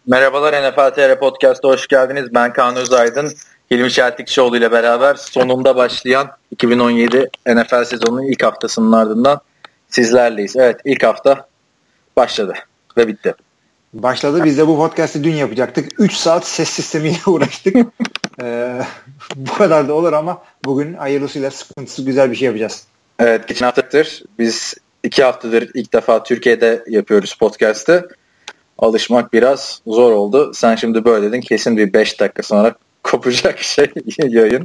Merhabalar, NFL TR Podcast'a hoş geldiniz. Ben Kaan Özaydın. Hilmi Çeltikçioğlu ile beraber sonunda başlayan 2017 NFL sezonunun ilk haftasının ardından sizlerleyiz. Evet, ilk hafta başladı ve bitti. Başladı. Biz de bu podcast'ı dün yapacaktık. 3 saat ses sistemiyle uğraştık. Bu kadar da olur ama bugün hayırlısıyla sıkıntısız güzel bir şey yapacağız. Evet, geçen haftadır biz 2 haftadır ilk defa Türkiye'de yapıyoruz podcast'ı. Alışmak biraz zor oldu. Sen şimdi böyle dedin. Kesin bir 5 dakika sonra kopacak yayın.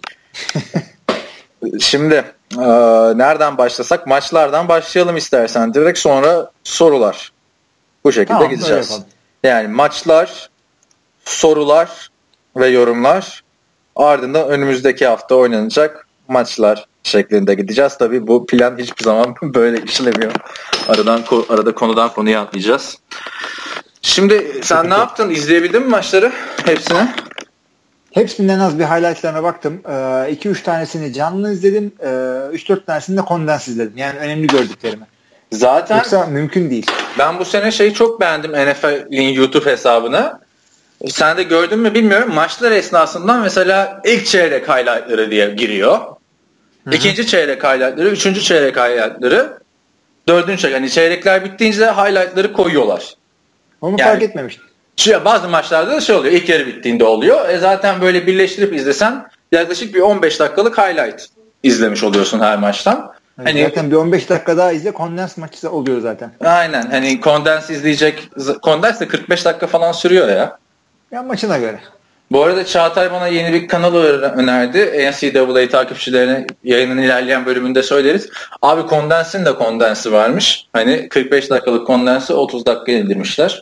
Şimdi nereden başlasak? Maçlardan başlayalım istersen. Direkt sonra sorular. Bu şekilde tamam, gideceğiz. Yani maçlar, sorular ve yorumlar. Ardından önümüzdeki hafta oynanacak maçlar şeklinde gideceğiz. Tabii bu plan hiçbir zaman böyle işlemiyor. Arada konudan konuya atlayacağız. Şimdi sen ne yaptın? İzleyebildin mi maçları? Hepsini? Hepsinden az bir highlightlarına baktım. 2-3 tanesini canlı izledim. 3-4 tanesini de kondens izledim. Yani önemli gördüklerimi. Zaten yoksa mümkün değil. Ben bu sene şeyi çok beğendim, NFL'in YouTube hesabını. Sen de gördün mü bilmiyorum. Maçlar esnasında mesela ilk çeyrek highlightları diye giriyor. Hı-hı. İkinci çeyrek highlightları, üçüncü çeyrek highlightları, dördüncü çeyrek. Yani çeyrekler bittiğince highlightları koyuyorlar. Onu yani, fark etmemiştim. Bazı maçlarda da şey oluyor. İlk yarı bittiğinde oluyor. Zaten böyle birleştirip izlesen yaklaşık bir 15 dakikalık highlight izlemiş oluyorsun her maçtan. Hani zaten bir 15 dakika daha izle, kondens maçı oluyor zaten. Aynen. Hani kondens izleyecek. Kondens de 45 dakika falan sürüyor ya. Ya maçına göre. Bu arada Çağatay bana yeni bir kanal önerdi. NCAA takipçilerine yayının ilerleyen bölümünde söyleriz. Abi kondensin de kondensi varmış. Hani 45 dakikalık kondensi 30 dakikaya indirmişler.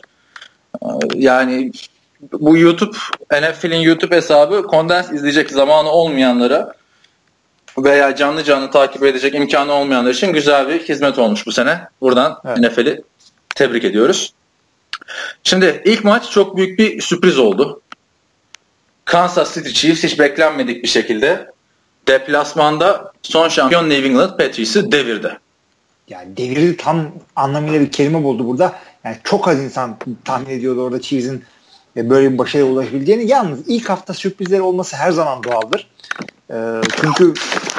Yani bu NFL'in YouTube hesabı kondens izleyecek zamanı olmayanlara veya canlı takip edecek imkanı olmayanlar için güzel bir hizmet olmuş bu sene. Buradan evet. NFL'i tebrik ediyoruz. Şimdi ilk maç çok büyük bir sürpriz oldu. Kansas City Chiefs hiç beklenmedik bir şekilde deplasmanda son şampiyon New England Patriots'ı devirdi. Yani devirdi tam anlamıyla bir kelime buldu burada. Yani çok az insan tahmin ediyordu orada Chiefs'in böyle bir başarıya ulaşabileceğini. Yalnız ilk hafta sürprizleri olması her zaman doğaldır. Çünkü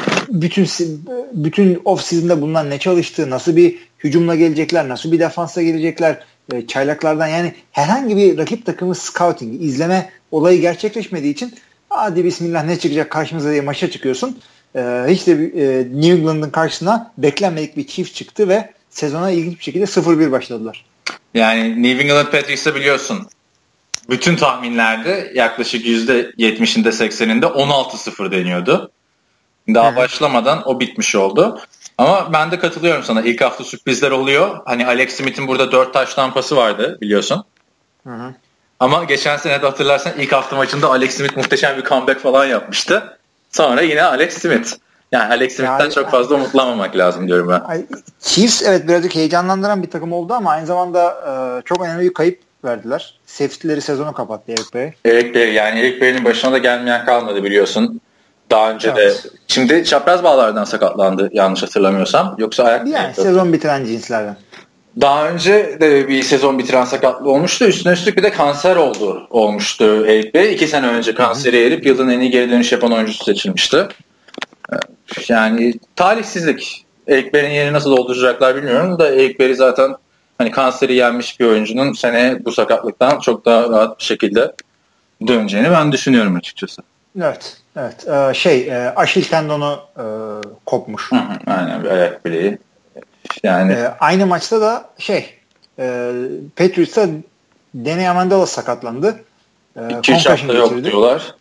bütün off-season'da bunlar ne çalıştı, nasıl bir hücumla gelecekler, nasıl bir defansla gelecekler, çaylaklardan yani herhangi bir rakip takımı scouting, izleme olayı gerçekleşmediği için hadi bismillah ne çıkacak karşımıza diye maça çıkıyorsun. Hiç de New England'ın karşısına beklenmedik bir Chiefs çıktı ve sezona ilginç bir şekilde 0-1 başladılar. Yani New England Patriots'ı biliyorsun. Bütün tahminlerde yaklaşık %70'inde 80'inde 16-0 deniyordu. Daha başlamadan o bitmiş oldu. Ama ben de katılıyorum sana. İlk hafta sürprizler oluyor. Hani Alex Smith'in burada 4 taş tampası vardı biliyorsun. Hı. Ama geçen sene de hatırlarsan ilk hafta maçında Alex Smith muhteşem bir comeback falan yapmıştı. Sonra yine Alex Smith. Yani Alex Smith'ten çok fazla umutlanmamak lazım diyorum ben. Chiefs evet birazcık heyecanlandıran bir takım oldu ama aynı zamanda çok önemli bir kayıp verdiler. Safety'leri sezonu kapattı Eric Berry. Eric Berry'nin başına da gelmeyen kalmadı biliyorsun. Daha önce evet. De şimdi çapraz bağlardan sakatlandı yanlış hatırlamıyorsam. Yoksa ayak yani sezon bitiren cinslerden. Daha önce de bir sezon bitiren sakatlığı olmuştu. Üstüne üstlük bir de kanser olmuştu Eric Berry. 2 sene önce kanseri erip yılın en iyi geri dönüş yapan oyuncusu seçilmişti. Yani talihsizlik. Eric Berry'nin yerini nasıl dolduracaklar bilmiyorum da Eric Berry zaten hani kanseri yenmiş bir oyuncunun seneye bu sakatlıktan çok daha rahat bir şekilde döneceğini ben düşünüyorum açıkçası. Evet. Aşil tendonu kopmuş. Aynen bir ayak bileği. Yani aynı maçta da Patriots'a Danny Amendola sakatlandı. 2-3 hafta yok diyorlar.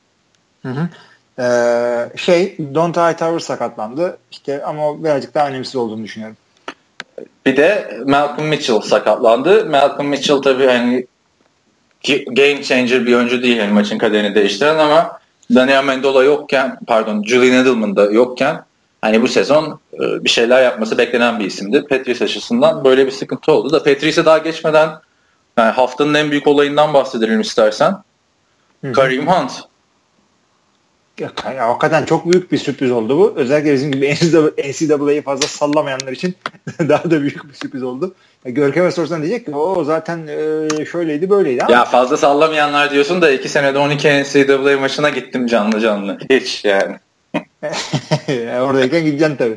Donta Hightower sakatlandı. Ama birazcık daha önemsiz olduğunu düşünüyorum. Bir de Malcolm Mitchell sakatlandı. Malcolm Mitchell tabii hani game changer bir oyuncu değil yani maçın kaderini değiştiren ama Danny Amendola Julian Edelman da yokken hani bu sezon bir şeyler yapması beklenen bir isimdi. Patriots açısından böyle bir sıkıntı oldu da Patriots'e daha geçmeden yani haftanın en büyük olayından bahsedelim istersen. Kareem Hunt. Ya, hakikaten çok büyük bir sürpriz oldu bu. Özellikle bizim gibi NCAA'yı fazla sallamayanlar için daha da büyük bir sürpriz oldu. Görkem'e sorsan diyecek ki o zaten şöyleydi böyleydi ama. Ya fazla sallamayanlar diyorsun da 2 senede 12 NCAA maçına gittim canlı. Hiç yani. Oradayken gideceksin tabii.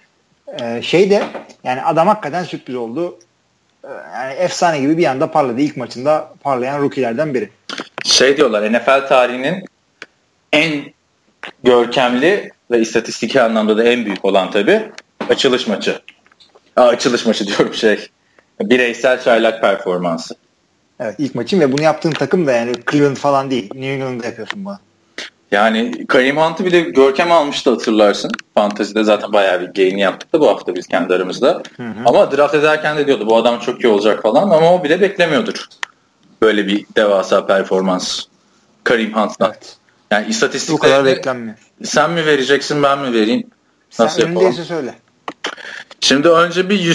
Yani adam hakikaten sürpriz oldu. Yani efsane gibi bir anda parladı. İlk maçında parlayan rookie'lerden biri. Diyorlar, NFL tarihinin en görkemli ve istatistiki anlamda da en büyük olan tabii açılış maçı. Açılış maçı diyorum bireysel çaylak performansı. Evet, ilk maçın ve bunu yaptığın takım da yani Cleveland falan değil. New England'da yapıyorsun bunu. Yani Kareem Hunt'ı bile Görkem almıştı, hatırlarsın. Fantezide zaten bayağı bir gain yaptık da bu hafta biz kendi aramızda. Hı. Ama draft ederken de diyordu bu adam çok iyi olacak falan, ama o bile beklemiyordur böyle bir devasa performans Kareem Hunt'tan. Evet. Yani istatistikleri bu kadar beklenmiyor. Sen mi vereceksin, ben mi vereyim? Nasıl sen önündeyse söyle. Şimdi önce bir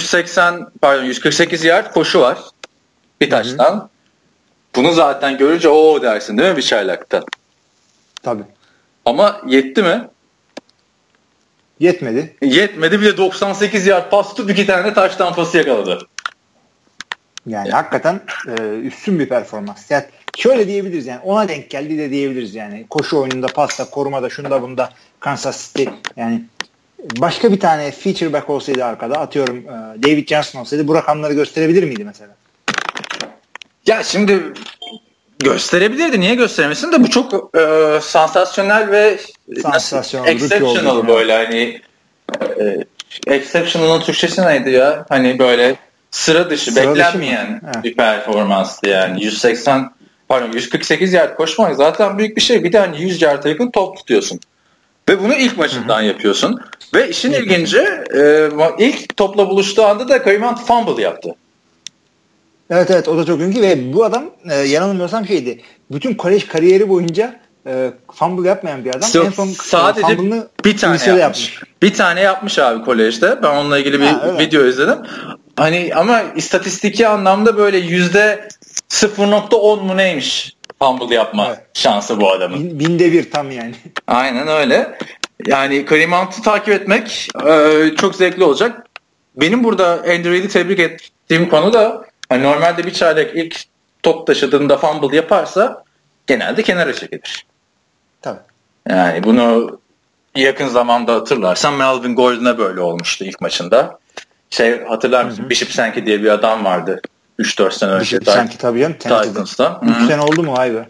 148 yard koşu var. Bir taştan. Bunu zaten görünce o dersin değil mi bir çaylakta? Tabii. Ama yetti mi? Yetmedi. Yetmedi, bir de 98 yard pas tutup 2 tane de taş tampası yakaladı. Yani hakikaten üstün bir performans. Yani şöyle diyebiliriz, yani ona denk geldi de diyebiliriz yani. Koşu oyununda, pasta, korumada, şunda bunda Kansas City, yani başka bir tane feature back olsaydı arkada, atıyorum David Johnson olsaydı bu rakamları gösterebilir miydi mesela? Ya şimdi gösterebilirdi. Niye gösteremesin de bu çok sansasyonel ve exceptional böyle hani exceptional'ın Türkçesi neydi ya? Hani böyle sıra dışı beklenmeyen bir performanstı yani. 148 yard koşmak zaten büyük bir şey. Bir de hani 100 yard'a yakın top tutuyorsun. Ve bunu ilk maçından yapıyorsun. Ve işin ilginci ilk topla buluştuğu anda da Kareem Hunt fumble yaptı. Evet, o da çok ilginç ve bu adam yanılmıyorsam bütün kolej kariyeri boyunca fumble yapmayan bir adam. En son sadece bir tane yapmış. Bir tane yapmış abi kolejde. Ben onunla ilgili bir video izledim. Hani ama istatistiki anlamda böyle %0.10 mu neymiş fumble yapma şansı bu adamın. Binde bir tam yani. Aynen öyle. Yani Kareem Hunt'ı takip etmek çok zevkli olacak. Benim burada Andrew Reid'i tebrik ettiğim konu da hani normalde bir çaylak ilk top taşıdığında fumble yaparsa genelde kenara çekilir. Tabii. Yani bunu yakın zamanda hatırlarsan Melvin Gordon'a böyle olmuştu ilk maçında. Hatırlar mısın? Bishop Sankey diye bir adam vardı 3-4 sene önce. Bishop Sankey tabii canım. Titans'ta. 3 sene oldu mu? Vay be.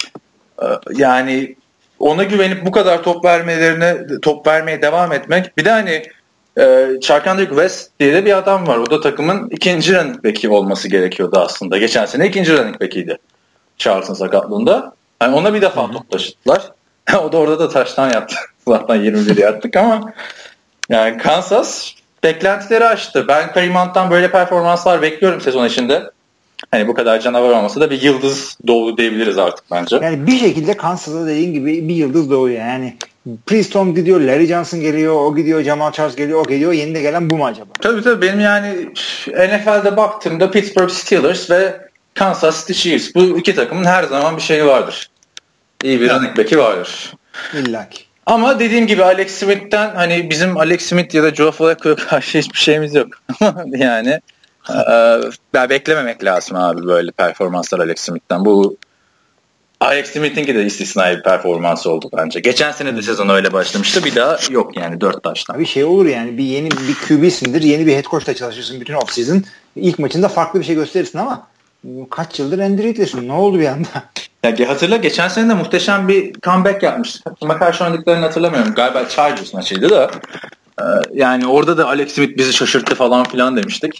Yani ona güvenip bu kadar top vermeye devam etmek. Bir de hani Charkandrick West diye de bir adam var. O da takımın ikinci running back'i olması gerekiyordu aslında. Geçen sene ikinci running back'iydi Charles'ın sakatlığında. Yani ona bir defa top taşıttılar. O da orada da taştan yaptı. Zaten 21 yaptık ama yani Kansas beklentileri aştı. Ben Kareem Hunt'tan böyle performanslar bekliyorum sezon içinde. Hani bu kadar canavar olmasa da bir yıldız doğdu diyebiliriz artık bence. Yani bir şekilde Kansas'da dediğin gibi bir yıldız doğuyor. Yani Preston gidiyor, Larry Johnson geliyor, o gidiyor, Jamal Charles geliyor, o geliyor. Yeni de gelen bu mu acaba? Tabii. Benim yani NFL'de baktığımda Pittsburgh Steelers ve Kansas City Chiefs. Bu iki takımın her zaman bir şeyi vardır. İyi bir running back'i vardır. İllaki. Ama dediğim gibi Alex Smith'ten hani bizim Alex Smith ya da Joe Flacco'ya karşı hiçbir şeyimiz yok. Yani beklememek lazım abi böyle performanslar Alex Smith'ten. Bu Alex Smith'inki de istisnai bir performans oldu bence. Geçen sene de sezon öyle başlamıştı. Bir daha yok yani 4 taştan. Bir olur yani. Yeni bir QB'sindir. Yeni bir head coach'la çalışırsın bütün off-season. İlk maçında farklı bir şey gösterirsin ama kaç yıldır Andy Reid'lesin. Ne oldu bir anda? Ya hatırla, geçen sene de muhteşem bir comeback yapmış. Kime karşı oynadıklarını hatırlamıyorum. Galiba Chargers maçıydı da. Yani orada da Alex Smith bizi şaşırttı falan filan demiştik.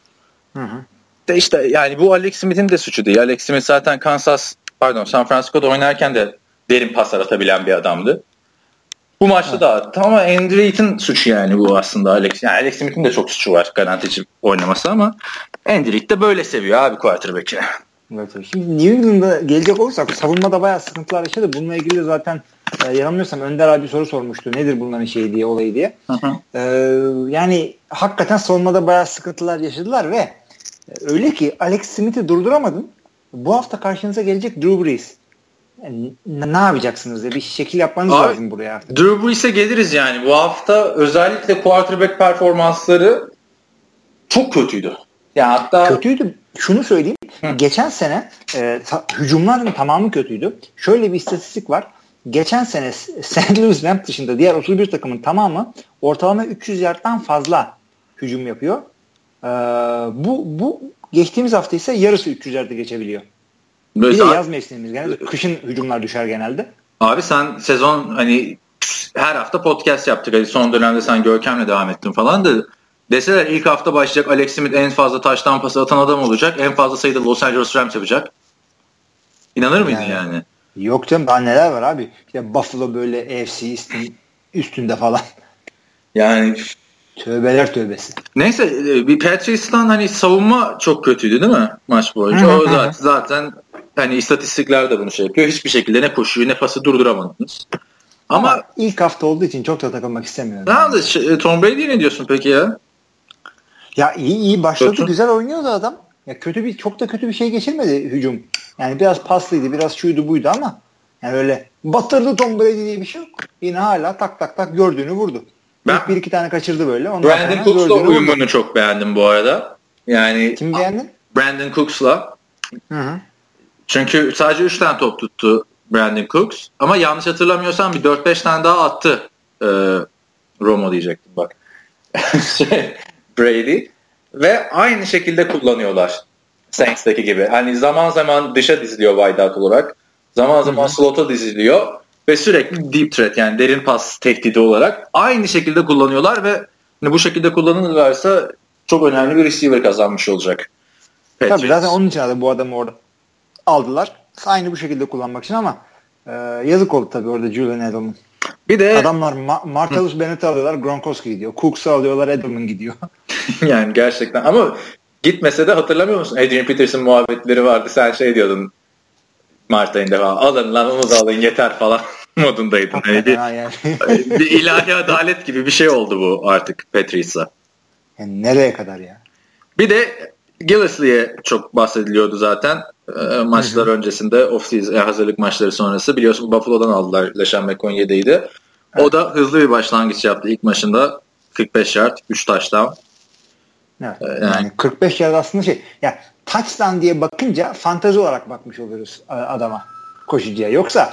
De işte yani bu Alex Smith'in de suçu değil. Alex Smith zaten San Francisco'da oynarken de derin paslar atabilen bir adamdı. Bu maçta da attı ama Andy Reid'in suçu yani bu aslında Alex. Yani Alex Smith'in de çok suçu var garantici oynaması ama Andy Reid de böyle seviyor abi quarterback'i. Evet. Şimdi New England'a gelecek olursak savunmada bayağı sıkıntılar yaşadı. Bununla ilgili zaten yanılmıyorsam Önder abi soru sormuştu. Nedir bunların olayı diye. Yani hakikaten savunmada bayağı sıkıntılar yaşadılar ve öyle ki Alex Smith'i durduramadın. Bu hafta karşınıza gelecek Drew Brees. ne yapacaksınız diye bir şekil yapmanız lazım buraya. Drew Brees'e geliriz yani. Bu hafta özellikle quarterback performansları çok kötüydü. Yani hatta kötüydü. Şunu söyleyeyim. Geçen sene hücumların tamamı kötüydü. Şöyle bir istatistik var. Geçen sene St. Louis Rams dışında diğer 31 takımın tamamı ortalama 300 yardtan fazla hücum yapıyor. Bu geçtiğimiz hafta ise yarısı 300 yardı geçebiliyor. Bir de yaz mevsimimiz genelde. Kışın hücumlar düşer genelde. Abi sen sezon hani her hafta podcast yaptık. Hani son dönemde sen Görkem'le devam ettin falan da deseler ilk hafta başlayacak Alex Smith en fazla touchdown pası atan adam olacak. En fazla sayıda Los Angeles Rams yapacak. İnanır mıydın yani? Yok canım, daha neler var abi. İşte Buffalo böyle AFC üstünde falan. Yani tövbeler tövbesi. Neyse bir Patriots'tan hani savunma çok kötüydü değil mi maç boyunca? O zaten hani istatistikler de bunu şey yapıyor. Hiçbir şekilde ne koşuyu ne pası durduramadınız. Ama ilk hafta olduğu için çok da takılmak istemiyorum. Yani. Tom Brady ne diyorsun peki ya? Ya iyi başladı. Kötü. Güzel oynuyordu adam. Ya çok da kötü bir şey geçirmedi hücum. Yani biraz paslıydı, biraz şuydu buydu ama yani öyle batırdı Tom Brady diye bir şey yok. Yine hala tak tak tak gördüğünü vurdu. İlk bir iki tane kaçırdı böyle. Brandon Cooks'la uyumunu çok beğendim bu arada. Yani kim beğendin? Brandon Cooks'la. Çünkü sadece 3 tane top tuttu Brandon Cooks. Ama yanlış hatırlamıyorsam bir 4-5 tane daha attı. Romo diyecektim bak. Brady. Ve aynı şekilde kullanıyorlar. Saints'teki gibi. Hani zaman zaman dışa diziliyor wideout olarak. Zaman zaman slot'a diziliyor. Ve sürekli deep threat yani derin pas tehdidi olarak aynı şekilde kullanıyorlar ve bu şekilde kullanılırlarsa çok önemli bir receiver kazanmış olacak. Patriots. Tabii zaten onun için de bu adamı orada aldılar. Aynı bu şekilde kullanmak için ama yazık oldu tabii orada Julian Edelman. Bir de adamlar Martellus Bennett'i alıyorlar, Gronkowski gidiyor. Cooks'u alıyorlar, Edelman gidiyor. Yani gerçekten ama gitmese de hatırlamıyor musun? Adrian Peterson muhabbetleri vardı. Sen şey diyordun Mart ayında falan. Alın lan onu da alın yeter falan modundaydın. Yani bir ilahi adalet gibi bir şey oldu bu artık Patriots'a. Yani nereye kadar ya? Bir de Gillislee'ye çok bahsediliyordu zaten. Maçlar öncesinde off-season hazırlık maçları sonrası. Biliyorsun Buffalo'dan aldılar. LeSean McCoy yedeğiydi. O da hızlı bir başlangıç yaptı ilk maçında. 45 yard, 3 touchdown. Evet. Yani 45 yard aslında ya touchdown diye bakınca fantezi olarak bakmış oluyoruz adama, koşucuya. Yoksa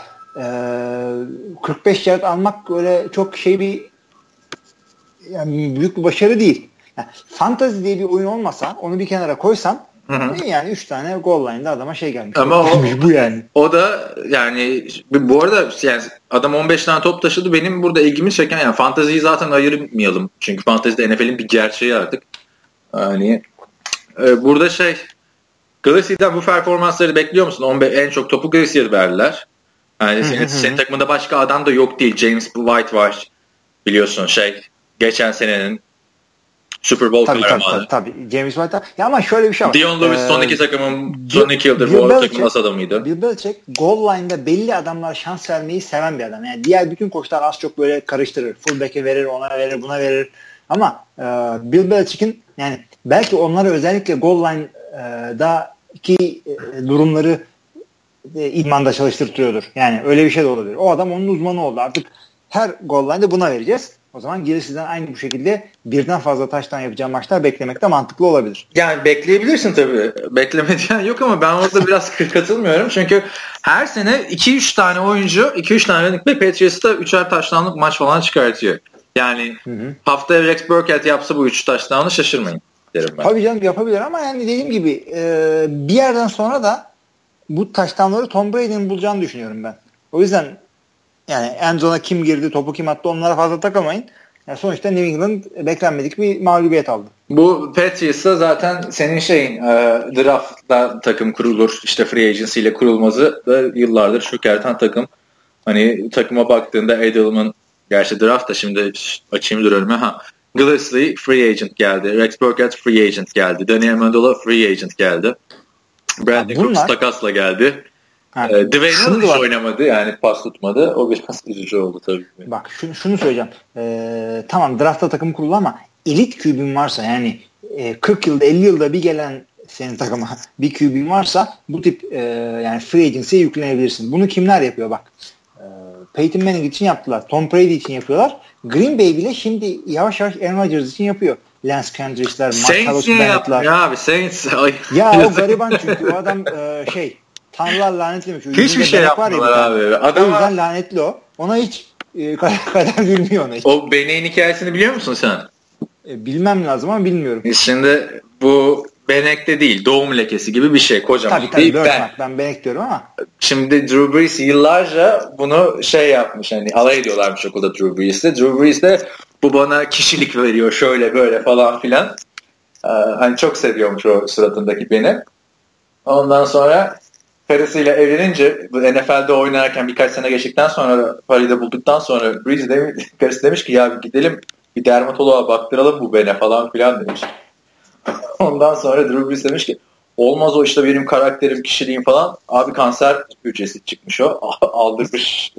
45 yard almak öyle çok yani büyük bir başarı değil. Yani fantezi diye bir oyun olmasa onu bir kenara koysam yani 3 tane goal line'da adama gelmiş. Ama bu yani. O da yani bu arada yani adam 15 tane top taşıdı. Benim burada ilgimi çeken yani fanteziyi zaten ayırmayalım. Çünkü fantezide NFL'in bir gerçeği artık. Yani burada Gillespie'den bu performansları bekliyor musun? En çok topu Gillespie'ye verdiler. Yani senin takımında başka adam da yok değil. James White var. Biliyorsun geçen senenin Super Bowl kahramanı. Tabii. James White. Ya ama şöyle bir şey var. Dion Lewis son iki yıldır bu takımın as adamıydı. Bill Belichick goal line'da belli adamlara şans vermeyi seven bir adam. Yani diğer bütün koçlar az çok böyle karıştırır. Fullback'e verir, ona verir, buna verir. Ama Bill Belichick'in yani belki onlara özellikle goal line'daki durumları idmanda çalıştırtıyordur. Yani öyle bir şey de olabilir. O adam onun uzmanı oldu. Artık her goal line'de buna vereceğiz. O zaman gerisinden aynı bu şekilde birden fazla touchdown yapacağı maçlar beklemek de mantıklı olabilir. Yani bekleyebilirsin tabii. Beklemediğin yok ama ben orada biraz katılmıyorum. Çünkü her sene 2-3 tane oyuncu 2-3 tane running back Patriots'ta 3'er touchdown'lık maç falan çıkartıyor. Yani haftaya Rex Burkhead yapsa bu 3 touchdown'ı şaşırmayın derim ben. Tabii canım yapabilir ama yani dediğim gibi bir yerden sonra da bu touchdown'ları Tom Brady'nin bulacağını düşünüyorum ben. O yüzden yani endzona kim girdi, topu kim attı onlara fazla takılmayın. Yani sonuçta New England beklenmedik bir mağlubiyet aldı. Bu Patriots'ta zaten senin draft'ta takım kurulur. İşte free agency ile kurulması da yıllardır çökerten takım. Hani takıma baktığında Edelman gerçi draft da şimdi açayım dur önüme. Gillespie free agent geldi. Rex Burkhead free agent geldi. Daniel Amendola free agent geldi. Brandon Cooks takasla geldi. Dwayne hiç oynamadı yani pas tutmadı. O biraz üzücü oldu tabii. Bak şunu söyleyeceğim. Tamam draftta takım kurulu ama elit QB'in varsa yani 40 yılda 50 yılda bir gelen senin takıma bir QB'in varsa bu tip yani free agency'ye yüklenebilirsin. Bunu kimler yapıyor bak. Peyton Manning için yaptılar. Tom Brady için yapıyorlar. Green Bay bile şimdi yavaş yavaş Aaron Rodgers için yapıyor. Lance Kendrick'ler, Marcellus Bennett'lar. Ya abi Saints. Ya o gariban çünkü o adam Tanrılar lanetlemiş. Hiçbir şey yapmıyorlar abi. O yüzden lanetli o. Ona hiç kader gülmüyor ona hiç. O Benek'in hikayesini biliyor musun sen? Bilmem lazım ama bilmiyorum. Şimdi bu Benek'te değil, doğum lekesi gibi bir şey, kocaman. Tabii ben Benek diyorum ama. Şimdi Drew Brees yıllarca bunu yapmış, hani alay ediyorlarmış okulda Drew Brees'le. Drew Brees de bu bana kişilik veriyor, şöyle böyle falan filan. Hani çok seviyormuş o suratındaki beni. Ondan sonra karısıyla evlenince NFL'de oynarken birkaç sene geçtikten sonra parayı da bulduktan sonra karısı demiş ki ya gidelim bir dermatoloğa baktıralım bu bene falan filan demiş. Ondan sonra Drew Brees demiş ki olmaz o işte benim karakterim, kişiliğim falan. Abi kanser hücresi çıkmış o. Aldırmış.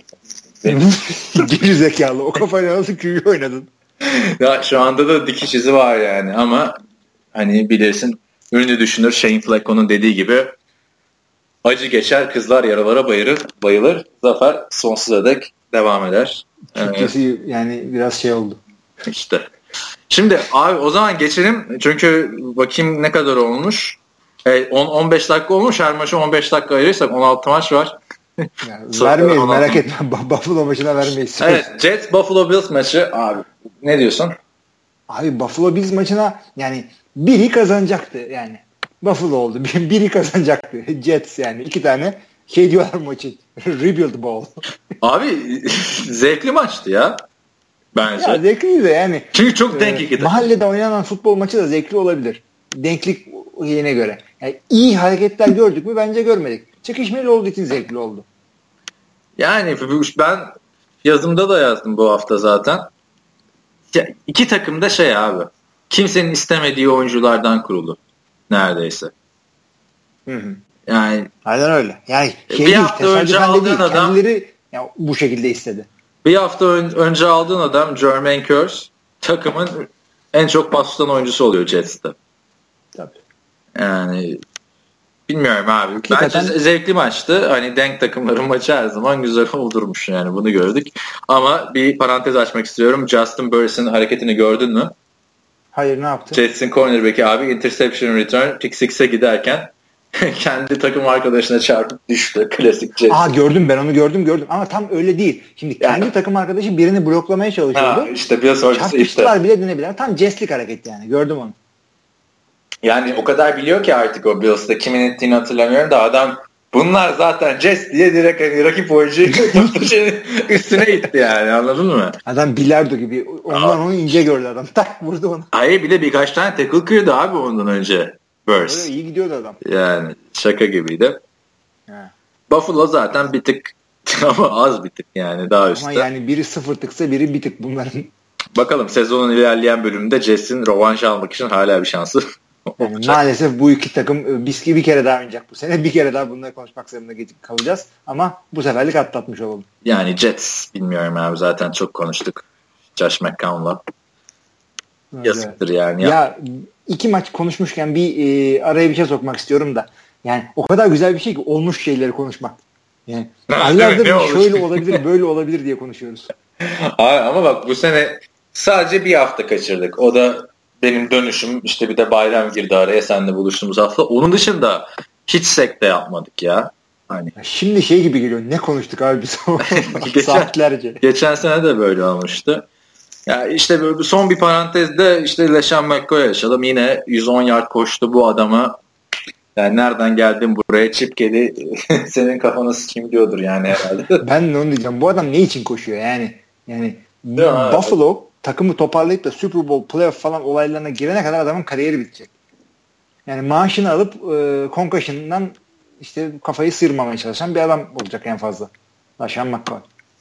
Geri zekalı. O kafayla nasıl QB oynadın? Ya şu anda da dikiş izi var yani ama hani bilirsin ünlü düşünür Shane Flacco'nun dediği gibi acı geçer, kızlar yaralara bayılır. Zafer sonsuza dek devam eder. Türkçesi yani biraz oldu. İşte. Şimdi abi o zaman geçelim. Çünkü bakayım ne kadar olmuş. 10-15 dakika olmuş. Her maçı 15 dakika ayırırsak 16 maç var. Yani vermeyiz merak etme. Buffalo maçına vermeyiz. Evet. Jets Buffalo Bills maçı abi. Ne diyorsun? Abi Buffalo Bills maçına yani biri kazanacaktı yani. Buffalo oldu. Biri kazanacaktı. Jets yani. 2 tane diyorlar maçı. Rebuild ball. Abi zevkli maçtı ya. Bence. Ya zevkliydi yani. Çünkü çok denk ikide. Mahallede oynanan futbol maçı da zevkli olabilir. Denklik yerine göre. Yani iyi hareketler gördük mü? Bence görmedik. Çekişmeli olduğu için zevkli oldu. Yani ben yazımda da yazdım bu hafta zaten. Ya, iki takım da abi. Kimsenin istemediği oyunculardan kurulu. Neredeyse. Hı. Yani aynen öyle. Yani bir hafta önce aldığın adam kendileri bu şekilde istedi. Bir hafta önce aldığın adam Jermaine Kearse takımın en çok pas tutan oyuncusu oluyor Jets'te. Tabii. Yani bilmiyorum abi. Hakikaten... Bence zevkli maçtı. Hani denk takımların maçı her zaman güzel oldurmuş yani bunu gördük. Ama bir parantez açmak istiyorum. Justin Burris'in hareketini gördün mü? Hayır, ne yaptı? Jets'in cornerback'i abi interception return pick six'e giderken kendi takım arkadaşına çarpıp düştü. Klasik Jets. Gördüm, ben onu gördüm ama tam öyle değil. Şimdi kendi takım arkadaşı birini bloklamaya çalışıyordu. İşte bir sonrası çarpıştılar bile denebilir. Tam Jets'lik hareket yani. Gördüm onu. Yani o kadar biliyor ki artık o Bills'ta kimin ettiğini hatırlamıyorum da adam bunlar zaten Jets diye direkt hani rakip oyuncuyu üstüne itti yani, anladın mı? Adam bilardo gibi. Ondan onu ince gördü adam. Tak vurdu onu. Hayır, bir de birkaç tane tackle kırdı abi ondan önce. Burst. Öyle iyi gidiyordu adam. Yani şaka gibiydi. He. Buffalo zaten bir tık ama az bir tık yani daha üstte. Ama yani biri 0 tıksa biri bir tık bunların. Bakalım sezonun ilerleyen bölümünde Jets'in rövanş almak için hala bir şansı yani maalesef bu iki takım bir kere daha oynayacak bu sene. Bir kere daha bunları konuşmak zorunda kalacağız. Ama bu seferlik atlatmış olalım. Yani Jets bilmiyorum abi, zaten çok konuştuk. Josh McCown'la. Yazıktır yani. Ya iki maç konuşmuşken araya bir şey sokmak istiyorum da. Yani o kadar güzel bir şey ki olmuş şeyleri konuşmak. Yani aylardır şöyle olabilir böyle olabilir diye konuşuyoruz. Abi, ama bak bu sene sadece bir hafta kaçırdık. O da benim dönüşüm, işte bir de bayram girdi araya, seninle buluştuğumuz hafta. Onun dışında hiç sekte yapmadık ya. Hani. Şimdi gibi geliyor. Ne konuştuk abi biz saatlerce. Geçen sene de böyle olmuştu. Ya işte böyle son bir parantezde işte LeSean McCoy'a yaşadım. Yine 110 yard koştu bu adama. Yani nereden geldin buraya çip kedi senin kafanı sikeyim diyordur yani herhalde. Ben de onu diyeceğim. Bu adam ne için koşuyor yani Buffalo takımı toparlayıp da Super Bowl playoff falan olaylarına girene kadar adamın kariyeri bitecek. Yani maaşını alıp concussion'dan işte kafayı sıyırmamaya çalışan bir adam olacak en fazla. LeSean McCoy.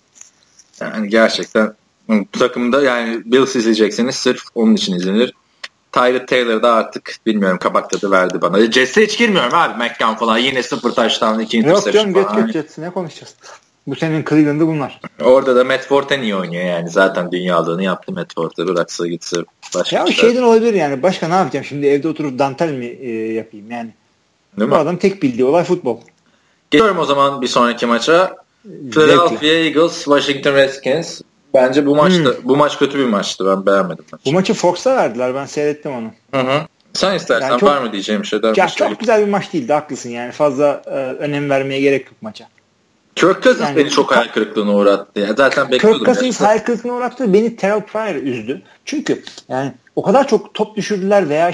Yani gerçekten bu takımda yani Bills izleyecekseniz sırf onun için izlenir. Tyrod Taylor da artık bilmiyorum kabak tadı verdi bana. Jets'e hiç girmiyorum abi, McCown falan. Yine 0 taştan 2 interception falan. Yok canım, geç Jets'e ne konuşacağız? Bu senin Cleveland'ı bunlar. Orada da Matt Forte iyi oynuyor yani. Zaten dünyalığını yaptı Matt Forte. Bıraksa gitse başka ya bir şeyden olabilir yani. Başka ne yapacağım? Şimdi evde oturup dantel mi yapayım yani? Değil Bu mi? adam tek bildiği olay futbol. Geçiyorum o zaman bir sonraki maça. Philadelphia Eagles, Washington Redskins. Bence bu maç kötü bir maçtı. Ben beğenmedim maçı. Bu maçı Fox'a verdiler. Ben seyrettim onu. Hı. Sen istersen yani var mı diyeceğim şeyler? Ya çok güzel bir maç değildi. Haklısın yani. Fazla önem vermeye gerek yok maça. Kirk Cousins yani, beni çok hayal kırıklığına uğrattı. Yani zaten bekliyordum. Kirk Cousins hayal kırıklığına uğrattı. Beni Terrell Pryor üzdü. Çünkü yani o kadar çok top düşürdüler veya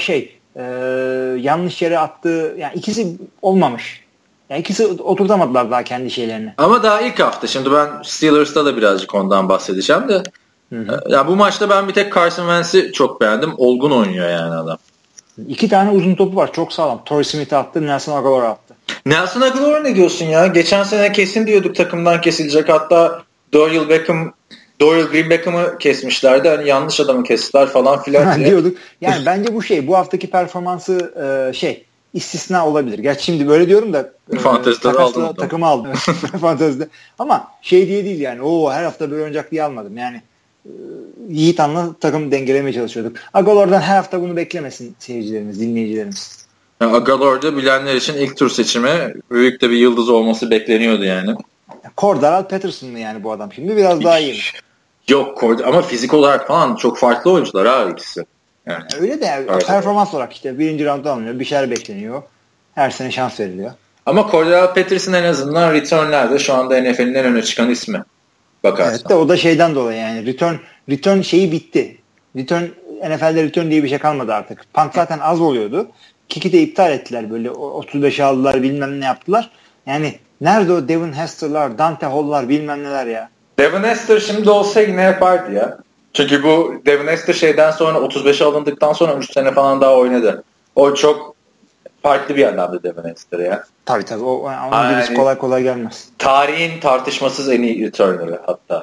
yanlış yere attığı yani ikisi olmamış. Yani ikisi oturtamadılar daha kendi şeylerini. Ama daha ilk hafta. Şimdi ben Steelers'ta da birazcık ondan bahsedeceğim de. Ya bu maçta ben bir tek Carson Wentz'i çok beğendim. Olgun oynuyor yani adam. 2 tane uzun topu var. Çok sağlam. Torrey Smith attı. Nelson Aguilar attı. Nelson Aguilar ne diyorsun ya? Geçen sene kesin diyorduk takımdan kesilecek. Hatta Dorial Green Beckham'ı kesmişlerdi. Hani yanlış adamı kestiler falan filan diyorduk. Yani bence bu haftaki performansı istisna olabilir. Gerçi şimdi böyle diyorum da takasla takımı aldım. Fantezide. Ama diye değil yani. Her hafta böyle oynayacak diye almadım. Yani Yiğit An'la takım dengelemeye çalışıyorduk. Aguilar'dan her hafta bunu beklemesin seyircilerimiz, dinleyicilerimiz. Yani Aguilar'da bilenler için ilk tur seçimi büyük de bir yıldız olması bekleniyordu yani. Cordarrelle Patterson'lı yani bu adam şimdi biraz daha iyi. Yok ama fizik olarak falan çok farklı oyuncular abi ikisi. Yani. Öyle de performans olarak birinci roundda alınıyor. Bir şeyler bekleniyor. Her sene şans veriliyor. Ama Cordarrelle Patterson en azından return'lerde şu anda NFL'in en öne çıkan ismi. Bakarsan. Evet de o da şeyden dolayı yani return şeyi bitti. NFL'de return diye bir şey kalmadı artık. Punt zaten az oluyordu. Kick'i de iptal ettiler böyle 35'e aldılar bilmem ne yaptılar. Yani nerede o Devin Hester'lar, Dante Hall'lar bilmem neler ya. Devin Hester şimdi olsa yine yapardı ya. Çünkü bu Devin Hester şeyden sonra 35'e alındıktan sonra 3 sene falan daha oynadı. O çok farklı bir adamdı Devin Hester ya. Tabii. Onun birisi kolay kolay gelmez. Tarihin tartışmasız en iyi returner'ı hatta.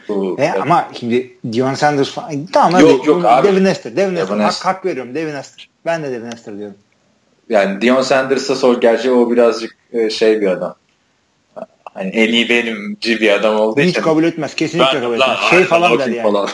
Ama şimdi Deion Sanders falan. Tamam yok abi. Devin Hester. Hak veriyorum Devin Hester. Ben de Devin Hester diyorum. Yani Deion Sanders'a sor. Gerçi o birazcık bir adam. Hani en iyi benimci bir adam olduğu için. Hiç kabul etmez. Kesinlikle kabul etmez. Falan der yani. Falan.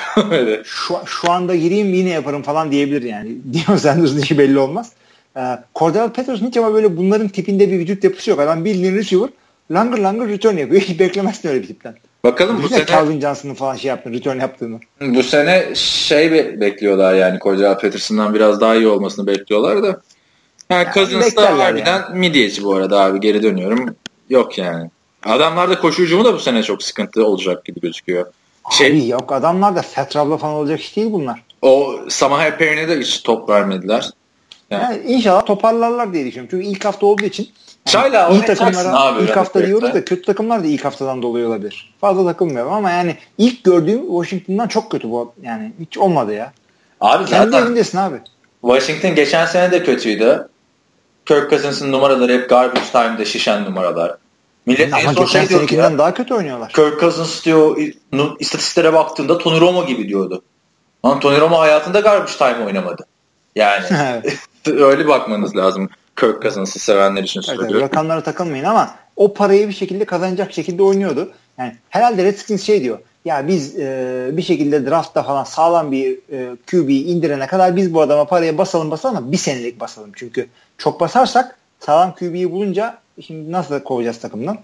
şu anda gireyim yine yaparım falan diyebilir yani. Deion Sanders'ın işi belli olmaz. Cordarrelle Patterson hiç ama böyle bunların tipinde bir vücut yapısı yok. Adam bildiğin receiver langır return yapıyor. Hiç beklemezsin öyle bir tipten. Bakalım bu sene Calvin Johnson'ın falan return yaptığını. Bu sene bekliyorlar yani Cordarrelle Patterson'dan biraz daha iyi olmasını bekliyorlar da. Yani Cousins da harbiden midyeci bu arada abi geri dönüyorum. Yok yani. Adamlarda koşu hücumu da bu sene çok sıkıntı olacak gibi gözüküyor. Abi yok adamlarda Fetrab'la falan olacak iş değil bunlar. O Samaha Perine de hiç top vermediler. Yani inşallah toparlarlar diye düşünüyorum. Çünkü ilk hafta olduğu için Çayla iyi takımlara ilk hafta diyoruz da kötü takımlar da ilk haftadan dolayı olabilir. Fazla takılmıyorum ama yani ilk gördüğüm Washington'dan çok kötü bu. Yani hiç olmadı ya. Abi kendi evindesin abi. Washington geçen sene de kötüydü. Kirk Cousins'ın numaraları hep garbage time'da şişen numaralar. Millet ama geçen senekinden daha kötü oynuyorlar. Kirk Cousins diyor istatistiklere baktığında Tony Romo gibi diyordu. Ama Tony Romo hayatında garbage time oynamadı. Yani öyle bakmanız lazım. Kirk Cousins'ı sevenler için söylüyorum. Rakamlara takılmayın ama o parayı bir şekilde kazanacak şekilde oynuyordu. Yani herhalde Redskins diyor. Ya biz bir şekilde draftta falan sağlam bir QB'yi indirene kadar biz bu adama paraya basalım ama bir senelik basalım. Çünkü çok basarsak sağlam QB'yi bulunca şimdi nasıl kovacağız takımdan?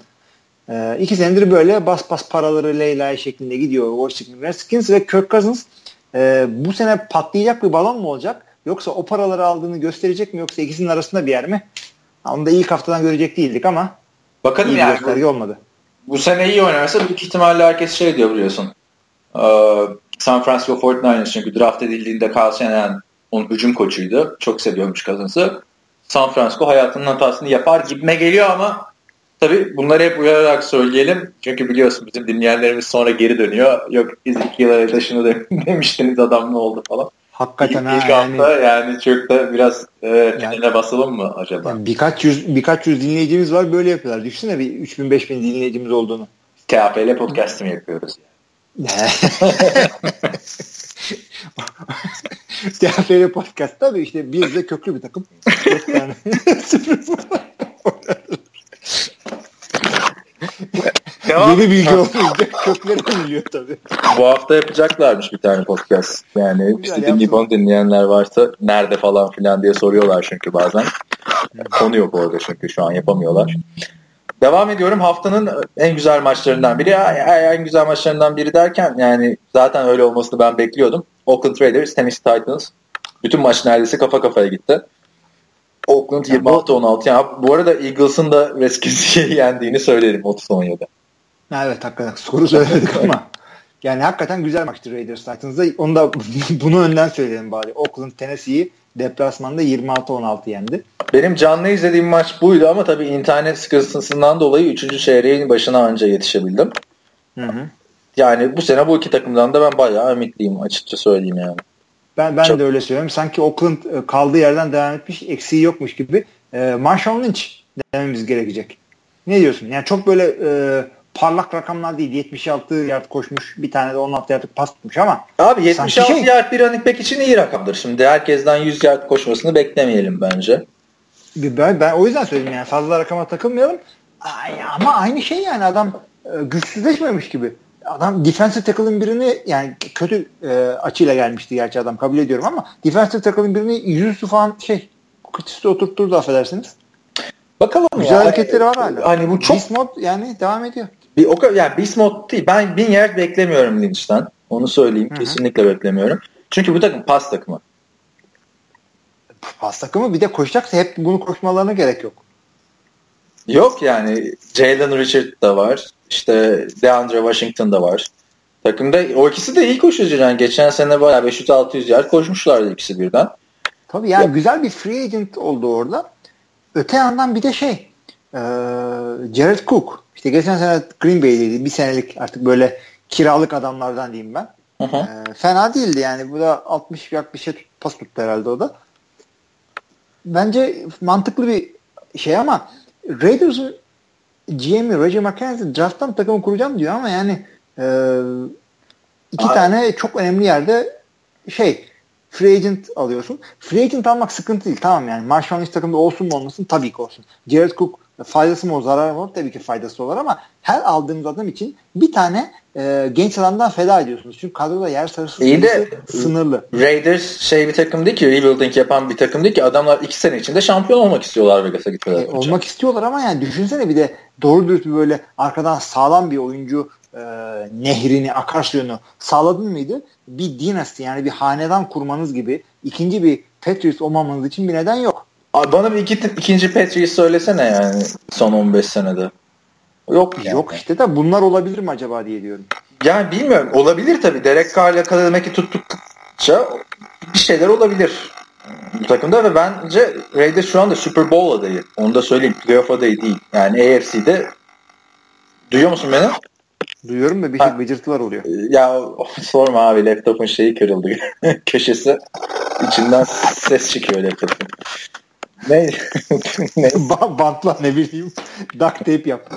2 senedir böyle bas paraları Leyla'ya şeklinde gidiyor Washington Redskins ve Kirk Cousins bu sene patlayacak bir balon mu olacak? Yoksa o paraları aldığını gösterecek mi? Yoksa ikisinin arasında bir yer mi? Onu da ilk haftadan görecek değildik ama bakalım yani gösterge olmadı. Bu sene iyi oynarsa büyük ihtimalle herkes diyor biliyorsun. San Francisco 49ers çünkü draft edildiğinde Kyle Shanahan onun hücum koçuydu. Çok seviyormuş Cousins'ı. San Francisco hayatının hatasını yapar gibime geliyor ama tabii bunları hep uyararak söyleyelim. Çünkü biliyorsun bizim dinleyenlerimiz sonra geri dönüyor. Yok Ezekiel da şunu demiştiniz adam ne oldu falan. Hakikaten İlk hafta yani çok da biraz kendine basalım mı acaba? Yani birkaç yüz dinleyicimiz var böyle yapıyorlar. Düşünsene bir 3000-5000 dinleyicimiz olduğunu. TAP'yle podcast'ımı yapıyoruz. TAP'yle podcast tabii işte bir de köklü bir takım. 4 tane. Yeni bilgi olunca kökleri konuluyor tabii. Bu hafta yapacaklarmış bir tane podcast. Yani işte dinleyip onu dinleyenler varsa nerede falan filan diye soruyorlar çünkü bazen. Konu yok orada çünkü şu an yapamıyorlar. Devam ediyorum. Haftanın en güzel maçlarından biri. En güzel maçlarından biri derken yani zaten öyle olmasını ben bekliyordum. Oakland Raiders, Tennessee Titans. Bütün maç neredeyse kafa kafaya gitti. Oakland 26-16. Yani bu arada Eagles'ın da Redskins'i yendiğini söylerim 30-17. Evet hakikaten skoru söyledik ama yani hakikaten güzel maçtı Raiders Titans'da. Onu da bunu önden söyleyelim bari. Oakland Tennessee'yi deplasmanda 26-16 yendi. Benim canlı izlediğim maç buydu ama tabii internet sıkıntısından dolayı 3. çeyreğin başına anca yetişebildim. Hı. Yani bu sene bu iki takımdan da ben bayağı ümitliyim açıkça söyleyeyim yani. Ben de öyle söylüyorum. Sanki Oakland kaldığı yerden devam etmiş, eksiği yokmuş gibi. Marshawn Lynch dememiz gerekecek. Ne diyorsun? Yani çok böyle parlak rakamlar değil. 76 yard koşmuş, bir tane de 16 yardlık pas tutmuş ama. Abi 76 yard bir running back için iyi rakamdır. Şimdi herkesten 100 yard koşmasını beklemeyelim bence. Ben o yüzden söyledim yani fazla rakama takılmayalım. Ama aynı şey yani adam güçsüzleşmemiş gibi. Adam defensive tackle'ın birini yani kötü açıyla gelmişti gerçi adam kabul ediyorum ama defensive tackle'ın birini yüzüstü falan kıçüstü oturtturdu affedersiniz. Bakalım güzel hareketleri var hala. Hani bu çok beast mode yani devam ediyor. Yani beast mode değil. Ben 1000 yard beklemiyorum Lynch'ten. Onu söyleyeyim. Hı-hı. Kesinlikle beklemiyorum. Çünkü bu takım pas takımı. Pas takımı bir de koşacaksa hep bunu koşmalarına gerek yok. Yok yani Jalen Richard da var. İşte DeAndre Washington da var. Takımda o ikisi de iyi koşucu. Yani geçen sene bayağı 500-600 yard koşmuşlardı ikisi birden. Tabii yani güzel bir free agent oldu orada. Öte yandan bir de Jared Cook. İşte geçen sene Green Bay'deydi. Bir senelik artık böyle kiralık adamlardan diyeyim ben. Fena değildi yani. Bu da 60 yard bir şey pas tuttu herhalde o da. Bence mantıklı bir şey ama Raiders'ın GM'i Reggie McKenzie draft'tan takımı kuracağım diyor ama yani iki tane çok önemli yerde free agent alıyorsun. Free agent almak sıkıntı değil. Tamam yani Marshawn Lynch takımda olsun mu olmasın tabii ki olsun. Jared Cook faydası mı o zararı mı tabii ki faydası olur ama her aldığınız adam için bir tane genç adamdan feda ediyorsunuz. Çünkü kadroda yer sayısı sınırlı. Raiders bir takım değil ki, rebuilding yapan bir takım değil ki. Adamlar 2 sene içinde şampiyon olmak istiyorlar Vegas'a gitmeler. Olmak istiyorlar ama yani düşünsene bir de doğru dürüst bir böyle arkadan sağlam bir oyuncu nehrini, akarsuyunu sağladın mıydı? Bir dynasty yani bir hanedan kurmanız gibi ikinci bir Patriots olmamanız için bir neden yok. Abi bana bir ikinci Patriots söylesene yani son 15 senede. Yok yani. Yok işte de bunlar olabilir mi acaba diye diyorum. Yani bilmiyorum. Olabilir tabii. Derek Carr'la kademeki tuttukça bir şeyler olabilir bu takımda ve bence Raiders şu anda Super Bowl adayı. Onu da söyleyeyim. Playoff adayı değil. Yani AFC'de duyuyor musun beni? Duyuyorum da bir şey bıcırtılar oluyor. Ya sorma abi, laptopun kırıldı. Köşesi içinden ses çıkıyor laptopun. Ne? Bantla ne bileyim. Duct tape yaptı.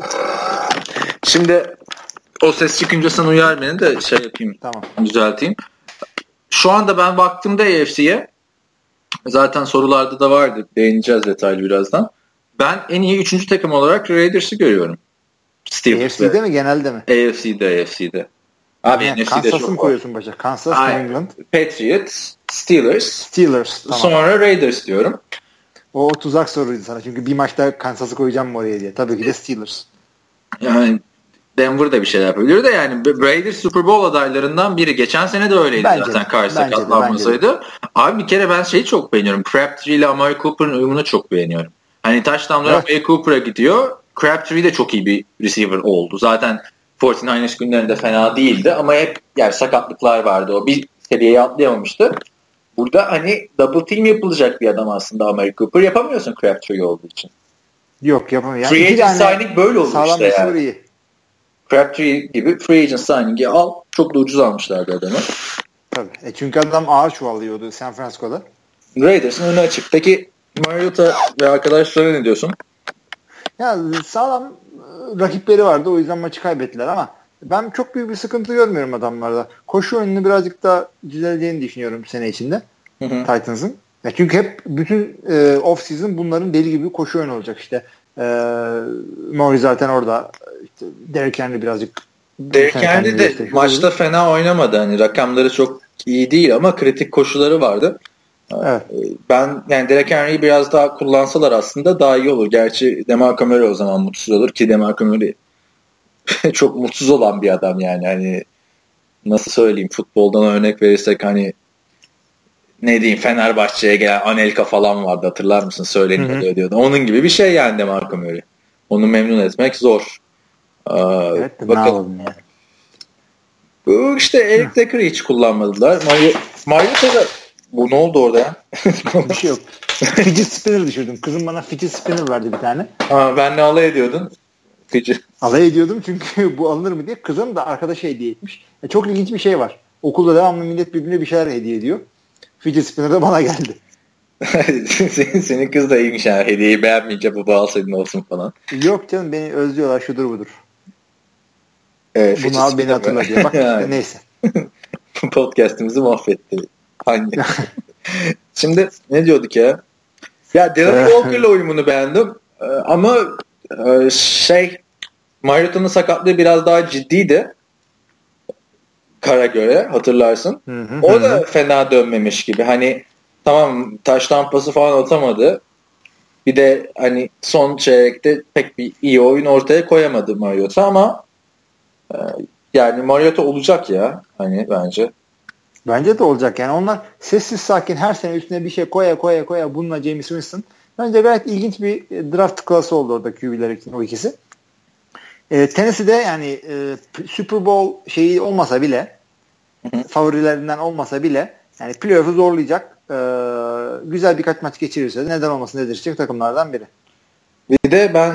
Şimdi o ses çıkınca sen uyar beni de yapayım. Tamam. Düzelteyim. Şu anda ben baktığımda AFC'ye zaten sorularda da vardı. Değineceğiz detaylı birazdan. Ben en iyi 3. takım olarak Raiders'ı görüyorum. AFC'de mi genelde mi? AFC'de. Abi yani NFC'de Kansas'ı mı koyuyorsun başa? Kansas, New England. Patriots, Steelers. Tamam. Sonra Raiders diyorum. O tuzak soruydu sana. Çünkü bir maçta Kansas'ı koyacağım mı oraya diye. Tabii ki de Steelers. Yani Denver da bir şeyler yapabilir de yani Raiders Super Bowl adaylarından biri. Geçen sene de öyleydi zaten. Carr sakatlanmasaydı. Abi bir kere ben çok beğeniyorum. Crabtree ile Amari Cooper'ın uyumunu çok beğeniyorum. Hani touchdown'lar Amari Cooper'a gidiyor. Crabtree de çok iyi bir receiver oldu. Zaten 49ers günlerinde fena değildi ama hep sakatlıklar vardı. O bir seviyeyi atlayamamıştı. Burada hani double team yapılacak bir adam aslında Amari Cooper. Yapamıyorsun Crabtree olduğu için. Yok yapamıyor. Free agent signing böyle olur işte yani. Iyi. Crabtree gibi free agent signing'i al. Çok da ucuz almışlardı adamı. Tabii. Çünkü adam ağır çuvallıyordu San Francisco'da. Raiders'ın önü açık. Peki Mariota ve arkadaşlara ne diyorsun? Ya sağlam rakipleri vardı. O yüzden maçı kaybettiler ama ben çok büyük bir sıkıntı görmüyorum adamlarda. Koşu oyununu birazcık daha düzeleceğini düşünüyorum sene içinde. Titans'ın. Ya çünkü hep bütün off season bunların deli gibi koşu oyunu olacak işte. Murray zaten orada işte Derrick Henry birazcık Derrick Henry de maçta fena oynamadı. Hani rakamları çok iyi değil ama kritik koşuları vardı. Evet. Ben yani Derrick Henry'yi biraz daha kullansalar aslında daha iyi olur. Gerçi DeMarco Murray o zaman mutsuz olur ki DeMarco Murray çok mutsuz olan bir adam yani. Hani nasıl söyleyeyim, futboldan örnek verirsek hani ne diyeyim, Fenerbahçe'ye gelen Anelka falan vardı, hatırlar mısın? Söyleniyordu, diyordu. Onun gibi bir şey yani DeMarco Murray. Onu memnun etmek zor. Evet, ne yapalım yani. Bu işte Eric Decker'ı hiç kullanmadılar. Mariota'da bu ne oldu orada ya? Bir şey yok. Fidget spinner düşürdüm. Kızım bana fidget spinner verdi bir tane. Ben ne alay ediyordun? Fidget. Alay ediyordum çünkü bu alınır mı diye. Kızım da arkadaşa hediye etmiş. Çok ilginç bir şey var. Okulda devamlı millet birbirine bir şeyler hediye ediyor. Fidget spinner da bana geldi. Senin kız da iyiymiş yani. Hediyeyi beğenmeyince baba al senin olsun falan. Yok canım, beni özlüyorlar, şudur budur. Bunu al beni hatırla diye. Bak işte neyse. Podcast'imizi mahvetti. Hangi? Şimdi ne diyorduk ya? Ya Dylan Walker'la uyumunu beğendim. Ama Mariota'nın sakatlığı biraz daha ciddiydi. Kara göre hatırlarsın. O da fena dönmemiş gibi. Hani tamam, taş tampası falan atamadı. Bir de hani son çeyrekte pek bir iyi oyun ortaya koyamadı Mariota ama yani Mariota olacak ya hani bence. Bence de olacak yani. Onlar sessiz sakin her sene üstüne bir şey koya bununla James Winston. Bence gayet ilginç bir draft klası oldu orada QB'ler için o ikisi. Tennessee'de yani Super Bowl şeyi olmasa bile, favorilerinden olmasa bile yani playoff'u zorlayacak güzel birkaç maç geçirirse de neden olmasın dedirtecek takımlardan biri. Bir de ben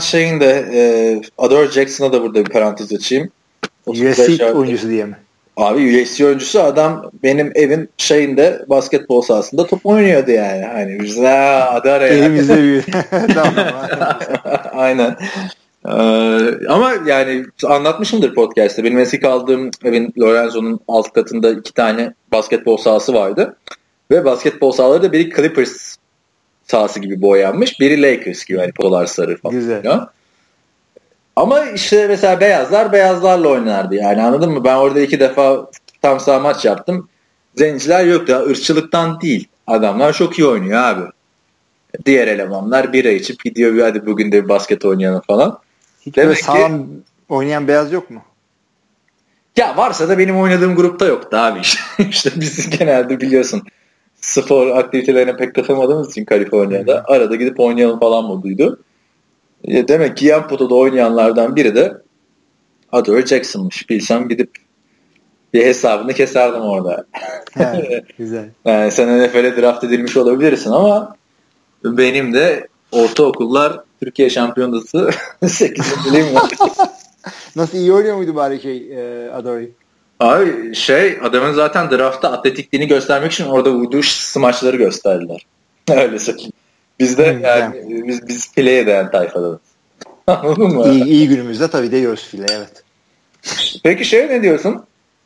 Adore Jackson'a da burada bir parantez açayım. USC oyuncusu diye mi? Abi USC oyuncusu adam benim evin basketbol sahasında top oynuyordu yani. Hani güzel Adore. Elimizde büyüdü. Tamam. Aynen. Ama yani anlatmışımdır podcast'te. Benim eski kaldığım evin Lorenzo'nun alt katında 2 tane basketbol sahası vardı. Ve basketbol sahaları da biri Clippers sahası gibi boyanmış. Biri Lakers gibi, hani polar sarı falan. Güzel. Ya. Ama işte mesela beyazlar beyazlarla oynardı yani, anladın mı? Ben orada 2 defa tam saha maç yaptım. Zenciler yoktu. Irkçılıktan değil. Adamlar çok iyi oynuyor abi. Diğer elemanlar bira içip gidiyor, hadi bugün de bir basket oynayalım falan. Hiç böyle sağlam oynayan beyaz yok mu? Ya varsa da benim oynadığım grupta yoktu abi işte. İşte biz genelde biliyorsun spor aktivitelerine pek katılmadığımız için Kaliforniya'da arada gidip oynayalım falan moduydu. Demek ki yan potada oynayanlardan biri de Adore Jackson'mış. Bilsem gidip bir hesabını keserdim orada. Evet, güzel. Yani sen NFL'e draft edilmiş olabilirsin ama benim de ortaokullar Türkiye Şampiyonası 8. dilim var. Nasıl, iyi oynuyor muydu bari Adore? Abi adamın zaten draftta atletikliğini göstermek için orada vurduğu smaçları gösterdiler. Öyle söyleyeyim. Biz de yani biz play eden tayfadan. Anladın mı? İyi günümüzde tabii de yiyoruz file, evet. Peki ne diyorsun?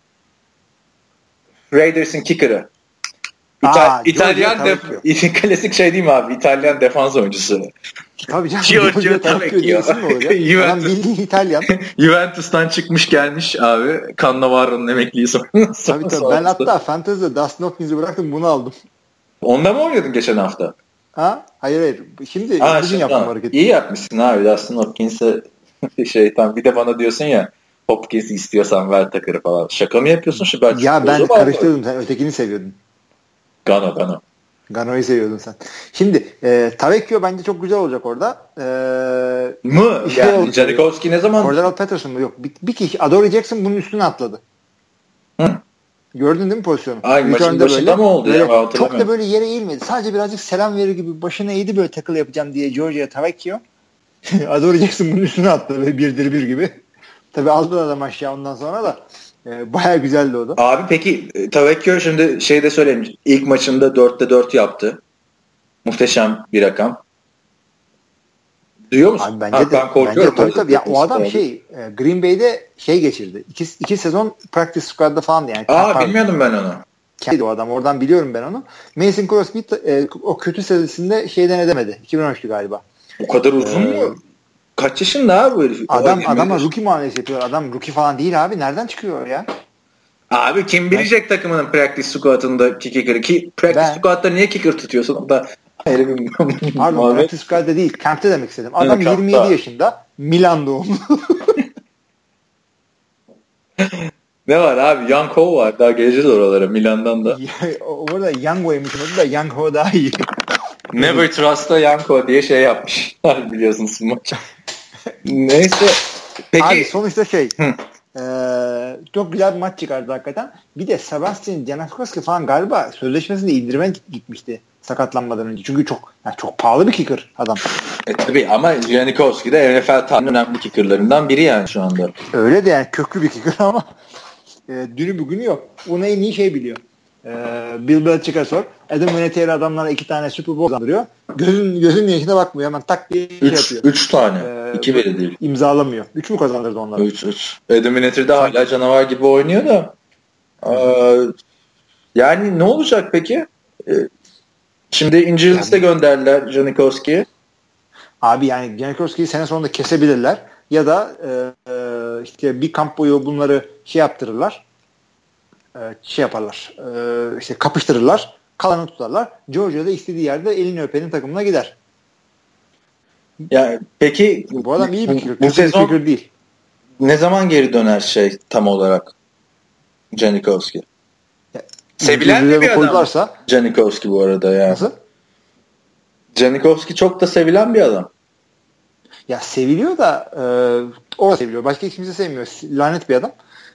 Raiders'ın kicker'ı. İtalyan klasik değil mi abi? İtalyan defans oyuncusu. Tabii canım. Giorgio Tavecchio. Adam bildiğin İtalyan. Juventus'tan çıkmış gelmiş abi. Cannavaro'nun emekliliği sonra. Tabii. Ben hatta Fantasy'de Dustin Hopkins'i bıraktım, bunu aldım. Onda mı oynadın geçen hafta? Hayır. Şimdi bugün yaptım hareketi. İyi yapmışsın abi. Dustin Hopkins'e bir de bana diyorsun ya, Hopkins'i istiyorsan ver Tucker'ı falan. Şaka mı yapıyorsun? Ben karıştırdım. Sen ötekini seviyordun. Gano. Gano'yu seviyordun sen. Şimdi Tavecchio bence çok güzel olacak orada. Mı? Yani Janikowski ne zaman? Cordell Patterson mı? Yok. Bir kişi Adore Jackson bunun üstüne atladı. Gördün değil mi pozisyonu? Maçın başında mı oldu ya? Çok da böyle yere eğilmedi. Sadece birazcık selam verir gibi başına eğdi, böyle tackle yapacağım diye Giorgio Tavecchio. Adore Jackson bunun üstüne atladı. Böyle 1'dir 1 gibi. Tabii aldı adam aşağı ondan sonra da. Bayağı güzeldi o da. Abi peki Tavecchio şimdi de söyleyeyim. İlk maçında 4'te 4 yaptı. Muhteşem bir rakam. Duyuyor musun? Abi ben korkuyorum. Tabii. Ya, o adam Green Bay'de geçirdi. 2 sezon practice squad'da falan yani. Bilmiyordum ben onu. Kendi o adam. Oradan biliyorum ben onu. Mason Crosby o kötü sezonunda edemedi. 2013'tü galiba. O kadar uzun mu? Kaç yaşında abi bu herif? Adama rookie muamelesi yapıyor. Adam rookie falan değil abi. Nereden çıkıyor ya? Abi kim bilecek takımının practice squad'ında kicker'ı ki practice squad'da niye kicker tutuyorsun? O da ayrı bir pardon, practice squad'da değil. Camp'te demek istedim. Adam 27 yaşında. Milan doğumlu. Ne var abi? Young Ho var. Daha geleceğiz oralara. Milan'dan da. Orada Young Ho'ymuş adı da Young Ho daha iyi. Never Trust'a Young Ho diye şey yapmışlar biliyorsunuz maç. Neyse. Peki. Abi sonuçta çok güzel bir maç çıkardı hakikaten. Bir de Sebastian Janikowski falan galiba sözleşmesini indirime gitmişti sakatlanmadan önce. Çünkü çok pahalı bir kicker adam. Tabii ama Janikowski de NFL tarihinin önemli kickerlarından biri yani şu anda. Öyle de yani köklü bir kicker ama dünü bugünü yok. Onu en iyi biliyor. Bill Belichick'e sor. Adam Vinatieri adamlara 2 tane Super Bowl kazandırıyor. Gözünün yaşına bakmıyor. Hemen tak diye yapıyor. 3 tane. 2 bile değil. İmzalamıyor. 3 mü kazandırdı onlara? 3. Adam Vinatieri de hala canavar gibi oynuyor da. Yani ne olacak peki? Şimdi injury liste gönderdiler Janikowski'ye. Abi yani Janikowski'yi sene sonunda kesebilirler. Ya da işte bir kamp boyu bunları yaptırırlar. Yaparlar. İşte kapıştırırlar. Kalanı tutarlar. Georgia'da istediği yerde elini öpenin takımına gider. Yani peki bu adam iyi bir kicker. Bu sezon kicker değil. Ne zaman geri döner tam olarak Janikowski? Sevilen bir adam. Janikowski bu arada yani. Nasıl? Janikowski çok da sevilen bir adam. Ya seviliyor da o seviliyor. Başka kimse sevmiyor. Lanet bir adam.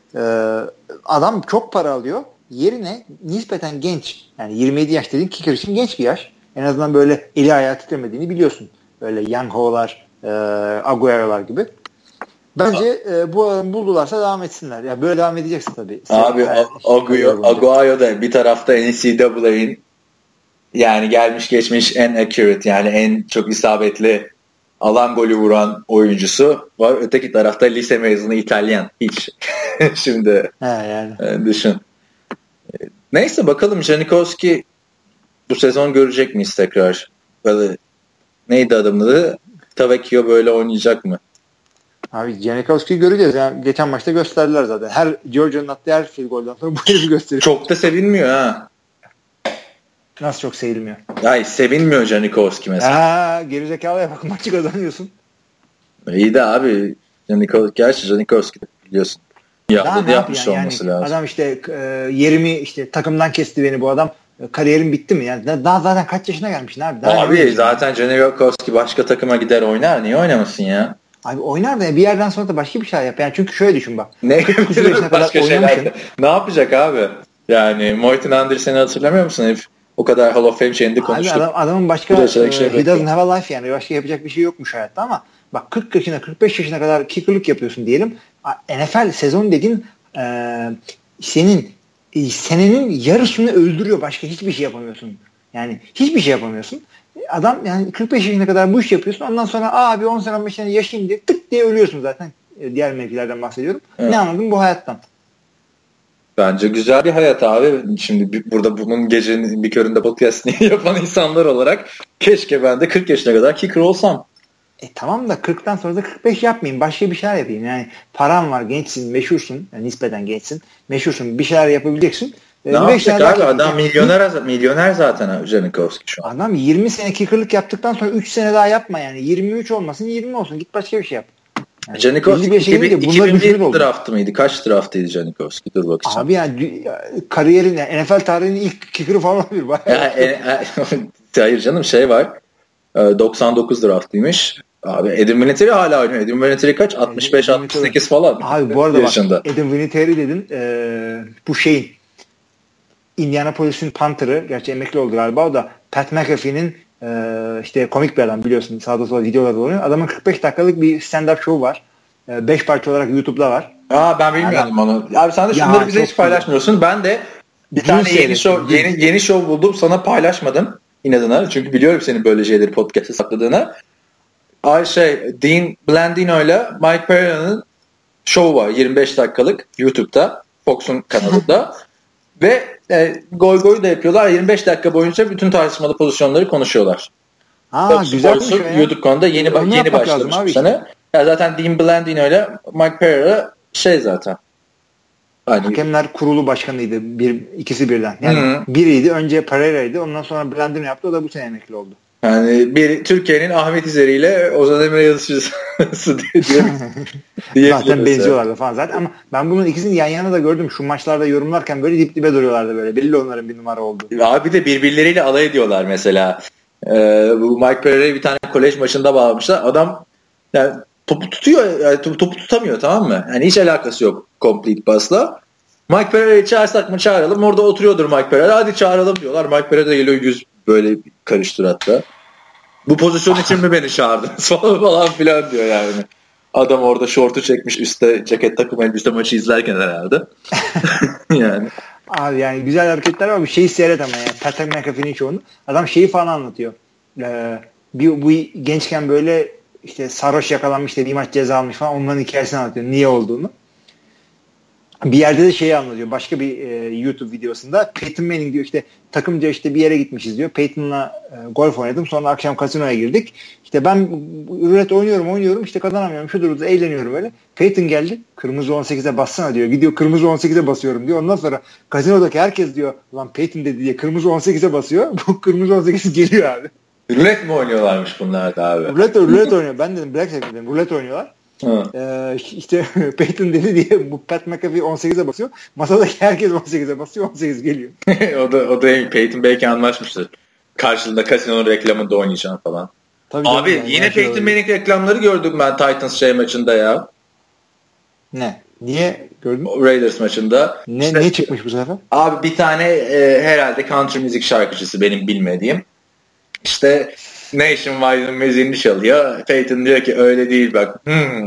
Adam çok para alıyor. Yerine nispeten genç. Yani 27 yaş dediğin kicker için genç bir yaş. En azından böyle eli ayağı titremediğini biliyorsun. Böyle Young Ho'lar, Agüero'lar gibi. Bence bu adamı buldularsa devam etsinler. Ya böyle devam edeceksin tabii. Abi Agüero da bir tarafta NCAA'nin yani gelmiş geçmiş en accurate yani en çok isabetli alan golü vuran oyuncusu var. Öteki tarafta lise mezunu İtalyan. Hiç. Şimdi düşün. Neyse bakalım Janikowski bu sezon görecek miyiz tekrar? Böyle neydi adamın adı? Tavecchio böyle oynayacak mı? Abi Janikowski'yi göreceğiz. Yani geçen maçta gösterdiler zaten. Her Georgia'nın attığı her field golden sonra bu herifi gösteriyor. Çok da sevinmiyor ha. Nasıl çok sevilmiyor? Hayır sevinmiyor Janikowski mesela. Gerizekalıya bak maçı kazanıyorsun. İyi de abi Janikowski biliyorsun. Yapmış olması lazım. Adam yerimi takımdan kesti beni bu adam. Kariyerim bitti mi? Yani daha zaten kaç yaşına gelmişsin abi? Abi zaten Janikowski başka takıma gider oynar. Niye oynamasın ya? Abi oynar da bir yerden sonra da başka bir şey yap. Yani çünkü şöyle düşün bak. Ne başka şeyler? Ne yapacak abi? Yani Morten Andersen'i hatırlamıyor musun? Hep o kadar Hall of Fame şeyinde konuştuk. Adamın başka he doesn't have a life yani. Başka yapacak bir şey yokmuş hayatta ama bak 40 yaşına 45 yaşına kadar kicker'lık yapıyorsun diyelim. NFL sezon dediğin senin senenin yarısını öldürüyor. Başka hiçbir şey yapamıyorsun. Yani hiçbir şey yapamıyorsun. Adam yani 45 yaşına kadar bu iş yapıyorsun. Ondan sonra abi 10 sene 15 sene yaşayayım diye tık diye ölüyorsun zaten. Diğer mevkilerden bahsediyorum. Evet. Ne anladın bu hayattan? Bence güzel bir hayat abi. Şimdi burada bunun gecenin bir köründe podcast'ini yapan insanlar olarak keşke ben de 40 yaşına kadar kicker olsam. Tamam da 40'tan sonra da 45 yapmayayım. Başka bir şeyler yapayım. Yani param var, gençsin, meşhursun. Yani nispeten gençsin. Meşhursun. Bir şeyler yapabileceksin. Ne yapacak abi? Adam milyoner zaten Janikowski şu an. Adam 20 sene kicker'lık yaptıktan sonra 3 sene daha yapma yani. 23 olmasın 20 olsun. Git başka bir şey yap. Yani Janikowski 2001 draftı mıydı? Kaç draftıydı Janikowski? Dur bakacağım. Abi yani kariyerin yani NFL tarihinin ilk kicker'ı falan olabilir. Hayır canım var. 99 draftıymış. Abi Adam Vinatieri hala oynuyor. Adam Vinatieri kaç? 65-68 falan. Abi bu arada yaşında. Bak Adam Vinatieri dedin. Bu Indianapolis'in punter'ı. Gerçi emekli oldu galiba. O da Pat McAfee'nin komik bir adam biliyorsun. Sağda solda videolar oluyor. Adamın 45 dakikalık bir stand-up show var. 5 parça olarak YouTube'da var. Ben bilmiyordum onu. Abi sen de şunları bize hiç paylaşmıyorsun. Ben de bir tane yeni show buldum. Sana paylaşmadım inadına. Çünkü biliyorum senin böyle şeyleri podcast'e sakladığını. Dean Blandino ile Mike Pereira'nın şovu var. 25 dakikalık YouTube'da. Fox'un kanalında. Ve goy goy da yapıyorlar. 25 dakika boyunca bütün tartışmalı pozisyonları konuşuyorlar. Güzelmiş YouTube konuda yeni başlamış bu sene. Ya zaten Dean Blandino ile Mike Pereira zaten. Hani Hakemler Kurulu başkanıydı. İkisi birden. Yani biriydi. Önce Pereira'ydı. Ondan sonra Blandino yaptı. O da bu sene emekli oldu. Yani bir Türkiye'nin Ahmet İzeri ile Ozan Emre yazışısı diye. Zaten benziyorlardı falan zaten. Ama ben bunun ikisini yan yana da gördüm. Şu maçlarda yorumlarken böyle dip dibe duruyorlardı böyle. Belli onların bir numara oldu. Abi de birbirleriyle alay ediyorlar mesela. Bu Mike Pereira'yı bir tane kolej maçında bağlamışlar. Adam yani topu tutuyor. Yani topu tutamıyor, tamam mı? Yani hiç alakası yok complete pass'la. Mike Pereira'yı çağırsak mı çağıralım. Orada oturuyordur Mike Pereira. Hadi çağıralım diyorlar. Mike Pereira geliyor, yüz böyle karıştır hatta. Bu pozisyon için mi beni çağırdınız falan filan diyor yani. Adam orada şortu çekmiş, üstte ceket takım elbise, maçı izlerken herhalde. Yani. Abi yani güzel hareketler var. Bir şeyi seyret ama yani. Patrick McAfee'nin çoğunu. Adam şeyi falan anlatıyor. Bu gençken böyle işte sarhoş yakalanmış da bir maç ceza almış falan. Onların hikayesini anlatıyor. Niye olduğunu. Bir yerde de şeyi anlatıyor. Başka bir YouTube videosunda Peyton Manning diyor işte takımca işte bir yere gitmişiz diyor. Peyton'la golf oynadım. Sonra akşam kasinoya girdik. İşte ben rulet oynuyorum işte kazanamıyorum. Şudur eğleniyorum öyle. Peyton geldi. Kırmızı 18'e bassana diyor. Gidiyor kırmızı 18'e basıyorum diyor. Ondan sonra kasinodaki herkes diyor lan Peyton dedi diye kırmızı 18'e basıyor. Bu kırmızı 18 geliyor abi. Rulet mi oynuyorlarmış bunlar da abi? Rulet oynuyor. Ben dedim blackjack dedim. Rulet oynuyorlar. İşte Peyton dedi diye bu Pat McAfee 18'e basıyor. Masadaki herkes 18'e basıyor. 18 geliyor. o da Peyton belki anlaşmıştır. Karşılığında kasinonun reklamında oynayacağım falan. Tabii abi yani, yine Peyton Manning reklamları gördüm ben Titans maçında ya. Ne? Niye gördün? Raiders maçında. Ne çıkmış bu sefer? Abi bir tane herhalde country müzik şarkıcısı benim bilmediğim. İşte Nationwide'ın müziğini çalıyor. Peyton diyor ki öyle değil bak.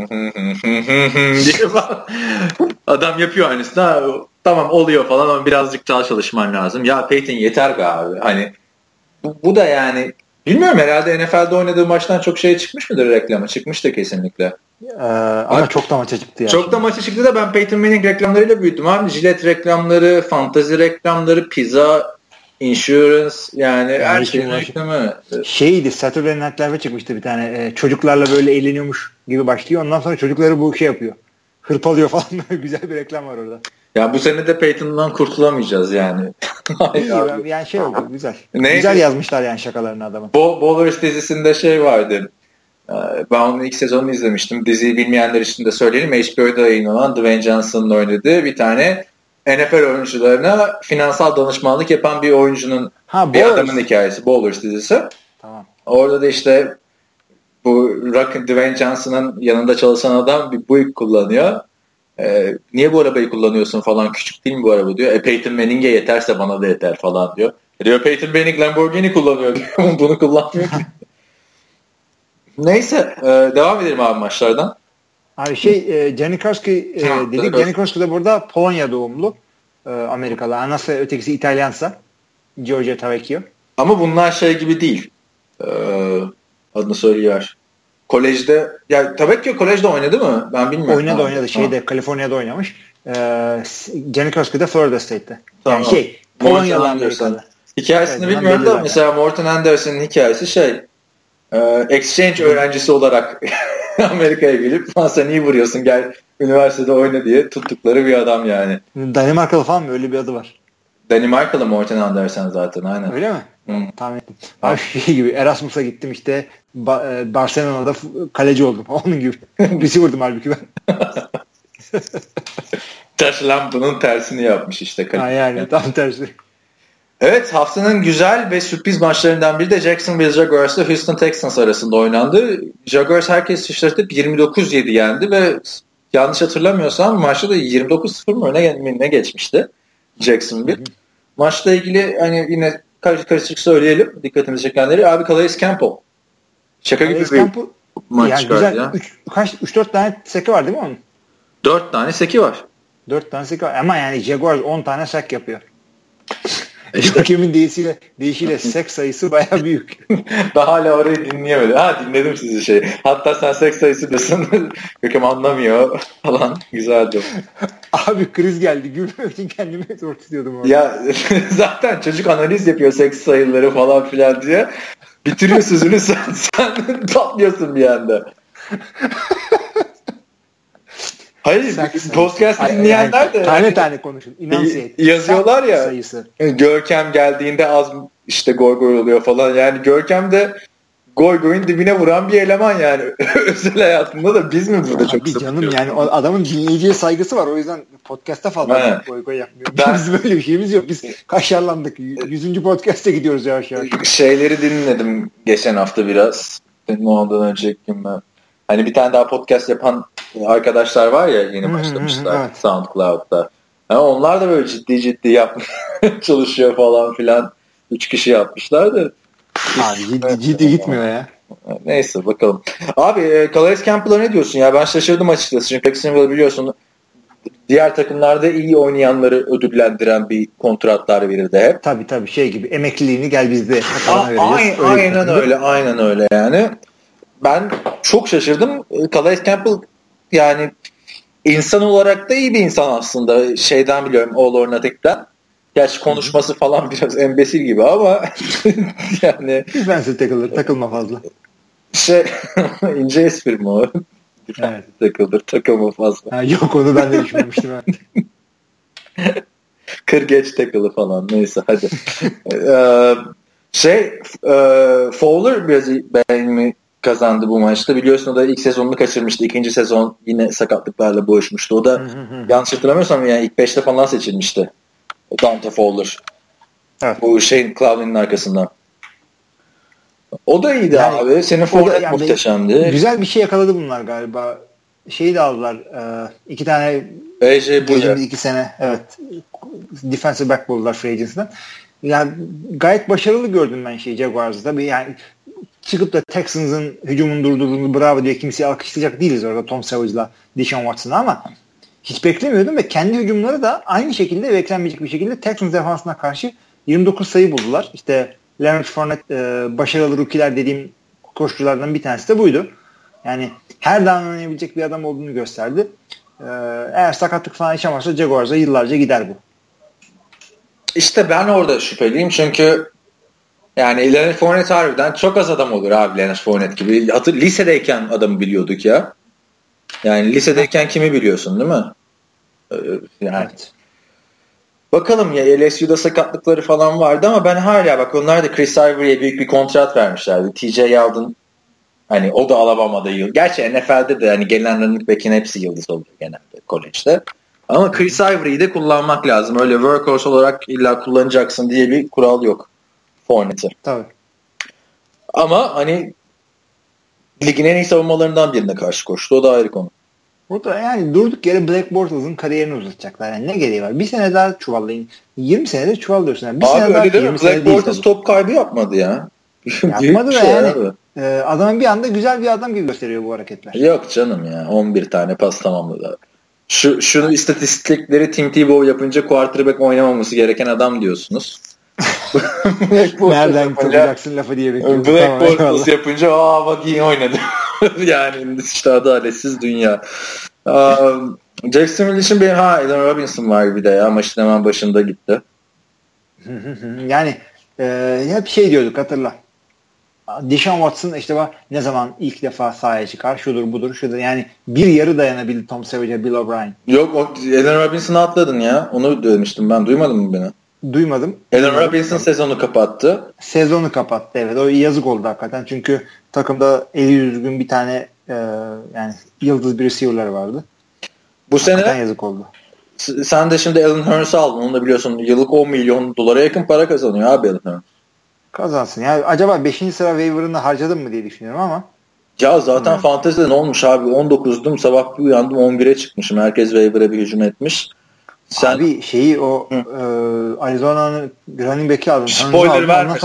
diye adam yapıyor aynısını. Tamam oluyor falan ama birazcık daha çalışman lazım. Ya Peyton yeter be abi. Hani bu da yani bilmiyorum herhalde NFL'de oynadığı maçtan çok şey çıkmış mıdır reklama? Çıkmıştır kesinlikle. Ama çok da maça çıktı ya. Çok da maça çıktı da ben Peyton Manning reklamlarıyla büyüdüm abi. Gillette reklamları, fantazi reklamları, pizza, insurance yani her şeyin reklamı. Şeydi Saturday Night Live'a çıkmıştı bir tane. Çocuklarla böyle eğleniyormuş gibi başlıyor. Ondan sonra çocukları bu şey yapıyor. Hırpalıyor falan. Güzel bir reklam var orada. Ya bu sene de Peyton'dan kurtulamayacağız yani. İyi yani şey oldu güzel. Neydi? Güzel yazmışlar yani şakalarını adamın. Ballers dizisinde şey vardı. Ben onun ilk sezonunu izlemiştim. Diziyi bilmeyenler için de söyleyelim. HBO'da yayınlanan Dwayne Johnson'ın oynadığı bir tane NFL oyuncularına finansal danışmanlık yapan bir oyuncunun bir adamın hikayesi. Ballers dizisi. Tamam. Orada da işte bu Dwayne Johnson'ın yanında çalışan adam bir Buick kullanıyor. Niye bu arabayı kullanıyorsun falan, küçük değil mi bu araba diyor. Peyton Manning'e yeterse bana da yeter falan diyor. Diyor Peyton Manning Lamborghini kullanıyor diyor. Bunu kullanmıyor ki. Neyse devam edelim abi maçlardan. Abi Janikowski dedik. Janikowski de burada Polonya doğumlu Amerikalı. Nasıl ötekisi İtalyansa Giorgio Tavecchio. Ama bunlar şey gibi değil. Adını söylüyor. Kolejde ya Tavecchio kolejde oynadı mı? Ben bilmiyorum. Oynadı. Kaliforniya'da oynamış. Janikowski de Florida State'te. Tamam. Yani Polonyalı Amerikalı. Hikayesini bilmiyorum da mesela Morton Anderson'ın hikayesi exchange öğrencisi olarak Amerika'ya gelip lan sen iyi vuruyorsun gel üniversitede oyna diye tuttukları bir adam yani. Danimarkalı falan mı? Öyle bir adı var. Danimarkalı Morton Anderson zaten aynen. Öyle mi? Tahmin ettim. Abi gibi Erasmus'a gittim işte Barcelona'da kaleci oldum. Onun gibi. Birisi vurdum halbuki ben. Taşılan bunun tersini yapmış işte. Yani tam tersi. Evet, haftanın güzel ve sürpriz maçlarından biri de Jacksonville Jaguars ile Houston Texans arasında oynandı. Jaguars herkes şaşırtıp 29-7 yendi ve yanlış hatırlamıyorsam maçta da 29-0 mı öne geçmişti Jacksonville. Maçla ilgili hani yine karışık söyleyelim dikkatimizi çekenleri. Abi Calais Campbell. Şaka gibi bir maç çıkardı ya. 3-4 tane seki var değil mi onun? 4 tane seki var. 4 tane seki var ama yani Jaguars 10 tane sek yapıyor. Hakemin deyişiyle sek sayısı bayağı büyük. Daha hala orayı dinleyemedim. Dinledim sizi Hatta sen sek sayısı diyorsun. Hakem anlamıyor falan. Güzeldi. Abi kriz geldi. Gülmek için kendimi zor tutuyordum orada. Ya zaten çocuk analiz yapıyor seks sayıları falan filan diye. Bitiriyor sözünü sen patlıyorsun bir anda. Hayır, podcast dinleyenler de tane tane konuşun. Yazıyorlar ya. Sayısı. Görkem geldiğinde az işte goy goy oluyor falan. Yani Görkem de goy goyun dibine vuran bir eleman yani. Özel hayatında da biz mi burada çok canım yani adamın dinleyiciye saygısı var. O yüzden podcast'ta fazla goy goy yapmıyor. Biz böyle bir şeyimiz yok. Biz kaşarlandık. 100. podcast'e gidiyoruz yavaş yavaş. Şeyleri dinledim geçen hafta biraz. Ondan önceki gün ben. Hani bir tane daha podcast yapan arkadaşlar var ya, yeni başlamışlar evet. SoundCloud'da. Yani onlar da böyle ciddi yapmaya çalışıyor falan filan. 3 kişi yapmışlar da. Abi ciddi gitmiyor ya. Neyse bakalım. Abi Calais Campbell'a ne diyorsun ya? Ben şaşırdım açıkçası. Çünkü Jacksonville biliyorsun diğer takımlarda iyi oynayanları ödüllendiren bir kontratlar verirdi hep. Tabii şey gibi emekliliğini gel bizde. Aynen öyle yani. Ben çok şaşırdım. Calais Campbell yani insan olarak da iyi bir insan aslında. Şeyden biliyorum, All or Nothing'den. Gerçi konuşması falan biraz embesil gibi ama yani. Defensive takılma fazla. İnce espri mi o? Evet. Takılma fazla. Yok, onu ben de düşünmemiştim. Kır geç takılı falan. Neyse hadi. Fowler biraz beğenimi kazandı bu maçta. Biliyorsun o da ilk sezonunu kaçırmıştı. İkinci sezon yine sakatlıklarla boğuşmuştu. O da yanlış hatırlamıyorsam yani ilk 5'te falan seçilmişti. Dante Fowler. Evet. Bu Clowney'nin arkasından. O da iyiydi yani, abi. Senin Fournette yani muhteşemdi. Güzel bir şey yakaladı bunlar galiba. Şeyi de aldılar. 2 tane geçtiğimiz 2 sene evet defensive back buldular free agency'den. Yani gayet başarılı gördüm ben Jaguars'da. Tabii yani çıkıp da Texans'ın hücumunu durdurduğunu bravo diye kimseyi alkışlayacak değiliz orada Tom Savage'la Deshaun Watson'a ama hiç beklemiyordum ve kendi hücumları da aynı şekilde beklenmeyecek bir şekilde Texans defansına karşı 29 sayı buldular. İşte Leonard Fournette başarılı rookie'ler dediğim koşuculardan bir tanesi de buydu. Yani her daim oynayabilecek bir adam olduğunu gösterdi. Eğer sakatlık falan yaşamazsa Jaguars'a yıllarca gider bu. İşte ben orada şüpheliyim çünkü yani Leonard Fournette harbiden çok az adam olur abi, Leonard Fournette gibi. Lisedeyken adamı biliyorduk ya. Yani lisedeyken kimi biliyorsun değil mi? Yani. Evet. Bakalım ya, LSU'da sakatlıkları falan vardı ama ben hala bak onlar da Chris Ivory'e büyük bir kontrat vermişlerdi. TJ Yeldon hani o da Alabama'da yıldız. Gerçi NFL'de de hani gelen running back'in hepsi yıldız oluyor genelde college'de. Ama Chris Ivory'yi de kullanmak lazım. Öyle workhorse olarak illa kullanacaksın diye bir kural yok Fournette'e. Tabii. Ama hani ligin en iyi savunmalarından birine karşı koştu. O da ayrı konu. O da yani durduk yere Black Bortles'ın kariyerini uzatacaklar. Yani ne gereği var? Bir sene daha çuvallayın. 20 senedir çuvallıyorsun. Yani bir abi sene öyle değil mi? Black Bortles top kaybı yapmadı ya. Yapmadı da yani. Adamın bir anda güzel bir adam gibi gösteriyor bu hareketler. Yok canım ya. 11 tane pas tamamladı. Şunu istatistikleri Tim Tebow yapınca quarterback oynamaması gereken adam diyorsunuz. Nereden tutacaksın lafı diye bekliyorum. Black Bortles yapınca bak iyi oynadı. Yani işte adaletsiz dünya. Jacksonville için bir Allen Robinson var bir de ya. Maçın hemen başında gitti. Yani hep şey diyorduk, hatırla. Deshaun Watson işte bak ne zaman ilk defa sahaya çıkar, şudur budur. Yani bir yarı dayanabildi Tom Savage'e Bill O'Brien. Yok, Allen Robinson'ı atladın ya. Onu demiştim ben. Duymadın mı beni? Duymadım. Allen Robinson sezonu kapattı. Sezonu kapattı, evet. O yazık oldu hakikaten. Çünkü takımda eli düzgün bir tane yani yıldız bir receiver'lar vardı. Bu hakikaten sene yazık oldu. Sen de şimdi Allen Hurns'ı aldın. Onu da biliyorsun. Yıllık $10 milyon yakın para kazanıyor abi Allen Hurns. Kazansın. Yani acaba 5. sıra waiver'ını harcadım mı diye düşünüyorum ama. Ya zaten fantezide ne olmuş abi? 19'dum. Sabah bir uyandım 11'e çıkmışım. Herkes waiver'a bir hücum etmiş. Abi şeyi o Arizona'nın running back'i aldın. Spoiler verme.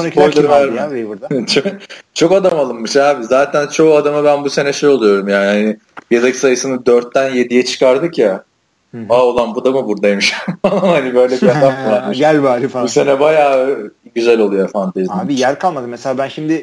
Çok adam alınmış abi. Zaten çoğu adama ben bu sene oluyorum yani. Hani yedek sayısını 4'ten 7'ye çıkardık ya. Ulan bu da mı buradaymış? Hani böyle bir adam varmış. Gel bari falan. Bu sene bayağı güzel oluyor fantezi. Abi yer kalmadı. Mesela ben şimdi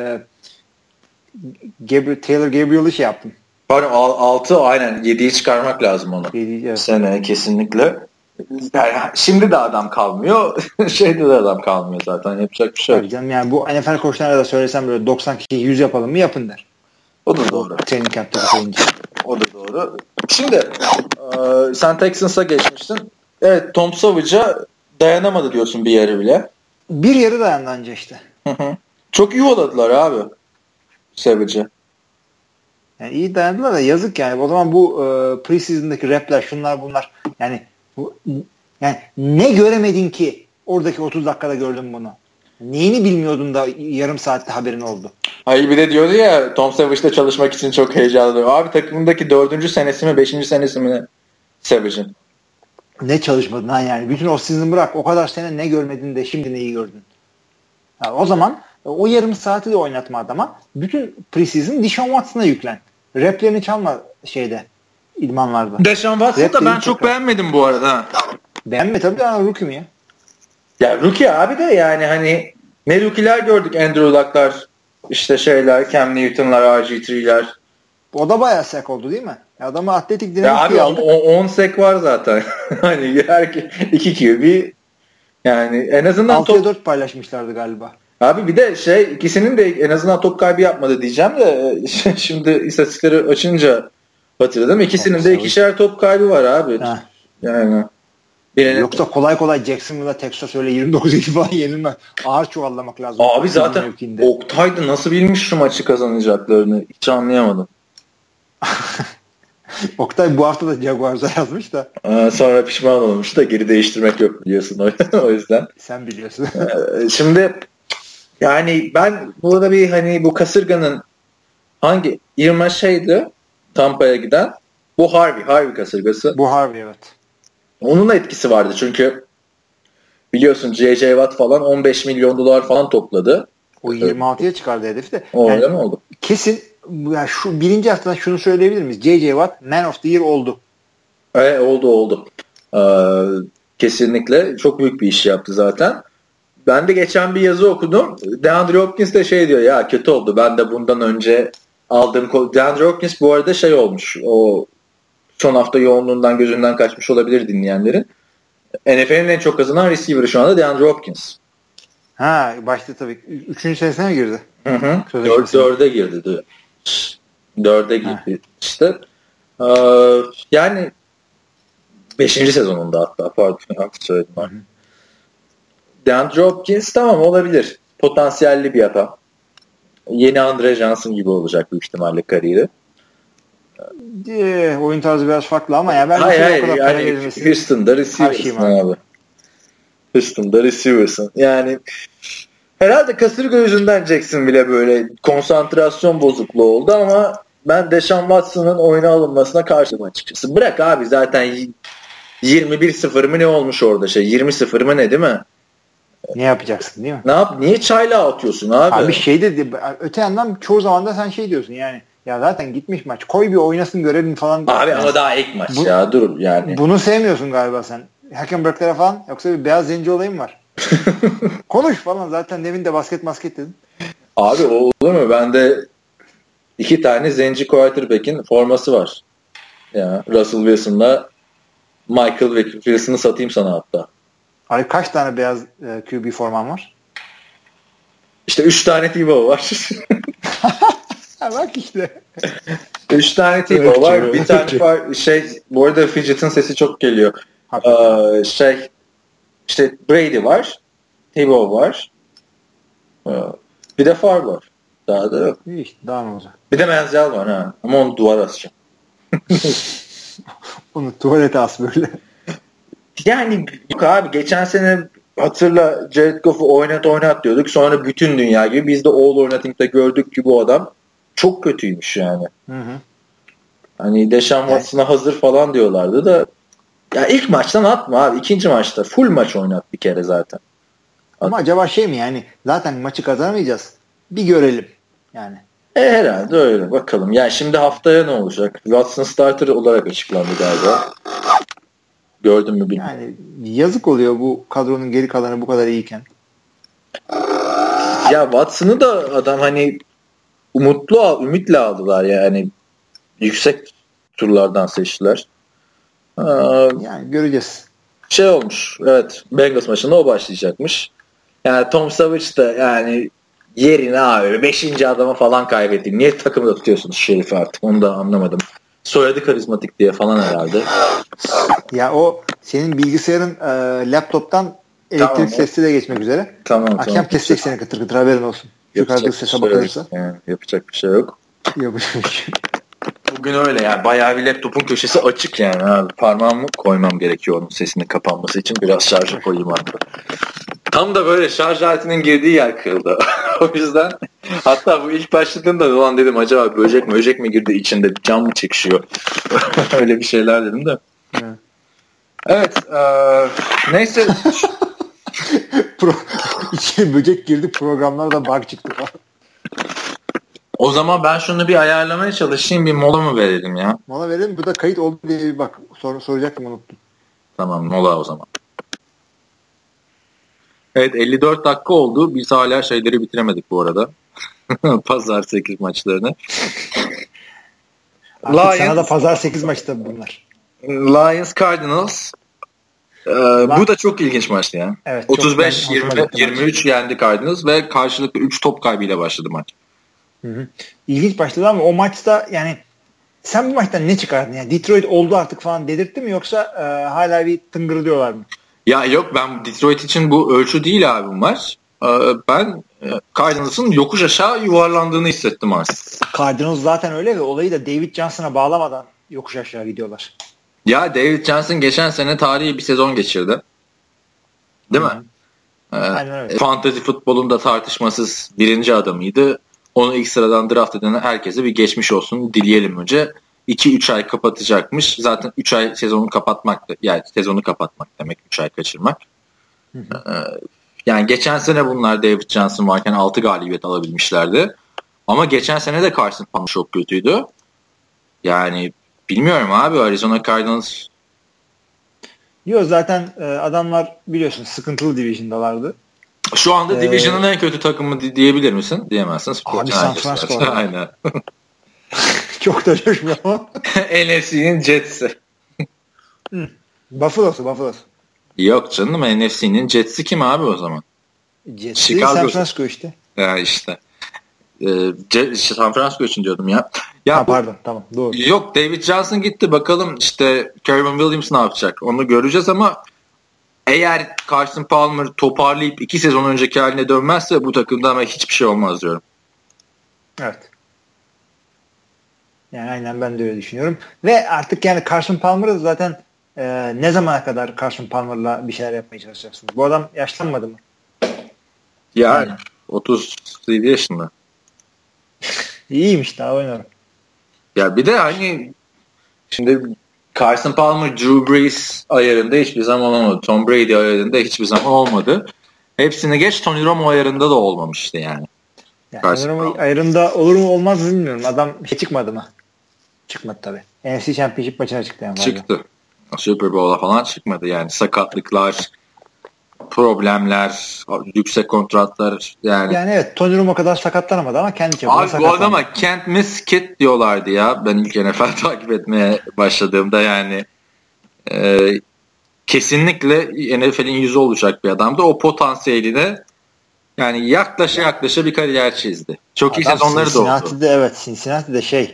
Taylor Gabriel'ı yaptım. Pardon 6 aynen 7'yi çıkarmak lazım onu. 7'yi evet. Sene kesinlikle. Yani şimdi de adam kalmıyor. Şeyde de adam kalmıyor zaten. Yapacak bir şey yok. Canım, yani bu NFL koçlarına da söylesem böyle 90 kişi 100 yapalım mı yapın der. O da doğru. Training camp'taki sayınca. O da doğru. Şimdi sen Texans'a geçmiştin. Evet, Tom Savage'a dayanamadı diyorsun bir yarı bile. Bir yarı dayandı anca işte. Çok yuvaladılar abi Savage'ı. Yani iyi dayandılar da yazık yani. O zaman bu preseason'daki repler şunlar bunlar yani yani ne göremedin ki oradaki 30 dakikada gördün bunu. Neyini bilmiyordun da yarım saatte haberin oldu. Hayır, bir de diyordu ya Tom Savage'da çalışmak için çok heyecanlı. Abi takımındaki 4. senesi mi 5. senesi mi Savage'in? Ne çalışmadın ha yani. Bütün o season bırak. O kadar sene ne görmedin de şimdi neyi gördün. Ha, o zaman o yarım saati de oynatma adama. Bütün preseason Deshaun Watson'a yüklen. Raplerini çalma idmanlarda. Deshaun Watson'ı da ben çok beğenmedim bu arada. Beğenme tabii de rookie mi ya? Ya rookie abi de yani hani ne rookie'ler gördük, Andrew Luck'lar, işte şeyler, Cam Newton'lar, RG3'ler. O da bayağı sek oldu değil mi? Adamı atletik Ya abi aldık. 10 sek var zaten. Hani her 2 QB yani en azından 6'ya 4 paylaşmışlardı galiba. Abi bir de ikisinin de en azından top kaybı yapmadı diyeceğim de şimdi istatistikleri açınca hatırladım. İkisinin de 2'şer top kaybı var abi. Ha. Yani yoksa kolay kolay Jacksonville'a Texas öyle 29-7 falan yenilmez. Ağır çuvallamak lazım. Abi zaten Oktay'da nasıl bilmiş şu maçı kazanacaklarını hiç anlayamadım. Oktay bu hafta da Jaguars'a yazmış da. Sonra pişman olmuş da geri değiştirmek yok biliyorsun o yüzden. Sen biliyorsun. Şimdi yani ben burada bir hani bu kasırganın hangi Irma Tampa'ya giden bu Harvey kasırgası. Bu Harvey evet. Onun da etkisi vardı çünkü biliyorsun J.J. Watt falan 15 milyon dolar falan topladı. O 26'ya çıkardı hedefi de. Öyle mi oldu? Kesin yani şu birinci haftadan şunu söyleyebilir miyiz? J.J. Watt Man of the Year oldu. Evet oldu. Kesinlikle çok büyük bir iş yaptı zaten. Ben de geçen bir yazı okudum. DeAndre Hopkins de diyor ya kötü oldu. Ben de bundan önce aldığım DeAndre Hopkins bu arada olmuş. O son hafta yoğunluğundan gözünden kaçmış olabilir dinleyenlerin. NFL'in en çok kazanan receiver'ı şu anda DeAndre Hopkins. Ha başta tabii. 3. senesine mi girdi? Hı. 4'e girdi diyor. 4'e girdi. İşte yani 5. sezonunda hatta pardon söyledim. DeAndre Hopkins tamam olabilir. Potansiyelli bir adam. Yeni Andre Johnson gibi olacak büyük ihtimalle kariyeri. Oyun tarzı biraz farklı ama ya ben hayır o kadar yani Houston'da receiver'sın abi. Houston'da receiver'sın. Yani herhalde kasırga yüzünden Jackson bile böyle konsantrasyon bozukluğu oldu ama ben Deshaun Watson'ın oyuna alınmasına karşıyım açıkçası. Bırak abi zaten 21-0 mı ne olmuş orada 20-0 mı ne değil mi? Ne yapacaksın değil mi? Niye çayla atıyorsun abi? Abi öte yandan çoğu zaman da sen diyorsun yani. Ya zaten gitmiş maç. Koy bir oynasın görelim falan. Abi ama daha ilk maç ya dur yani. Bunu sevmiyorsun galiba sen. Hackenberg'lere falan yoksa bir beyaz zenci olayım var. Konuş falan zaten demin de basket dedin. Abi olur mu? Bende 2 tane zenci quarterback'in forması var. Ya Russell Wilson'la Michael Wilson'ı satayım sana hatta. Abi kaç tane beyaz QB forman var? İşte 3 tane Tebow var. Bak işte. 3 tane Tebow var. Bir tane var. Bu arada Fidget'ın sesi çok geliyor. İşte Brady var. Tebow var. Bir de Favre var. Daha da yok. İşte daha ne olacak? Bir de Menzel var ha. Ama onu duvara asacağım. Onu tuvalete as böyle. Yani yok abi geçen sene hatırla Jared Goff'u oynat diyorduk. Sonra bütün dünya gibi biz de All or Nothing'de gördük ki bu adam çok kötüymüş yani. Hı. Hani Deshaun Watson'a hazır falan diyorlardı da ya ilk maçtan atma abi. 2. maçta full maç oynat bir kere zaten. Ama acaba mi yani zaten maçı kazanamayacağız. Bir görelim yani. Herhalde öyle. Bakalım. Yani şimdi haftaya ne olacak? Watson starter olarak açıklandı galiba. Gördün mü bilmiyorum. Yani yazık oluyor bu kadronun geri kalanı bu kadar iyiyken. Ya Watson'ı da adam hani ümitle aldılar yani. Yüksek turlardan seçtiler. Yani göreceğiz. Şey olmuş. Evet. Bengals maçında o başlayacakmış. Yani Tom Savage da yani yerine abi 5. adama falan kaybetti. Niye takımda tutuyorsunuz Şerif'i artık? Onu da anlamadım. Soyadı karizmatik diye falan herhalde. Ya o senin bilgisayarın laptoptan elektrik tamam, sesi de geçmek üzere. Tamam. Hakem kesecek seni kıtır kıtır, haberin olsun. Yukarıda sese bakılırsa. Yani yapacak bir şey yok. Yapacak bir şey. Bugün öyle yani. Bayağı bir laptopun köşesi açık yani. Abi. Parmağımı koymam gerekiyor onun sesinin kapanması için. Biraz şarja koyayım abi. Tam da böyle şarj aletinin girdiği yer kırıldı. O yüzden hatta bu ilk başladığında ulan dedim acaba böcek mi girdi içinde, cam mı çekişiyor? Öyle bir şeyler dedim de. Evet. Neyse. İçine böcek girdi, programlarda bug çıktı falan. O zaman ben şunu bir ayarlamaya çalışayım. Bir mola mı verelim ya? Mola verelim. Bu da kayıt oldu diye bir bak. Soracaktım, unuttum. Tamam, mola o zaman. Evet, 54 dakika oldu. Biz hala şeyleri bitiremedik bu arada. Pazar 8 maçlarını. Artık sana da pazar 8 maçta bunlar. Lions Cardinals. Bu da çok ilginç maçtı ya. Evet, 35-23 yendi Cardinals ve karşılıklı 3 top kaybıyla başladı maç. Hı. İlginç başladı ama o maçta yani sen bu maçtan ne çıkardın? Yani Detroit oldu artık falan dedirtti mi, yoksa hala bir tıngırdıyorlar mı? Ya yok, ben Detroit için bu ölçü değil abi bu maç. Ben Cardinals'ın yokuş aşağı yuvarlandığını hissettim artık. Cardinals zaten öyle ve olayı da David Johnson'a bağlamadan yokuş aşağı gidiyorlar. Ya David Johnson geçen sene tarihi bir sezon geçirdi. Değil mi? Aynen öyle. Fantasy futbolunda tartışmasız birinci adamıydı. Onu ilk sıradan draft eden herkese bir geçmiş olsun dileyelim önce. 2-3 ay kapatacakmış. Zaten 3 ay sezonu kapatmak, yani sezonu kapatmak demek, 3 ay kaçırmak. Yani geçen sene bunlar David Johnson varken 6 galibiyet alabilmişlerdi. Ama geçen sene de Carson Palmer çok kötüydü. Yani bilmiyorum abi, Arizona Cardinals. Yok zaten adamlar biliyorsun sıkıntılı division'dalardı. Şu anda division'ın en kötü takımı diyebilir misin? Diyemezsin. Abi San Francisco. Aynen. Çok da coşmuyor ama. NFC'nin Jets'i. Buffalo'su. Yok canım, NFC'nin Jets'i kim abi o zaman? Jets'i San Francisco işte. Ya işte. San Francisco için diyordum ya. Pardon, tamam, doğru. Yok, David Johnson gitti, bakalım işte Kerwin Williams ne yapacak onu göreceğiz ama eğer Carson Palmer toparlayıp 2 sezon önceki haline dönmezse bu takımda ama hiçbir şey olmaz diyorum. Evet. Yani aynen ben de öyle düşünüyorum. Ve artık yani Carson Palmer'ı zaten ne zamana kadar Carson Palmer'la bir şeyler yapmaya çalışacaksınız? Bu adam yaşlanmadı mı? Yani 37 yaşında. İyiymiş, daha oynarım. Ya bir de hani şimdi Carson Palmer Drew Brees ayarında hiçbir zaman olmadı. Tom Brady ayarında hiçbir zaman olmadı. Hepsini geç, Tony Romo ayarında da olmamıştı yani. Tony Romo ayarında olur mu olmaz mı bilmiyorum. Adam çıkmadı mı? Çıkmadı tabii. NFC Championship maçına çıktı yani. Çıktı. Super Bowl'a falan çıkmadı yani. Sakatlıklar, problemler, yüksek kontratlar yani. Yani evet, Tony Romo kadar sakatlanamadı ama kendi çapında sakatlandı. Abi bu adama Kent Miskit diyorlardı ya. Ben ilk NFL takip etmeye başladığımda yani kesinlikle NFL'in yüzü olacak bir adamdı. O potansiyeline yani yaklaşa bir kariyer çizdi. Çok iyi sezonları da oldu. Evet, Cincinnati'de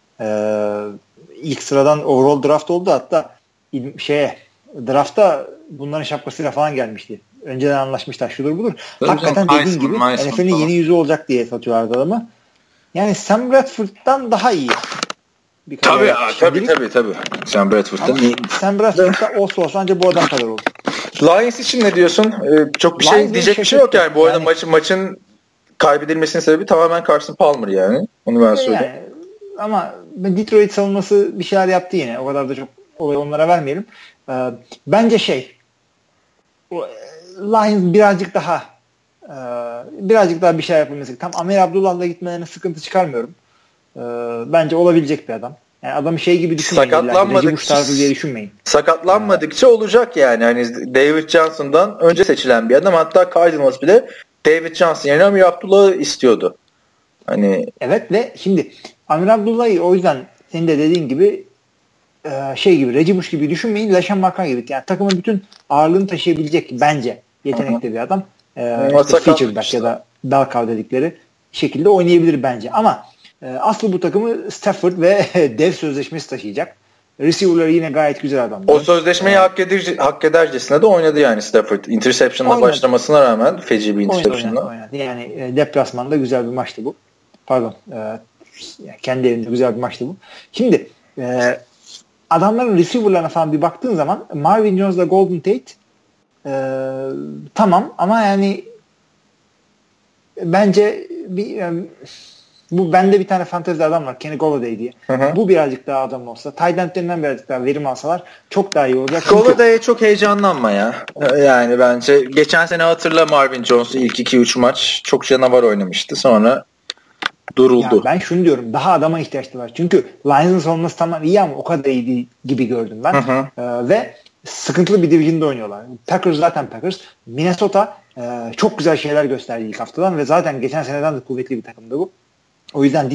ilk sıradan overall draft oldu, hatta draftta bunların şapkasıyla falan gelmişti. Önceden anlaşmışlar, şudur budur. Hakikaten dediğin gibi NFL'in yeni yüzü olacak diye satıyorlardı adamı. Yani Sam Bradford'dan daha iyi. Tabii. Sam Bradford'dan iyi. Sam Bradford'da olsa ancak bu adam kadar olur. Lions için ne diyorsun? Çok bir şey diyecek bir şey yok yani. Bu arada maçın kaybedilmesinin sebebi tamamen Carson Palmer yani. Onu ben söyleyeyim. Yani, ama Detroit savunması bir şeyler yaptı yine. O kadar da çok olayı onlara vermeyelim. Bence Lions birazcık daha bir şey yapılması. Tam Amir Abdullah'la gitmelerine sıkıntı çıkarmıyorum. Bence olabilecek bir adam. Yani adamı gibi düşünmeyin. Sakatlanmadıkça olacak yani. Hani David Johnson'dan önce seçilen bir adam. Hatta Cardinals bile David Johnson yerine Amir Abdullah'ı istiyordu. Hani evet ve şimdi Amir Abdullah'ı o yüzden senin de dediğin gibi şey gibi, Reggie Bush gibi düşünmeyin. LeSean McCoy gibi. Yani takımın bütün ağırlığını taşıyabilecek bence yetenekli bir adam. İşte feature back ya da bell cow dedikleri şekilde oynayabilir bence. Ama aslı bu takımı Stafford ve dev sözleşmesi taşıyacak. Receiver'ları yine gayet güzel adamlar. O sözleşmeyi hak edercesine de oynadı yani Stafford. Interception'la başlamasına rağmen feci bir interception'la. Oynadı. Yani deplasmanda güzel bir maçtı bu. Pardon. Kendi evinde güzel bir maçtı bu. Şimdi adamların receiver'larına falan bir baktığın zaman Marvin Jones'la Golden Tate tamam ama yani bence bu bende bir tane fantezi adam var. Kenny Golladay diye. Hı-hı. Bu birazcık daha adam olsa. Tight endlerinden birazcık daha verim alsalar çok daha iyi olacak. Golladay'a çok heyecanlanma ya. Yani bence geçen sene hatırla Marvin Jones'u ilk 2-3 maç çok canavar oynamıştı. Sonra duruldu. Ya ben şunu diyorum. Daha adama ihtiyaçları var. Çünkü Lions'ın savunması tamam iyi ama o kadar iyi değil gibi gördüm ben. Ve sıkıntılı bir division'da oynuyorlar. Packers zaten Packers. Minnesota çok güzel şeyler gösterdi ilk haftadan ve zaten geçen seneden de kuvvetli bir takımdı bu. O yüzden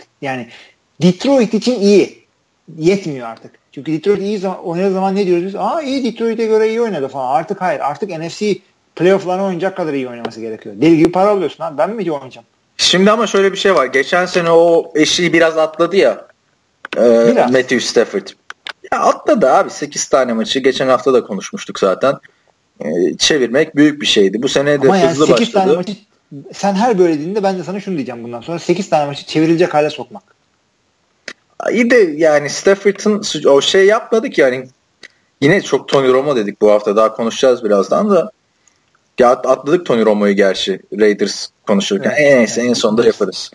Detroit için iyi. Yetmiyor artık. Çünkü Detroit iyi oynadığı zaman ne diyoruz biz? İyi Detroit'e göre iyi oynadı falan. Artık hayır. Artık NFC playoff'larına oynayacak kadar iyi oynaması gerekiyor. Deli gibi para alıyorsun ha. Ben mi oynayacağım? Şimdi ama şöyle bir şey var. Geçen sene o eşiği biraz atladı ya. Matthew Stafford. Ya atladı abi. 8 tane maçı. Geçen hafta da konuşmuştuk zaten. Çevirmek büyük bir şeydi. Bu sene de ama hızlı yani 8 başladı. Tane maçı, sen her böyle dediğinde ben de sana şunu diyeceğim bundan sonra. 8 tane maçı çevrilecek hale sokmak. İyi de yani Stafford'ın o şey yapmadı ki yani yine çok Tony Romo dedik bu hafta. Daha konuşacağız birazdan da. Ya atladık Tony Romo'yu gerçi Raiders konuşurken. Evet, en sonunda yaparız.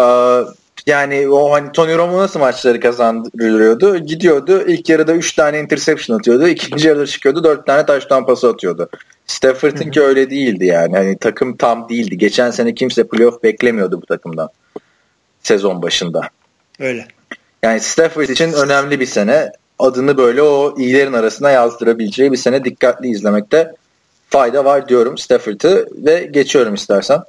Yani o hani Tony Romo nasıl maçları kazandırıyordu? Gidiyordu. İlk yarıda 3 tane interception atıyordu. İkinci yarıda çıkıyordu. 4 tane touchdown pası atıyordu. Stafford'ınki öyle değildi yani. Hani takım tam değildi. Geçen sene kimse playoff beklemiyordu bu takımdan. Sezon başında. Öyle. Yani Stafford için önemli bir sene. Adını böyle o iyilerin arasına yazdırabileceği bir sene, dikkatli izlemekte fayda var diyorum Stafford'ı ve geçiyorum istersen.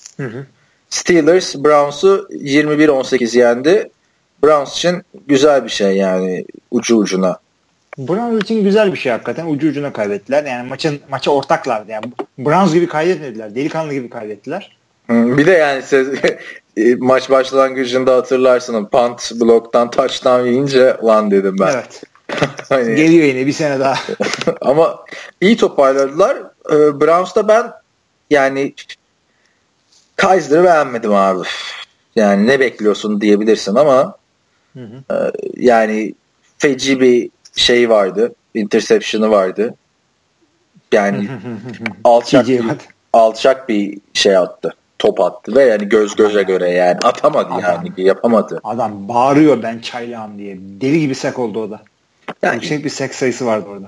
Steelers Browns'u 21-18 yendi. Browns için güzel bir şey yani ucu ucuna. Browns için güzel bir şey hakikaten. Ucu ucuna kaybettiler. Yani maça ortaklardı. Yani Browns gibi kaybetmediler. Delikanlı gibi kaybettiler. Bir de yani maç başlangıcında hatırlarsın punt bloktan touchdown yiyince lan dedim ben. Evet. Hani... Geliyor yine bir sene daha. Ama iyi toparladılar. Browns'ta ben yani Kaiser'ı beğenmedim abi. Yani ne bekliyorsun diyebilirsin ama yani feci bir şey vardı. Interception'ı vardı. Yani alçak bir şey attı. Top attı ve yani göz göze göre yani atamadı yani yapamadı. Adam bağırıyor ben çaylağım diye. Deli gibi sek oldu o da. Yani, yüksek bir sek sayısı vardı orada.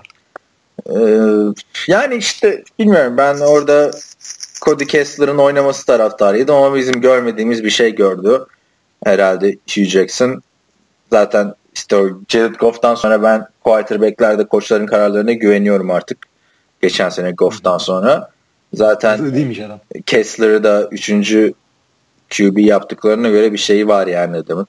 Yani işte bilmiyorum ben orada Cody Kessler'ın oynaması taraftarıydım ama bizim görmediğimiz bir şey gördü. Herhalde Hugh Jackson. Zaten işte o Jared Goff'tan sonra ben quarterback'lerde koçların kararlarına güveniyorum artık. Geçen sene Goff'tan sonra. Zaten Kessler'ı da 3. QB yaptıklarına göre bir şey var yani adamın.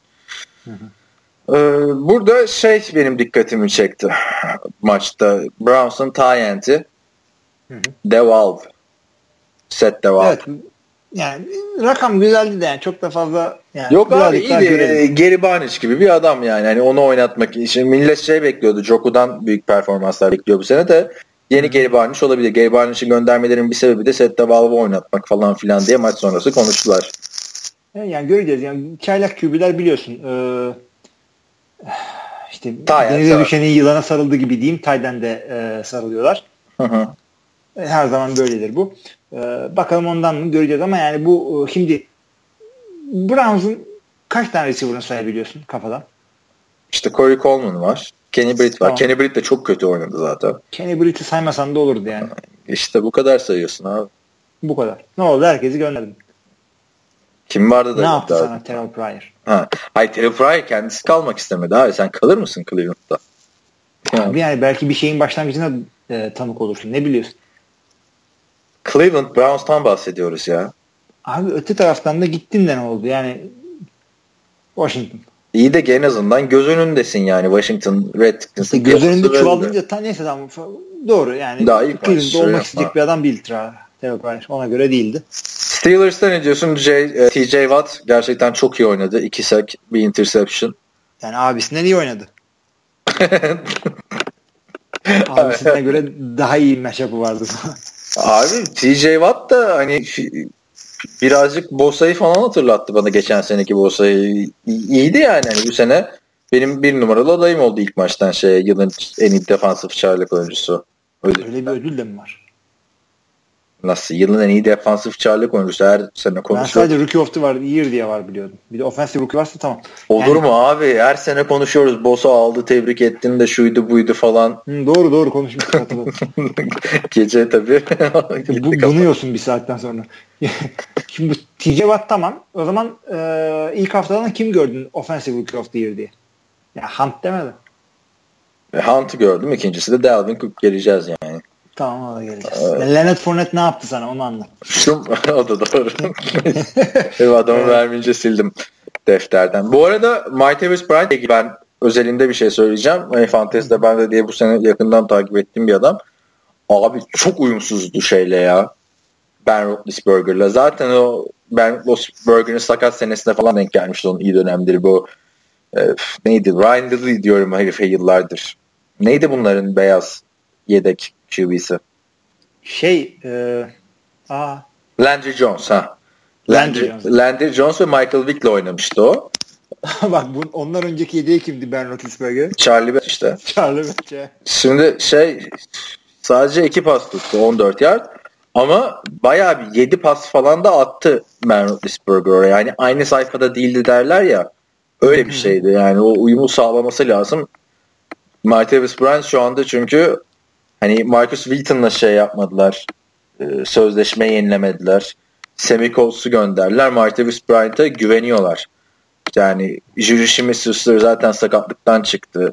Burada benim dikkatimi çekti maçta. Browns'un tie end'i DeWalb. Seth DeWalb. Evet. Yani rakam güzeldi de yani çok da fazla yani yok abi iyiydi. Gary Barnidge gibi bir adam yani. Hani onu oynatmak için millet bekliyordu. Joku'dan büyük performanslar bekliyor bu sene de. Yeni Gary Barnidge olabilir. Gary Barnidge'in göndermelerin bir sebebi de Seth DeWalb'ı oynatmak falan filan diye maç sonrası konuştular. Yani göreceğiz. Yani çaylak QB'ler biliyorsun. İşte denize düşenin yılana sarıldığı gibi diyeyim. Tayden de sarılıyorlar. Her zaman böyledir bu. Bakalım ondan mı göreceğiz ama yani bu şimdi Browns'un kaç tane receiver'ını sayabiliyorsun kafadan? İşte Corey Coleman var. Kenny Britt var. Tamam. Kenny Britt de çok kötü oynadı zaten. Kenny Britt'i saymasan da olurdu yani. İşte bu kadar sayıyorsun abi. Bu kadar. Ne oldu? Herkesi gönderdim. Kim vardı da? Ne yaptı sana Terrell Pryor? Hayır Terrell Pryor kendisi kalmak istemedi abi. Sen kalır mısın Cleveland'da? Abi yani belki bir şeyin başlangıcına tanık olursun. Ne biliyorsun? Cleveland Browns'tan bahsediyoruz ya. Abi öte taraftan da gittin de ne oldu? Yani Washington. İyi de en azından göz önündesin yani Washington Redskins'in. Göz önünde çuvaldınca neyse tamam. Doğru yani. Daha ilk Cleveland'da olmak isteyecek bir adam değil Terrell Pryor. Ona göre değildi. Steelers'ta ne diyorsun? TJ Watt gerçekten çok iyi oynadı. 2 sack, bir interception. Yani abisinden iyi oynadı. Abisine göre daha iyi matchup'ı vardı. Abi TJ Watt da hani birazcık Bosa'yı falan hatırlattı bana, geçen seneki Bosa'yı. İyiydi yani. Hani bu sene benim 1 numaralı adayım oldu ilk maçtan yılın en iyi defansif çaylak oyuncusu. Öyle bir ödül de mi var? Nasıl? Yılın en iyi defansif çaylak oyuncusu her sene konuşuyoruz. Ben sadece Rookie of the Year diye var biliyordum. Bir de offensive rookie varsa tamam. Olur mu abi? Her sene konuşuyoruz. Bosa aldı, tebrik ettin de şuydu buydu falan. Doğru konuşmuştuk, hatırladım. Gece tabii. Bunuyorsun bir saatten sonra. Şimdi TJ Watt tamam. O zaman ilk haftadan kim gördün offensive rookie of the year diye? Ya Hunt demedi. Hunt'ı gördüm. İkincisi de Dalvin Cook, geleceğiz yani. Tamam, ona geleceğiz. Leonard Fournette ne yaptı sana, onu anlat. O da doğru. Adamı vermeyince sildim defterden. Bu arada Martavis Bryant, ben özelinde bir şey söyleyeceğim. Fantasy'de ben de diye bu sene yakından takip ettiğim bir adam. Abi çok uyumsuzdu ya. Ben Roethlisberger'la. Zaten o Ben Roethlisberger'ın sakat senesine falan denk gelmişti, onun iyi dönemleri bu. Neydi? Ryan Lilly diyorum herife yıllardır. Neydi bunların beyaz yedek QB'si? Landry Jones ha. Landry Jones ve Michael Vick'le oynamıştı o. Bak ondan önceki yedeği kimdi Ben Roethlisberger? Charlie Batch işte. Charlie Batch. Şimdi sadece 2 pas tuttu, 14 yard. Ama bayağı bir 7 pas falan da attı Ben Roethlisberger oraya. Yani aynı sayfada değildi derler ya. Öyle bir şeydi. Yani o uyumu sağlaması lazım. Martavis Bryant şu anda çünkü hani Marcus Wheaton'la yapmadılar. Sözleşmeyi yenilemediler. Sammy Colts'u gönderdiler. Martavis Bryant'a güveniyorlar. Yani Juju Smith-Schuster zaten sakatlıktan çıktı.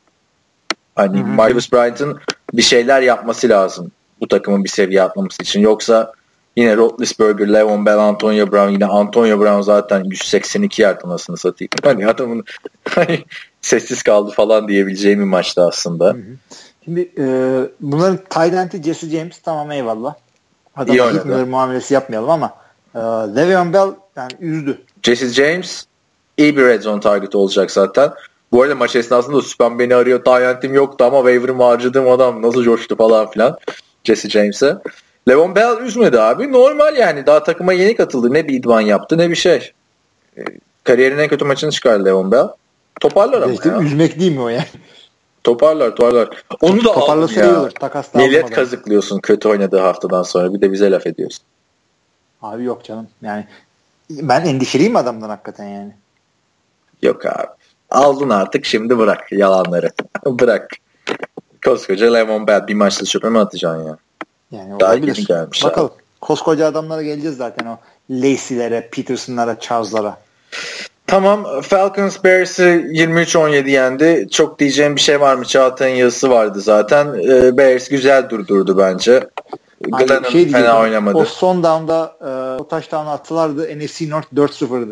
Hani Martavis Bryant'ın bir şeyler yapması lazım bu takımın bir seviye atlaması için. Yoksa yine Roethlisberger, Le'Veon Bell, Antonio Brown, yine Antonio Brown zaten 182 yard anasını satayım. Hani adamın sessiz kaldı falan diyebileceğim bir maçtı aslında. Şimdi bunların tight end'i Jesse James, tamam eyvallah. Adamın ilk muamelesi yapmayalım ama Le'Veon Bell yani üzdü. Jesse James iyi bir red zone target olacak zaten. Bu arada maç esnasında Süpen beni arıyor. Tight end'im yoktu ama waiver'ımı harcadığım adam nasıl coştu falan filan. Jesse James'e. Le'Veon Bell üzmedi abi. Normal yani. Daha takıma yeni katıldı. Ne bir idman yaptı ne bir şey. Kariyerin en kötü maçını çıkardı Le'Veon Bell. Toparlar ama ya. Üzmek değil mi o yani? Toparlar. Onu da toparlasa iyi olur. Millet kazıklıyorsun kötü oynadığı haftadan sonra. Bir de bize laf ediyorsun. Abi yok canım. Yani ben endişeliyim adamdan hakikaten yani. Yok abi. Aldın artık, şimdi bırak yalanları. Bırak. Koskoca Le'Veon Bell bir maçta çöpe mi atacaksın ya? Yani daha yeni gelmiş. Bakalım. Koskoca adamlara geleceğiz zaten, o Lacey'lere, Peterson'lara, Charles'lara. Tamam. Falcons Bears'ı 23-17 yendi. Çok diyeceğim bir şey var mı? Çağatay'ın yazısı vardı zaten. Bears güzel durdurdu bence. Glenn'ın fena oynamadı. O son down'da o touchdown'u attılardı. NFC North 4-0'dı.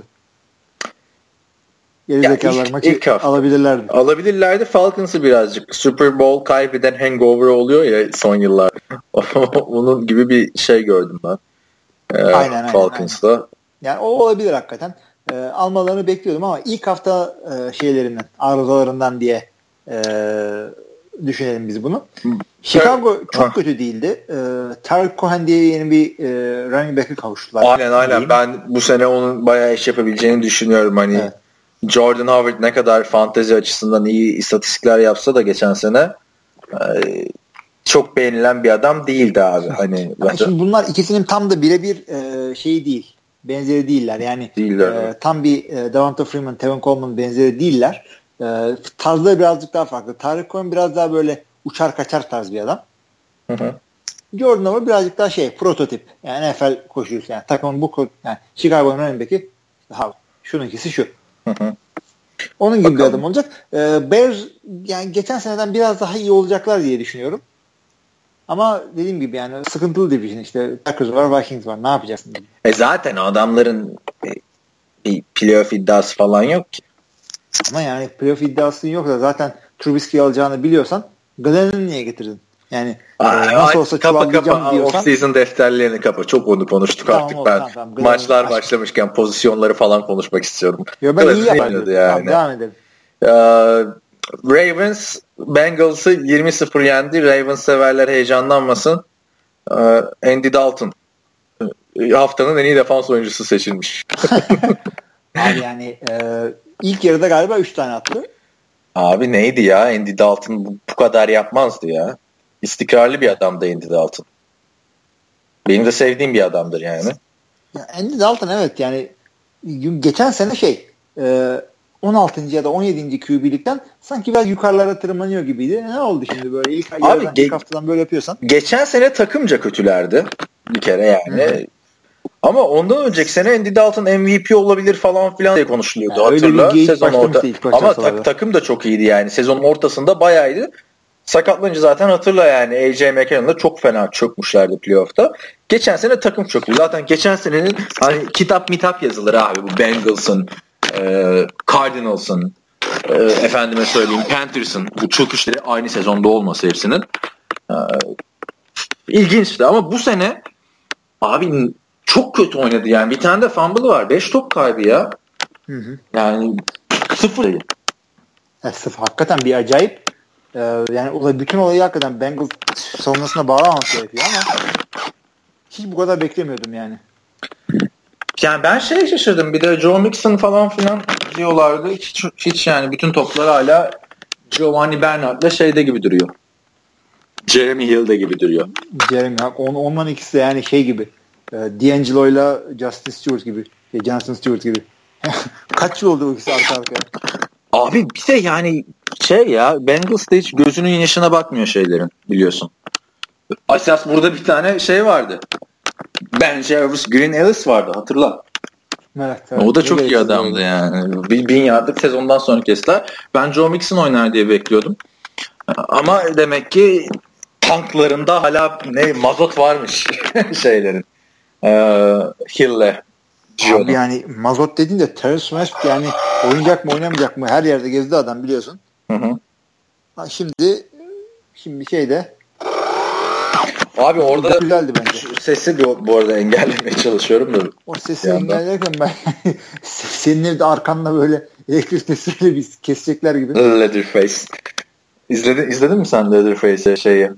Gerizekalılar maçı alabilirlerdi. Alabilirlerdi. Falcons'ı birazcık Super Bowl kaybeden hangover oluyor ya son yıllar. Onun gibi bir şey gördüm ben. Aynen. Falcons'ta. Yani o olabilir hakikaten. Almalarını bekliyordum ama ilk hafta şeylerinden, arızalarından diye düşünelim biz bunu. Chicago çok kötü değildi. Tariq Cohen diye yeni bir running back'e kavuştular. Aynen. Ben bu sene onun bayağı iş yapabileceğini düşünüyorum. Hani evet. Jordan Howard ne kadar fantezi açısından iyi istatistikler yapsa da geçen sene çok beğenilen bir adam değildi abi. Hani şimdi bunlar ikisinin tam da birebir şeyi değil. Benzeri değiller. Yani tam bir Devonta Freeman, Tevin Coleman benzeri değiller. Tarzları birazcık daha farklı. Tariq Cohen biraz daha böyle uçar kaçar tarz bir adam. Jordan Howard birazcık daha prototip. Yani NFL koşuyoruz. Yani takımın yani Chicago'nun running back'i şununkisi şu. Onun gibi bir adam olacak. Bears yani geçen seneden biraz daha iyi olacaklar diye düşünüyorum. Ama dediğim gibi yani sıkıntılı division, işte Packers var, Vikings var. Ne yapacaksın? Zaten adamların bir playoff iddiası falan yok ki. Ama yani playoff iddiasın yok da zaten Trubisky'yi alacağını biliyorsan Glenn'i niye getirdin? Yani nasıl olsa çuvallayacağım diyorsan. Off-season defterlerini kapa. Çok onu konuştuk tamam, artık ben. Tamam. Maçlar başlamışken pozisyonları falan konuşmak istiyorum. Yo, ben iyi yapardım. Yani. Tamam, devam edelim. Ravens Bengals'ı 20-0 yendi. Ravens severler heyecanlanmasın. Andy Dalton haftanın en iyi defans oyuncusu seçilmiş. Abi yani ilk yarıda galiba 3 tane attı. Abi neydi ya? Andy Dalton bu kadar yapmazdı ya. İstikrarlı bir adamdı Andy Dalton. Benim de sevdiğim bir adamdır yani. Ya Andy Dalton evet yani geçen sene 16. ya da 17. QB'likten sanki biraz yukarılara tırmanıyor gibiydi. Ne oldu şimdi böyle ilk haftadan böyle yapıyorsan? Geçen sene takımca kötülerdi bir kere yani. Ama ondan önceki sene Andy Dalton MVP olabilir falan filan diye konuşuluyordu. Yani hatırla. Sezon ama takım da çok iyiydi yani. Sezonun ortasında bayağı iyiydi. Sakatlanınca zaten hatırla yani AJ McCarron'la çok fena çökmüşlerdi playoff'ta. Geçen sene takım çok iyi. Zaten geçen senenin hani kitap yazılır abi bu Bengals'ın, Cardinals'ın, efendime söyleyeyim Panthers'ın bu çöküşleri aynı sezonda olması hepsinin. İlginçti ama bu sene abi çok kötü oynadı yani. Bir tane de fumble var. 5 top kaybı ya. Hı. Yani 0. Sıfır. Hakikaten bir acayip. Yani bütün olayı hakikaten Bengals savunmasına bağlamaması gerekiyor ama hiç bu kadar beklemiyordum yani. Yani ben şaşırdım. Bir de Joe Mixon falan filan diyorlardı. Hiç yani bütün toplar hala Giovanni Bernard'la şeyde gibi duruyor. Jeremy Hill'de gibi duruyor. Jeremy onların ikisi de yani gibi. D'Angelo'yla Justin Stewart gibi. Jonathan Stewart gibi. Kaç yıl oldu bu ikisi arka arkaya? Abi bir de yani Bengals'da hiç gözünün yaşına bakmıyor şeylerin biliyorsun. Asas burada bir tane vardı. Ben Jarvis Green Ellis vardı hatırla. Evet. O da çok iyi adamdı yani. 1000 yardlık sezondan sonra kestiler. Ben Joe Mixon oynar diye bekliyordum. Ama demek ki tanklarında hala mazot varmış şeylerin. Hill'le. Abi yani mazot dediğin de Terrence West yani oynayacak mı oynamayacak mı her yerde gezdi adam biliyorsun. Hı. Şimdi abi orada güzeldi bence. Sesi bu arada engellemeye çalışıyorum da. O sesi engellerken ben senin evde arkanda böyle elektrik kesiciyle bir kesecekler gibi. Leatherface. İzledin mi sen Leatherface'i şeyi?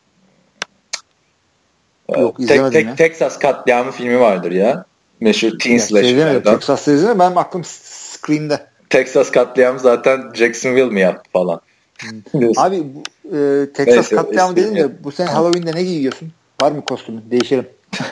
Yok izlemedim ya. Texas katliamı filmi vardır ya. Meşhur teen slasher'dan. Texas'ta izlemedim. Benim aklım Scream'de. Texas katliamı zaten Jacksonville mi yaptı falan. Abi Texas katliamı dedin de bu sene Halloween'de ne giyiyorsun? Var mı kostümün? Değişelim.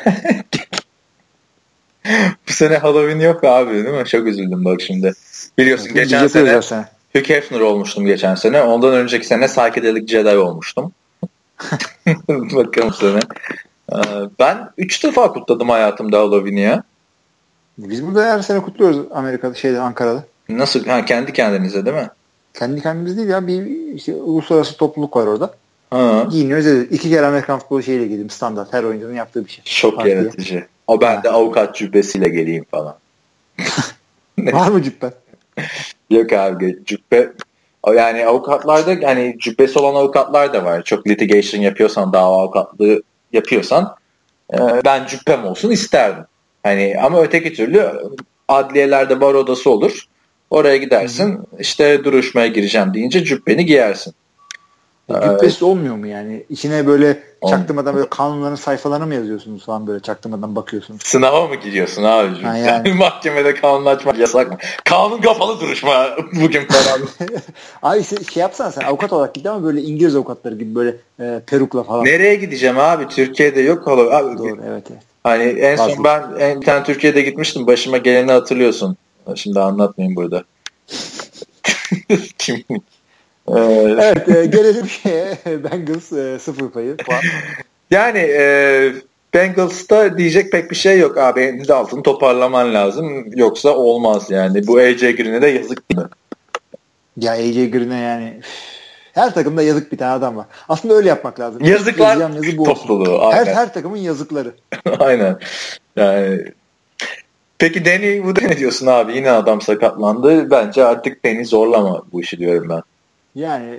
Bu sene Halloween yok abi değil mi? Çok üzüldüm bak şimdi. Biliyorsun geçen sene Hugh Hefner olmuştum geçen sene. Ondan önceki sene Psychedelic Jedi olmuştum. Bakalım sene. Ben 3 defa kutladım hayatımda Halloween'i ya. Biz burada her sene kutluyoruz Amerika'da, Ankara'da. Nasıl? Kendi kendinize değil mi? Kendi kendimiz değil ya. Bir uluslararası topluluk var orada. Ha. Giyiniyoruz. 2 kere Amerikan futbolu şeyle giydim. Standart. Her oyuncunun yaptığı bir şey. Çok yaratıcı. Ben de avukat cübbesiyle geleyim falan. Var mı cübben? Yok abi cübbe. Yani avukatlarda hani cübbesi olan avukatlar da var. Çok litigation yapıyorsan, dava avukatlığı yapıyorsan ben cübbem olsun isterdim. Hani ama öteki türlü adliyelerde bar odası olur. Oraya gidersin. İşte duruşmaya gireceğim deyince cübbeni giyersin. Cübbesi olmuyor mu yani? İçine böyle çaktırmadan böyle kanunların sayfalarını mı yazıyorsunuz falan böyle çaktırmadan bakıyorsunuz? Sınava mı gidiyorsun abi? Yani. Mahkemede kanun açmak yasak mı? Kanun kapalı duruşma bugün falan. Abi yapsana sen avukat olarak git ama böyle İngiliz avukatları gibi böyle perukla falan. Nereye gideceğim abi? Türkiye'de yok abi. Doğru evet. Hani en son ben bir tane Türkiye'de gitmiştim. Başıma geleni hatırlıyorsun. Şimdi anlatmayayım burada. Kim? Evet gelelim Bengals 0 payı puan. Yani Bengals'ta diyecek pek bir şey yok abi. Dalton toparlaman lazım. Yoksa olmaz yani. Bu AJ Green'e de yazık değil mi? Ya AJ Green'e yani her takımda yazık bir tane adam var. Aslında öyle yapmak lazım. Yazıklar topluluğu. Her takımın yazıkları. Aynen. Yani Peki Danny Wood'a ne diyorsun abi? Yine adam sakatlandı. Bence artık Danny zorlama bu işi diyorum ben. Yani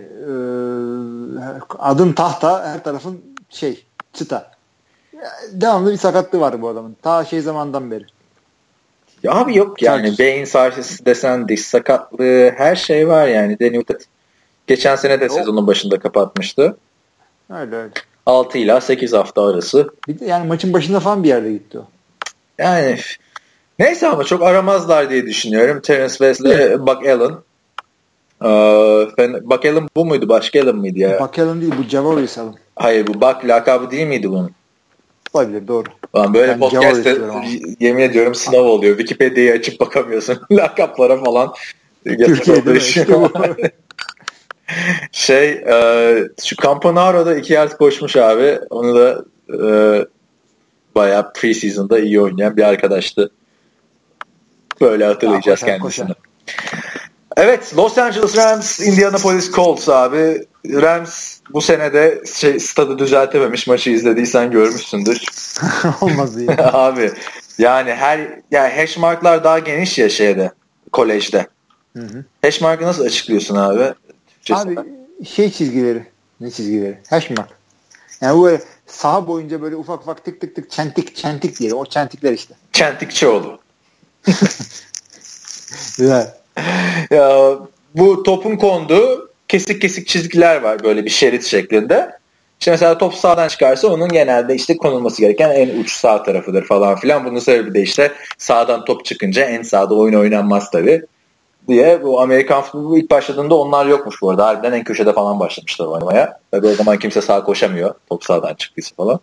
adın tahta, her tarafın çıta. Devamlı bir sakatlığı var bu adamın. Ta zamandan beri. Ya abi yok yani beyin sarsısı desen, diş sakatlığı, her şey var yani. Danny Wood geçen sene de sezonun başında kapatmıştı. Öyle. 6 ila 8 hafta arası. Bir de yani maçın başında falan bir yerde gitti o. Yani neyse ama çok aramazlar diye düşünüyorum. Terence West'le Buck Allen. Buck Allen bu muydu? Başka Allen mıydı ya? Buck Allen değil, bu Javaris Allen. Hayır, bu Buck lakabı değil miydi bunun? Olabilir, doğru. Böyle podcast'te yemin ediyorum sınav oluyor. Wikipedia'yı açıp bakamıyorsun. Lakaplara falan. Türkiye'de işte bu. Şu Campanaro'da 2 yard koşmuş abi. Onu da bayağı preseason'da iyi oynayan bir arkadaştı. Böyle hatırlayacağız kendisini. Evet, Los Angeles Rams, Indianapolis Colts abi. Rams bu sene de stadı düzeltememiş. Maçı izlediysen görmüşsündür. Olmaz iyi. Abi yani hash marklar daha geniş ya kolejde. Hash mark'ı nasıl açıklıyorsun abi? Abi çizgileri. Ne çizgileri? Hash mark. Yani bu böyle saha boyunca böyle ufak ufak tık tık tık çentik diyelim. O çentikler işte. Çentikçioğlu. Güzel. Ya, bu topun konduğu kesik kesik çizgiler var böyle bir şerit şeklinde. İşte mesela top sağdan çıkarsa onun genelde işte konulması gereken en uç sağ tarafıdır falan filan. Bunun sebebi de işte sağdan top çıkınca en sağda oyun oynanmaz tabii diye. Bu Amerikan futbolu ilk başladığında onlar yokmuş bu arada. Harbiden en köşede falan başlamışlar oynamaya. Tabii o zaman kimse sağ koşamıyor. Top sağdan çıktıysa falan.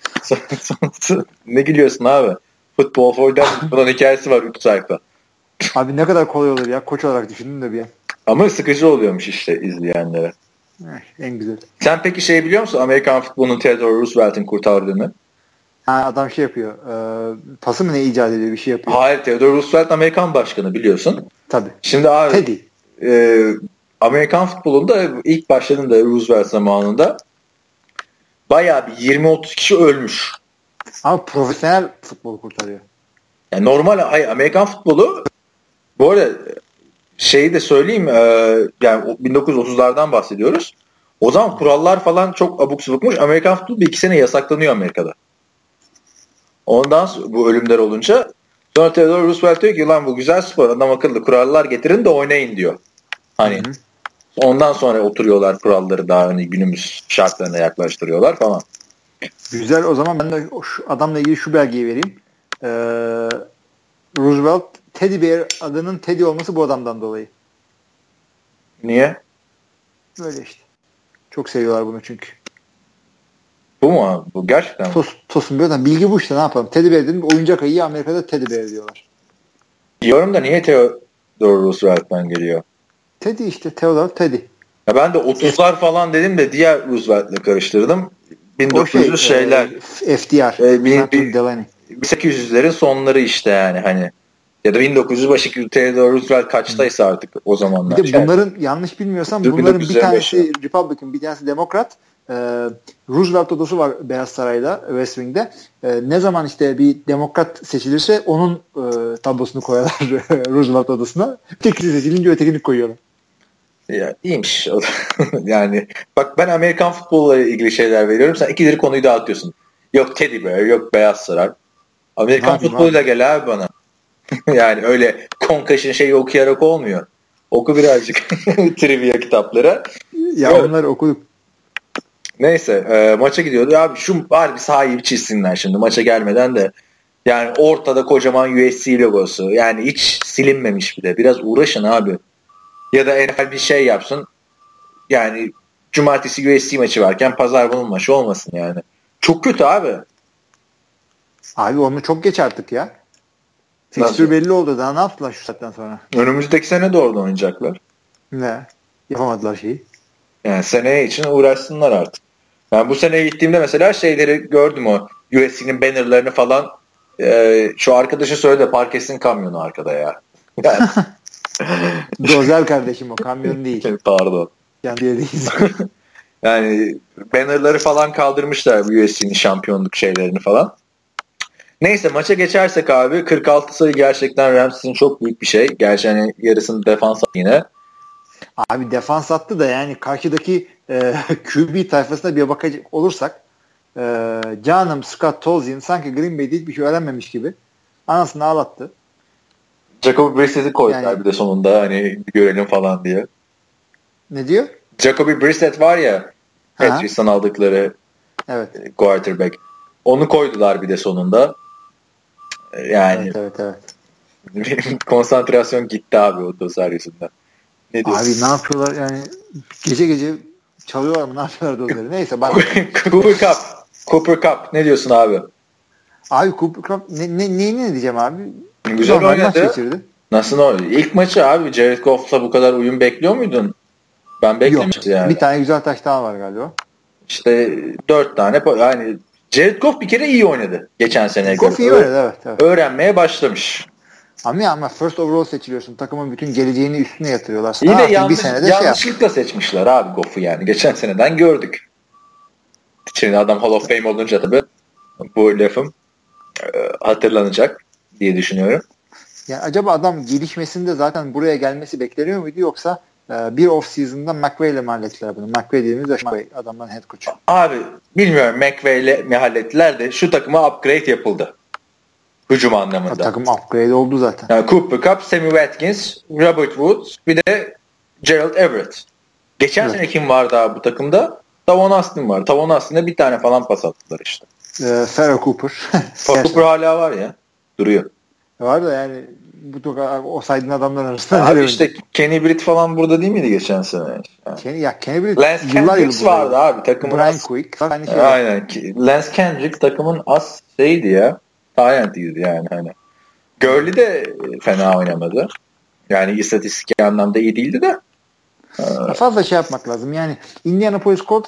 Ne gülüyorsun abi? Football for them. Bunun hikayesi var 3 sayfa. Abi ne kadar kolay olur ya. Koç olarak düşündüm de bir an. Ama sıkıcı oluyormuş işte izleyenlere. En güzel. Sen peki biliyor musun? Amerikan futbolunun Theodore Roosevelt'in kurtardığını. Adam yapıyor. Pası mı ne icat ediyor? Bir şey yapıyor. Hayır, Theodore Roosevelt Amerikan başkanı biliyorsun. Tabii. Şimdi abi Teddy. Amerikan futbolunda ilk başladığında Roosevelt zamanında bayağı bir 20-30 kişi ölmüş. Ama profesyonel futbolu kurtarıyor. Yani Amerikan futbolu bu arada de söyleyeyim yani 1930'lardan bahsediyoruz. O zaman kurallar falan çok abuk subukmuş. Amerikan futbolu 2 sene yasaklanıyor Amerika'da. Ondan bu ölümler olunca sonra Theodore Roosevelt diyor ki lan bu güzel spor, adam akıllı kurallar getirin de oynayın diyor. Hani ondan sonra oturuyorlar kuralları daha günümüz şartlarına yaklaştırıyorlar falan. Güzel, o zaman ben de şu adamla ilgili şu belgeyi vereyim. Roosevelt Teddy Bear adının Teddy olması bu adamdan dolayı. Niye? Böyle işte. Çok seviyorlar bunu çünkü. Bu mu abi? Bu gerçekten mi? Tosun böyle. Bilgi bu işte, ne yapalım. Teddy Bear dedim. Oyuncak ayı, Amerika'da Teddy Bear diyorlar. Diyorum da niye Theodore Roosevelt'ten geliyor? Teddy işte. Theodore Teddy. Ya ben de 30'lar falan dedim de diğer Roosevelt'le karıştırdım. 1900 şeyler. FDR. 1800'lerin sonları işte yani hani. Ya da 1900 başı Theodore Roosevelt kaçtaysa artık o zamanlar. Bir de bunların yanlış bilmiyorsam bunların bir tanesi Republican, bir tanesi Demokrat. Roosevelt odası var Beyaz Saray'da, West Wing'de. Ne zaman işte bir demokrat seçilirse onun tablosunu koyarlar Roosevelt odasına. Tekli seçilince ötekini koyuyorlar. Ya iyiymiş o da. Yani bak ben Amerikan futbolla ilgili şeyler veriyorum. Sen ikileri konuyu dağıtıyorsun. Yok Teddy Bear, yok Beyaz Saray. Amerikan futboluyla gel abi bana. Yani öyle concussion okuyarak olmuyor. Oku birazcık trivia kitapları. Ya evet. Onları okuduk. Neyse maça gidiyordu. Abi şu bari bir sahayı çizsinler şimdi maça gelmeden de. Yani ortada kocaman USC logosu. Yani hiç silinmemiş bile. Biraz uğraşın abi. Ya da NFL bir şey yapsın. Yani cumartesi USC maçı varken pazar bunun maçı olmasın yani. Çok kötü abi. Abi onu çok geç artık ya. Fikstür belli oldu. Daha ne yaptılar şu saatten sonra? Önümüzdeki sene de orada oynayacaklar. Ne? Yapamadılar şeyi. Yani seneye için uğraşsınlar artık. Yani bu seneye gittiğimde mesela şeyleri gördüm, o USC'nin bannerlarını falan. Şu arkadaşı söyledi, Parkes'in kamyonu arkada ya. Yani. Dozer kardeşim, o kamyon değil. Pardon. Yani değil. Yani bannerları falan kaldırmışlar USC'nin şampiyonluk şeylerini falan. Neyse maça geçersek abi 46 sayı gerçekten Rams için çok büyük bir şey. Gerçi hani yarısını defans yine. Abi defans attı da yani karşıdaki QB tayfasına bir bakacak olursak canım Scott Tolzien sanki Green Bay'de hiçbir şey öğrenmemiş gibi anasını ağlattı. Jacoby Brissett'i koydular yani, bir de sonunda hani görelim falan diye. Ne diyor? Jacoby Brissett var ya Patriots'tan aldıkları quarterback. Onu koydular bir de sonunda. Yani evet. Benim konsantrasyon gitti abi o dosar yüzünden. Ne diyorsun? Abi ne yapıyorlar yani gece çalıyorlar mı ne yapıyorlar dozları? Neyse bak. Cooper Cup ne diyorsun abi? Abi Cooper Cup ne diyeceğim abi? Güzel oynadı. Nasıl oynadı? İlk maçı abi Jared Goff'la bu kadar uyum bekliyor muydun? Ben beklemiştim yani. Bir tane güzel touchdown var galiba. İşte 4 tane yani Jared Goff bir kere iyi oynadı geçen seneye göre. Goff iyi oynadı evet. Öğrenmeye başlamış. Ama first overall seçiliyorsun. Takımın bütün geleceğini üstüne yatırıyorlar. İyi de yanlışlıkla seçmişler abi Goff'u yani. Geçen seneden gördük. Şimdi adam Hall of Fame olunca tabii bu lafım hatırlanacak diye düşünüyorum. Yani acaba adam gelişmesinde zaten buraya gelmesi bekleniyor muydu yoksa bir off-season'da McVay ile mi hallettiler bunu? McVay dediğimiz de adamdan head coach. Abi bilmiyorum McVay ile mi hallettiler de şu takıma upgrade yapıldı. Hücum anlamında. Takım upgrade oldu zaten. Yani Cooper Kupp, Sammy Watkins, Robert Woods bir de Gerald Everett. Geçen sene kim vardı abi bu takımda? Tavon Austin var. Tavon Austin'e bir tane falan pas attılar işte. Farrah Cooper. Cooper hala var ya. Duruyor. Var da yani o saydığın adamlar arasında. Abi işte Kenny Britt falan burada değil miydi geçen sene? Yani. Kenny Britt Lance Kendricks vardı abi. Takımın Brian Quick. Aynen. Lance Kendrick takımın as şeydi ya. Tayyentiydi yani hani. Gurley de fena oynamadı. Yani istatistik anlamda iyi değildi de. Fazla şey yapmak lazım. Yani Indianapolis Colts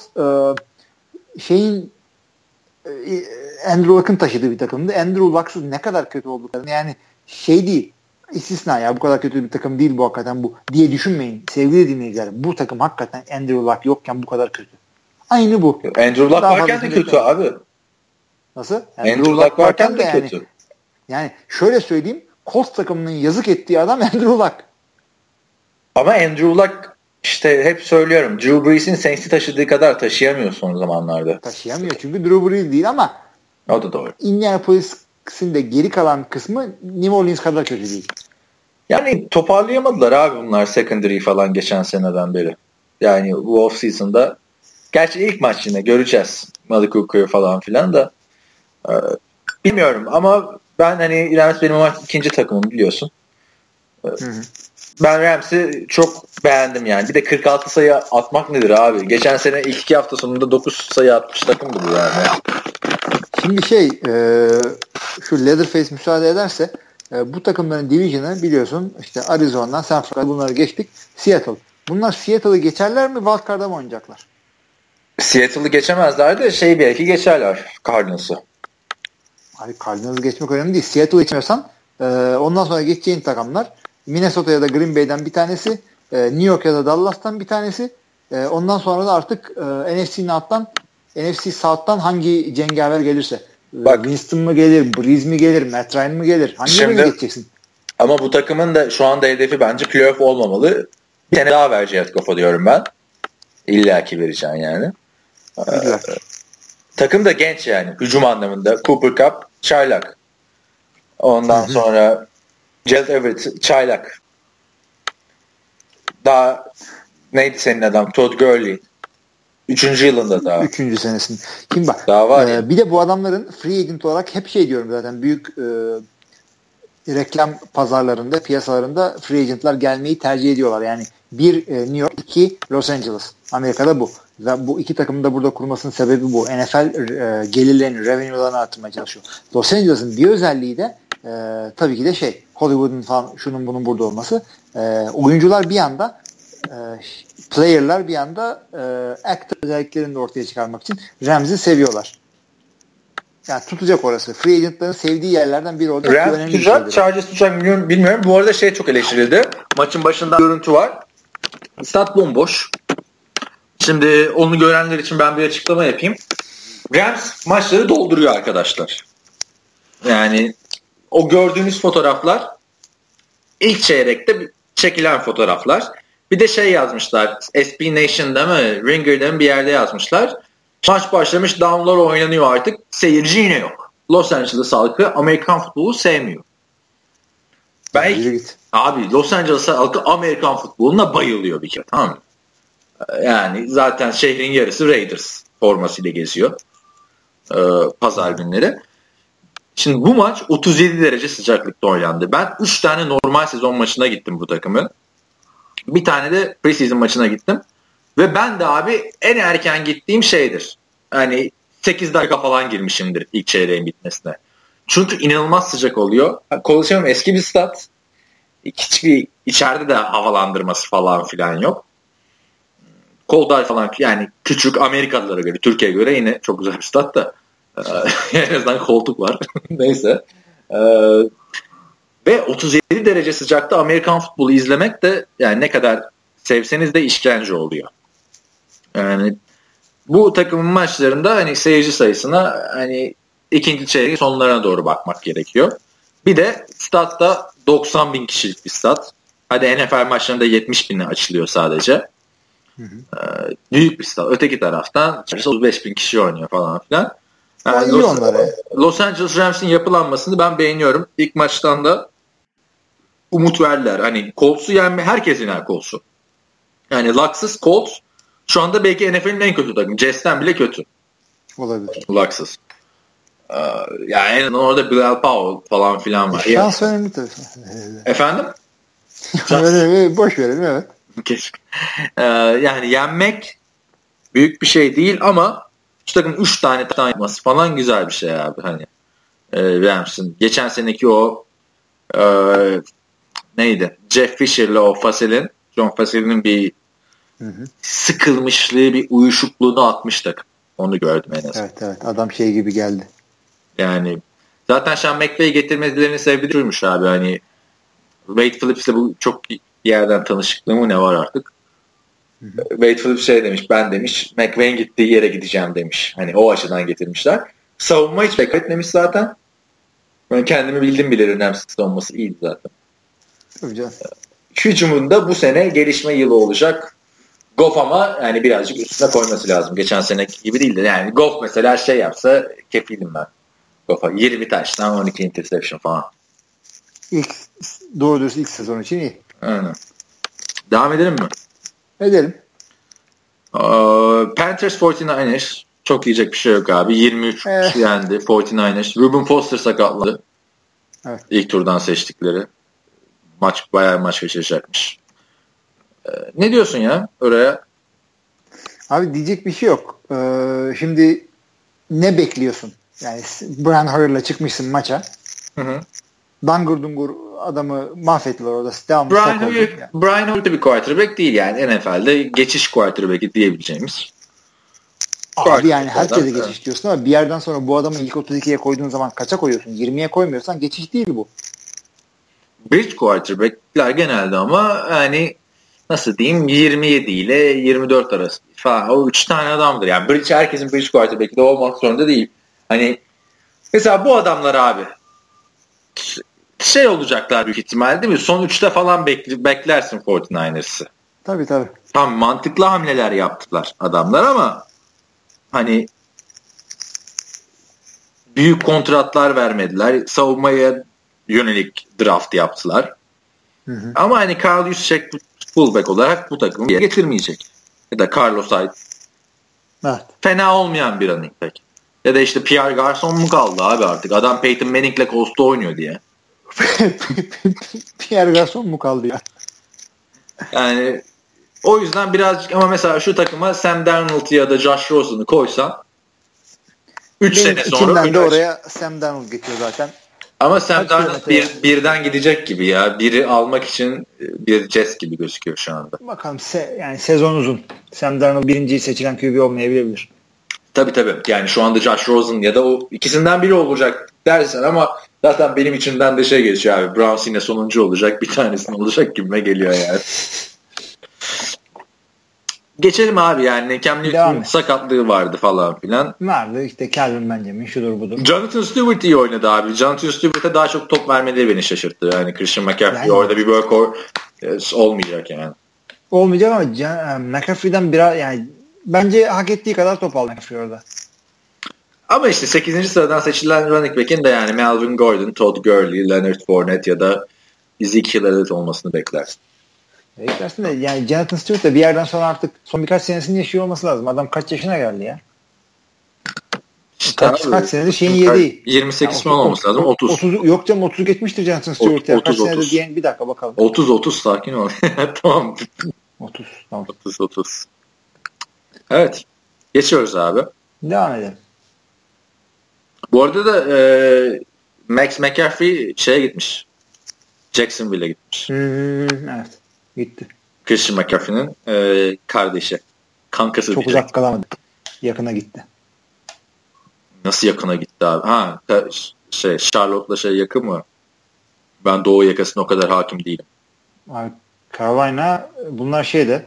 Andrew Luck'ın taşıdığı bir takımdı. Andrew Luck'sız ne kadar kötü olduklarını yani değil. İstisna ya bu kadar kötü bir takım değil bu hakikaten bu diye düşünmeyin sevgili dinleyiciler. Bu takım hakikaten Andrew Luck yokken bu kadar kötü. Aynı bu. Andrew Luck varken de kötü abi. Nasıl? Andrew Luck varken de kötü. Yani şöyle söyleyeyim Colts takımının yazık ettiği adam Andrew Luck. Ama Andrew Luck işte hep söylüyorum Drew Brees'in Saints'i taşıdığı kadar taşıyamıyor son zamanlarda. Taşıyamıyor çünkü Drew Brees değil ama o da doğru. Indianapolis'in de geri kalan kısmı New Orleans kadar kötü değil. Yani toparlayamadılar abi bunlar secondary falan geçen seneden beri. Yani bu off season'da gerçi ilk maç yine göreceğiz. Malik Hooker falan filan da bilmiyorum ama ben hani Rams benim ikinci takımım biliyorsun. Ben Rams'i çok beğendim yani. Bir de 46 sayı atmak nedir abi? Geçen sene ilk 2 hafta sonunda 9 sayı atmış takımdı bu yani. Şimdi şu Leatherface müsaade ederse bu takımların division'ı biliyorsun işte Arizona, San Francisco bunları geçtik. Seattle. Bunlar Seattle'ı geçerler mi? Wildcard'a mı oynayacaklar? Seattle'ı geçemezler de belki geçerler Cardinals'ı. Abi Cardinals'ı geçmek önemli değil. Seattle'ı geçmiyorsan ondan sonra geçeceğin takımlar Minnesota ya da Green Bay'den bir tanesi, New York ya da Dallas'tan bir tanesi. Ondan sonra da artık NFC South'tan hangi cengaver gelirse. Bak, Winston mı gelir, Breeze mi gelir, Matt Ryan mı gelir? Hangi birini geçeceksin? Ama bu takımın da şu anda hedefi bence playoff olmamalı. Bir tane daha ver Jared Goff'a diyorum ben. İlla ki vereceksin yani. Takım da genç yani. Hücum anlamında. Cooper Kupp, çaylak. Ondan sonra Gerald Everett, çaylak. Daha neydi senin adam? Todd Gurley. 3. yılında daha. 3. senesinde. Kim bak? Daha var bir de bu adamların free agent olarak hep diyorum zaten büyük reklam pazarlarında, piyasalarında free agentlar gelmeyi tercih ediyorlar. Yani bir New York, 2 Los Angeles. Amerika'da bu. Ve bu iki takımın da burada kurmasının sebebi bu. NFL gelirlerini, revenue'larını arttırmaya çalışıyor. Los Angeles'ın bir özelliği de tabii ki de Hollywood'un falan şunun bunun burada olması. Oyuncular bir anda player'lar bir anda actor özelliklerini de ortaya çıkarmak için Rams'i seviyorlar. Yani tutacak orası. Free agent'ların sevdiği yerlerden biri olacak. Rams tutacak, Chargers tutacak bilmiyorum. Bu arada çok eleştirildi. Maçın başında görüntü var. Stat bomboş. Şimdi onu görenler için ben bir açıklama yapayım. Rams maçları dolduruyor arkadaşlar. Yani o gördüğünüz fotoğraflar ilk çeyrekte çekilen fotoğraflar. Bir de şey yazmışlar. SB Nation'da mı? Ringer'da mı bir yerde yazmışlar. Maç başlamış, downlar oynanıyor artık. Seyirci yine yok. Los Angeles halkı Amerikan futbolu sevmiyor. Abi Los Angeles halkı Amerikan futboluna bayılıyor bir kere, tamam mı? Yani zaten şehrin yarısı Raiders formasıyla geziyor. Pazar günleri. Şimdi bu maç 37 derece sıcaklıkta oynandı. Ben 3 tane normal sezon maçına gittim bu takımın. Bir tane de preseason maçına gittim. Ve ben de abi en erken gittiğim şeydir. Hani 8 dakika falan girmişimdir ilk çeyreğin bitmesine. Çünkü inanılmaz sıcak oluyor. Coliseum eski bir stat. Hiçbir içeride de havalandırması falan filan yok. Kolday falan, yani küçük, Amerikalılara göre, Türkiye'ye göre yine çok güzel bir stat da. En azından koltuk var. Neyse. Ve 37 derece sıcakta Amerikan futbolu izlemek de yani ne kadar sevseniz de işkence oluyor. Yani bu takımın maçlarında hani seyirci sayısına hani ikinci çeyreğin sonlarına doğru bakmak gerekiyor. Bir de statta 90 bin kişilik bir stat. Hadi NFL maçlarında 70 binle açılıyor sadece. Büyük bir stat. Öteki taraftan 35 bin kişi oynuyor falan filan. Yani Los Angeles Rams'in yapılanmasını ben beğeniyorum. İlk maçtan da umut verdiler. Hani Colts'u yenme, herkes iner Colts'u. Yani Lucks'ız Colts şu anda belki NFL'in en kötü takımı. Jets'ten bile kötü. Olabilir. Lucks'ız. Yani en azından orada Bilal Powell falan filan var. Şans önemli tabii. Efendim? Boş verelim, evet. Keşke. Yani yenmek büyük bir şey değil ama şu takım 3 tane yapması falan güzel bir şey abi. Hani Rams'ın geçen seneki o neydi? Jeff Fisher'la o John Fasil'in bir sıkılmışlığı, bir uyuşukluğunu atmış takım. Onu gördüm en azından. Evet. Adam şey gibi geldi. Yani zaten Sean McVay'i getirmelerinin sebebi durmuş abi. Hani Wade Phillips'le bu çok bir yerden tanışıklığı mı ne var artık. Wade Phillips şey demiş, ben demiş McVay'in gittiği yere gideceğim demiş. Hani o açıdan getirmişler. Savunma hiç bekletmemiş zaten. Ben kendimi bildim bile, Rams savunması iyiydi zaten. Hücumunda bu sene gelişme yılı olacak. Goff ama yani birazcık üstüne koyması lazım. Geçen seneki gibi değil de yani Goff mesela şey yapsa kefilim ben. Goff'a 20 taştan 12 interception falan. Doğru diyorsun, ilk sezon için iyi. Aynen. Devam edelim mi? Edelim. Panthers 49ers. Çok diyecek bir şey yok abi. 23 yendi 49ers. Ruben Foster sakatladı. Evet. İlk turdan seçtikleri. Bayağı maç kaçıracakmış. Ne diyorsun ya oraya? Abi diyecek bir şey yok. Şimdi ne bekliyorsun? Yani Brian Hoyer'la çıkmışsın maça. Dangur dungur adamı mahvettiler orada. Brian Hoyer bir quarterback değil yani. NFL'de geçiş quarterback'i diyebileceğimiz. Abi yani herkese geçiş diyorsun ama bir yerden sonra bu adamı ilk 32'ye koyduğun zaman kaça koyuyorsun? 20'ye koymuyorsan geçiş değil bu. Bridge quarterback'ler genelde ama yani nasıl diyeyim 27 ile 24 arası falan. O 3 tane adamdır. Yani herkesin bridge quarterback'i de olmak zorunda değil. Hani mesela bu adamlar abi şey olacaklar büyük ihtimalle değil mi? Son 3'te falan beklersin 49ers'ı. Tabii. Tam mantıklı hamleler yaptılar adamlar ama hani büyük kontratlar vermediler. Savunmaya yönelik draft yaptılar. Ama hani Kyle Juszczyk fullback olarak bu takımı getirmeyecek. Ya da Carlos Hyde. Evet. Fena olmayan bir running back. Ya da işte Pierre Garçon mu kaldı abi artık? Adam Peyton Manning'le Colts'ta oynuyor diye. Pierre Garçon mu kaldı ya? Yani o yüzden birazcık ama mesela şu takıma Sam Darnold ya da Josh Rosen'ı koysan 3 sene sonra içimden de oraya Sam Darnold geçiyor zaten. Ama Sam Darnold birden gidecek gibi ya. Biri almak için bir Jets gibi gözüküyor şu anda. Bakalım yani sezon uzun. Sam Darnold birinci seçilen QB olmayabilir. Tabii. Yani şu anda Josh Rosen ya da o ikisinden biri olacak dersen ama zaten benim içimden de şey geçiyor abi. Browns yine sonuncu olacak. Bir tanesinin olacak gibime geliyor yani. geçelim abi yani. Cam Newton'un sakatlığı vardı falan filan. Vardı işte Calvin Benjamin şudur budur. Jonathan Stewart iyi oynadı abi. Jonathan Stewart'a daha çok top vermeleri beni şaşırttı. Yani Christian McCaffrey yani, orada bir workhorse olmayacak yani. Olmayacak ama McCaffrey'den biraz yani bence hak ettiği kadar top aldı McCaffrey orada. Ama işte 8. sıradan seçilen running back'in de yani Melvin Gordon, Todd Gurley, Leonard Fournette ya da Ezekiel Elliott olmasını beklersin. Beklersin de yani Jonathan Stewart da bir yerden sonra artık son birkaç senesini yaşıyor olması lazım. Adam kaç yaşına geldi ya? Kaç senedir şeyin yedi. 28 yani falan olması lazım. 30. Yok canım 30'u geçmiştir Jonathan Stewart ya. Kaç senedir diyen bir dakika bakalım. 30 sakin ol. Tamam. 30. Evet. Geçiyoruz abi. Devam edelim. Bu arada da Max McCaffrey şeye gitmiş. Jacksonville'e gitmiş. Evet. Gitti. Christian McCaffrey'nin kardeşi. Kankası. Çok uzak kalamadı. Yakına gitti. Nasıl yakına gitti abi? Charlotte'la yakın mı? Ben Doğu yakasına o kadar hakim değilim. Abi, Carolina bunlar şeyde.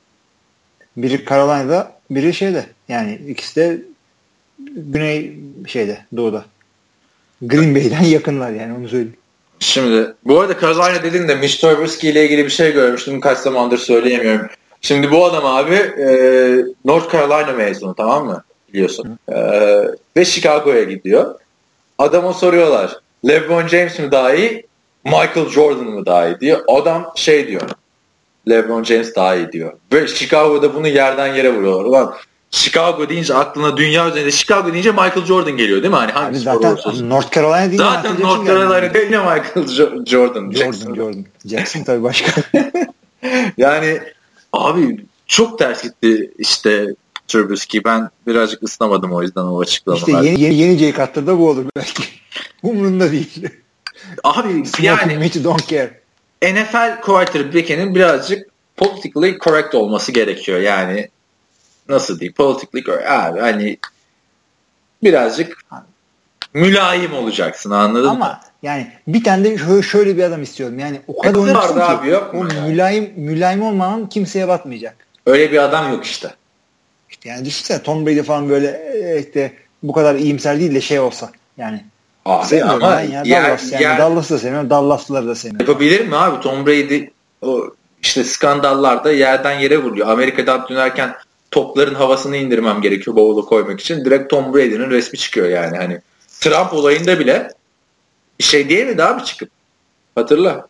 Biri Carolina'da, biri şeyde. Yani ikisi de güney şeyde, doğuda. Green Bay'den yakınlar yani onu söyleyeyim. Şimdi bu arada Carolina dedin de Mitch Trubisky ile ilgili bir şey görmüştüm. Kaç zamandır söyleyemiyorum. Şimdi bu adam abi North Carolina mezunu, tamam mı? Biliyorsun. Ve Chicago'ya gidiyor. Adama soruyorlar. LeBron James mi daha iyi? Michael Jordan mı daha iyi diyor. Adam şey diyor. LeBron James daha iyi diyor. Ve Chicago'da bunu yerden yere vuruyorlar. Ulan Chicago deyince aklına dünya üzerinde Chicago deyince Michael Jordan geliyor değil mi? Hani hangi zaten North Carolina deyince zaten North Carolina değil mi Michael Jordan? Jackson tabii başka. Yani abi çok ters gitti işte Trubisky. Ben birazcık ısınamadım o yüzden o açıklamalar. İşte yeni Jay Cutler'da bu olur belki. Umurunda değil. Abi yani don't care. NFL quarterback'inin birazcık politically correct olması gerekiyor. Yani nasıl diyeyim? Politically correct. Abi hani birazcık mülayim olacaksın, anladın mı? Ama yani bir tane de şöyle bir adam istiyorum. Yani o kadar oynarsın ki abi, yok mu yani? mülayim olmadan kimseye batmayacak. Öyle bir adam yok işte. İşte yani düşünsene Tom Brady falan böyle işte bu kadar iyimser değil de şey olsa yani. Abi ama Dallas'ı da sevmiyorum. Dallas'lıları da sevmiyorum. Yapabilir mi abi? Tom Brady o işte skandallarda yerden yere vuruyor. Amerika'dan dönerken topların havasını indirmem gerekiyor bavula koymak için. Direkt Tom Brady'nin resmi çıkıyor yani. Hani Trump olayında bile bir şey diyemedi abi çıkıp. Hatırla.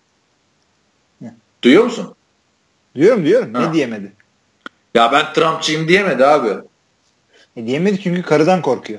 Ne? Duyuyor musun? Duyuyorum. Ne diyemedi? Ya ben Trumpçıyım diyemedi abi. Diyemedi çünkü karıdan korkuyor.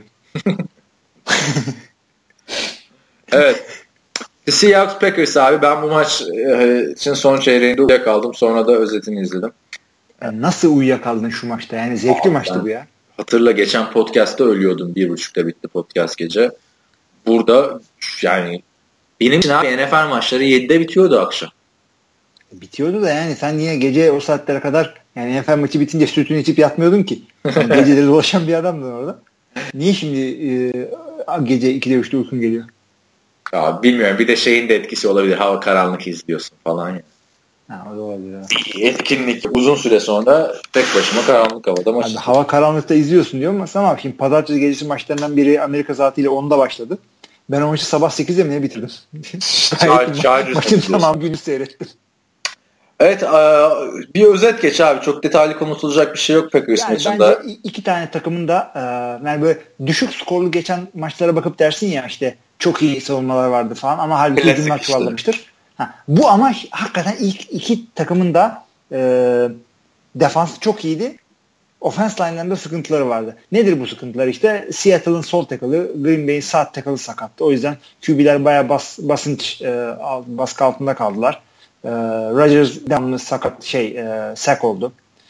Evet. Seahawks Packers abi. Ben bu maç için son çeyreğinde uyuyakaldım. Sonra da özetini izledim. Ya nasıl uyuyakaldın şu maçta? Yani zevkli maçtı bu ya. Hatırla geçen podcast'ta ölüyordum. 1.30'da bitti podcast gece. Burada yani benim için abi NFL maçları 7'de bitiyordu akşam. Bitiyordu da yani sen niye gece o saatlere kadar yani NFL maçı bitince sütünü içip yatmıyordun ki? Yani geceleri dolaşan bir adamdın orada. Niye şimdi gece 2'de 3'te uykun geliyor? Ya bilmiyorum. Bir de şeyin de etkisi olabilir. Hava karanlık izliyorsun falan ya. Ha, o da olabilir. Etkinlik uzun süre sonra tek başıma karanlık havada maç. Abi, hava karanlıkta izliyorsun diyor ama tamam şimdi pazartesi gecesi maçlarından biri Amerika saatiyle 10'da başladı. Ben o maçı sabah 8'de mi ne bitirdim? Maçın tamam günü seyrettim. Evet, bir özet geç abi. Çok detaylı konuşulacak bir şey yok Packers yani maçında. Bence iki tane takımın da yani böyle düşük skorlu geçen maçlara bakıp dersin ya işte çok iyi savunmalar vardı falan ama halbuki hücumlar çuvallamıştır. Bu ama hakikaten ilk iki takımın da defansı çok iyiydi. Offense line'larında sıkıntıları vardı. Nedir bu sıkıntılar? İşte Seattle'ın sol tackle'ı, Green Bay'in sağ tackle'ı sakattı. O yüzden QB'ler bayağı basınç baskı altında kaldılar. Rodgers devamlı sack oldu.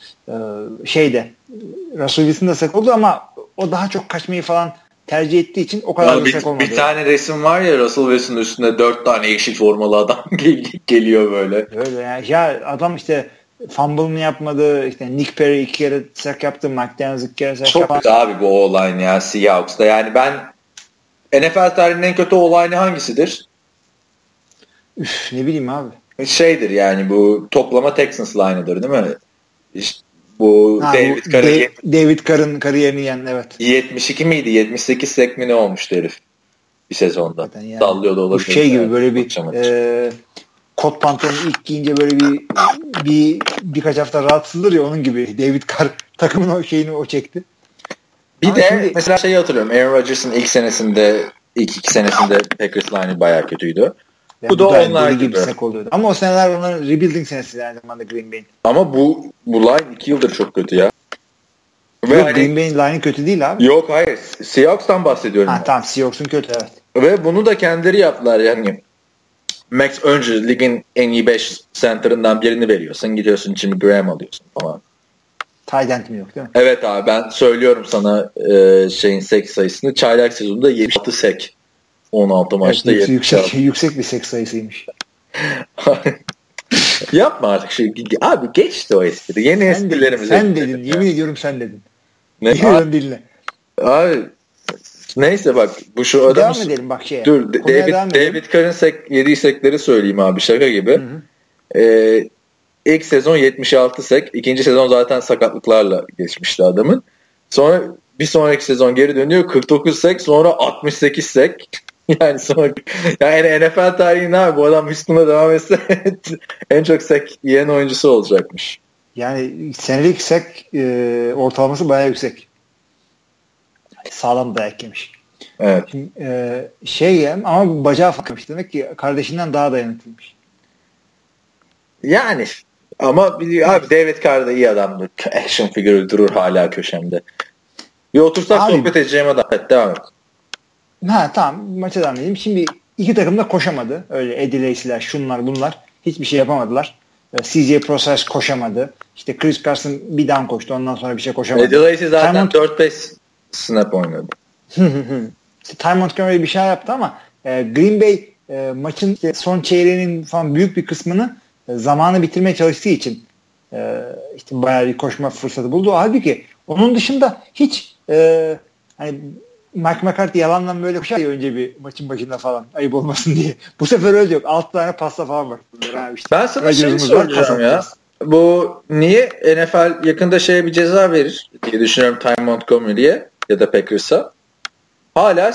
Russell Wilson da sack oldu ama o daha çok kaçmayı falan tercih ettiği için o kadar da sack olmadı. Bir tane resim var ya Russell Wilson'ın üstünde 4 tane yeşil formalı adam geliyor böyle. Öyle yani. Ya adam işte fumble'ını yapmadı. İşte Nick Perry 2 kere sack yaptı. Mike Daniels 2 kere sack yaptı. Çok kötü abi bu O-line ya Seahawks'da. Yani ben NFL tarihinin en kötü O-line'i hangisidir? Ne bileyim abi. Şeydir yani bu toplama Texans line'ıdır değil mi? İşte Bu David Carr'ın kariyerini yen, evet. 72 miydi? 78 sack mi ne olmuştu herif bir sezonda. Yani, sallıyordu olabilir. Bu şey gibi böyle bir kot pantolonu ilk giyince böyle birkaç hafta rahatsızdır ya, onun gibi. David Carr takımın o şeyini o çekti. Bir ama de şimdi, mesela şeyi hatırlıyorum. Aaron Rodgers'ın ilk iki senesinde Packers line'ı bayağı kötüydü. Yani bu da onlar gibi oluyordu. Ama o seneler onların rebuilding senesi aynı zamanda Green Bay'in. Ama bu line 2 yıldır çok kötü ya. Yok, Green Bay'in line'ı kötü değil abi. Yok, hayır. Seahawks'tan bahsediyorum. Tamam, Seahawks'un kötü, evet. Ve bunu da kendileri yaptılar yani. Max önce ligin en iyi 5 center'ından birini veriyorsun. Gidiyorsun Jimmy Graham alıyorsun falan. Tight end mi yok değil mi? Evet abi, ben söylüyorum sana sack sayısını. Çaylak sezonunda 76 sack. 16 maçta. Evet, yüksek bir sack sayısıymış. Yapma artık abi, geçti o espri. Yeni esprilerimiz. Sen dedin. Yemin ediyorum sen dedin. Ne? Yemin dinle. Abi neyse bak, bu şu adam. Devam edelim bak şeye. Dur, David Carr'ın yediği sackleri söyleyeyim abi, şaka gibi. İlk sezon 76 sack. İkinci sezon zaten sakatlıklarla geçmişti adamın. Sonra bir sonraki sezon geri dönüyor 49 sack, sonra 68 sack. Yani sonra NFL tarihinde abi bu adam Houston'da devam etse en çok sack yiyen oyuncusu olacakmış. Yani senelik sack ortalaması bayağı yüksek. Sağlam dayak yemiş. Evet. Şimdi, ama bacağı farkmış. Demek ki kardeşinden daha dayanıklıymış. Yani ama abi David Carr da iyi adamdır. Action figürü durur hala köşemde. Bir otursak abi, sohbet edeceğim adam. Evet, devam et. Tamam, maça devam edelim. Şimdi iki takım da koşamadı. Öyle Eddie Lacy'ler, şunlar bunlar. Hiçbir şey yapamadılar. CJ Process koşamadı. İşte Chris Carson bir down koştu. Ondan sonra bir şey koşamadı. Eddie Lacy zaten 4-5 snap oynadı. Ty Montgomery bir şey yaptı ama Green Bay maçın son çeyreğinin falan büyük bir kısmını zamanı bitirmeye çalıştığı için işte bayağı bir koşma fırsatı buldu. Halbuki onun dışında hiç hani Mike McCarthy yalandan böyle koşar ya önce bir maçın başında falan, ayıp olmasın diye. Bu sefer öyle yok. 6 tane pasta falan var. İşte, ben sana şey soracağım ya. Bu niye NFL yakında bir ceza verir diye düşünüyorum Ty Montgomery'ye ya da Packers'a. Hala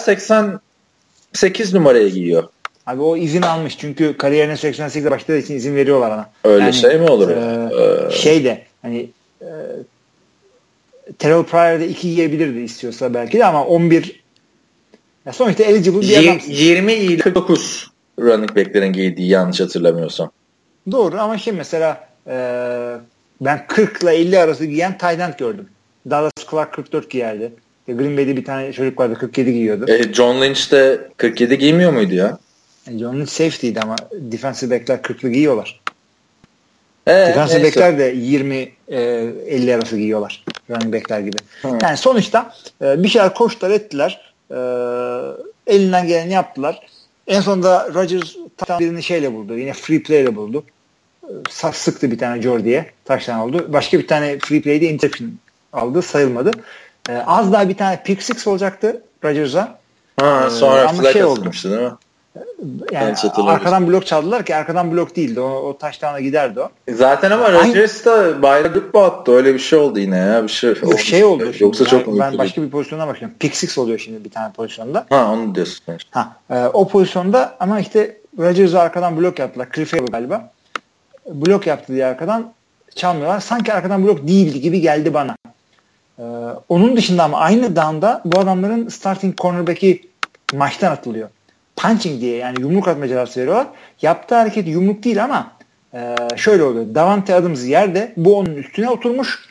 88 numaraya giyiyor. Abi o izin almış. Çünkü kariyerine 88'de başladığı için izin veriyorlar ona. Öyle yani, şey mi olur? Hani Terrell Pryor'da 2 yiyebilirdi istiyorsa belki de, ama 11 ya sonuçta eligible bir adamsın. 20 ile 49 running back'lerin giydiği, yanlış hatırlamıyorsam. Doğru, ama mesela ben 40 ile 50 arası giyen tight end gördüm. Dallas Clark 44 giyerdi. Green Bay'de bir tane çocuk vardı 47 giyiyordu. John Lynch de 47 giymiyor muydu ya? John Lynch safety'ydi ama defensive back'ler 40'lı giyiyorlar. Defensive back'ler de 20-50 arası giyiyorlar. Running back'ler gibi. Yani sonuçta bir şeyler koştular ettiler. Elinden geleni yaptılar. En sonunda Rodgers birini buldu. Yine free play ile buldu. Sıktı bir tane Jordy'ye. Taştan oldu. Başka bir tane free play'de interception aldı. Sayılmadı. Az daha bir tane pick six olacaktı Rodgers'a. Sonra flag atılmıştı değil mi? Yani arkadan blok çaldılar ki arkadan blok değildi. O touchdown'a giderdi o. Zaten ama Rodgers da bayrağı attı. Öyle bir şey oldu yine ya. Bir şey oldu. Yoksa çok mu? Ben başka bir pozisyona bakıyorum. Pick six oluyor şimdi bir tane pozisyonda. Onu diyorsun. O pozisyonda ama işte Rodgers'a arkadan blok yaptılar. Cliff'e galiba. Blok yaptı diye arkadan çalmıyorlar. Sanki arkadan blok değildi gibi geldi bana. Onun dışında ama aynı down'da bu adamların starting cornerback'i maçtan atılıyor. Punching diye, yani yumruk atma cezası veriyorlar. Yaptığı hareket yumruk değil ama şöyle oluyor. Davante Adams yerde, bu onun üstüne oturmuş,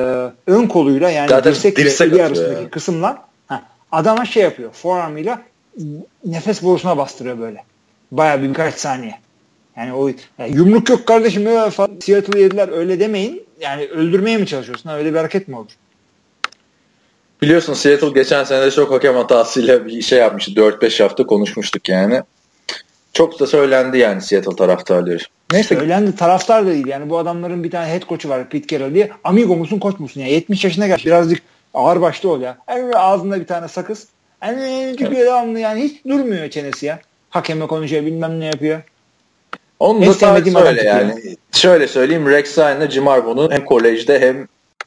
ön koluyla, yani dirsek eli arasındaki kısımla adama yapıyor. Forearm'ıyla nefes borusuna bastırıyor böyle. Bayağı birkaç saniye. Yani yumruk yok kardeşim ya, Seattle'ı yediler öyle demeyin. Yani öldürmeye mi çalışıyorsun? Öyle bir hareket mi olur? Biliyorsun Seattle geçen sene de çok hakem hatasıyla bir şey yapmıştı. 4-5 hafta konuşmuştuk yani. Çok da söylendi yani Seattle taraftarları. Neyse. Söylendi, taraftar da değil. Yani bu adamların bir tane head coach'u var, Pete Carroll diye. Amigo musun, koç musun ya? 70 yaşına gelmiş. Birazcık ağır başlı ol ya. Ağzında bir tane sakız. Devamlı yani, hiç durmuyor çenesi ya. Hakeme konuşuyor, bilmem ne yapıyor. Onun da tarzı öyle yani. Şöyle söyleyeyim, Rex Ryan'la Jim Harbaugh'un hem kolejde hem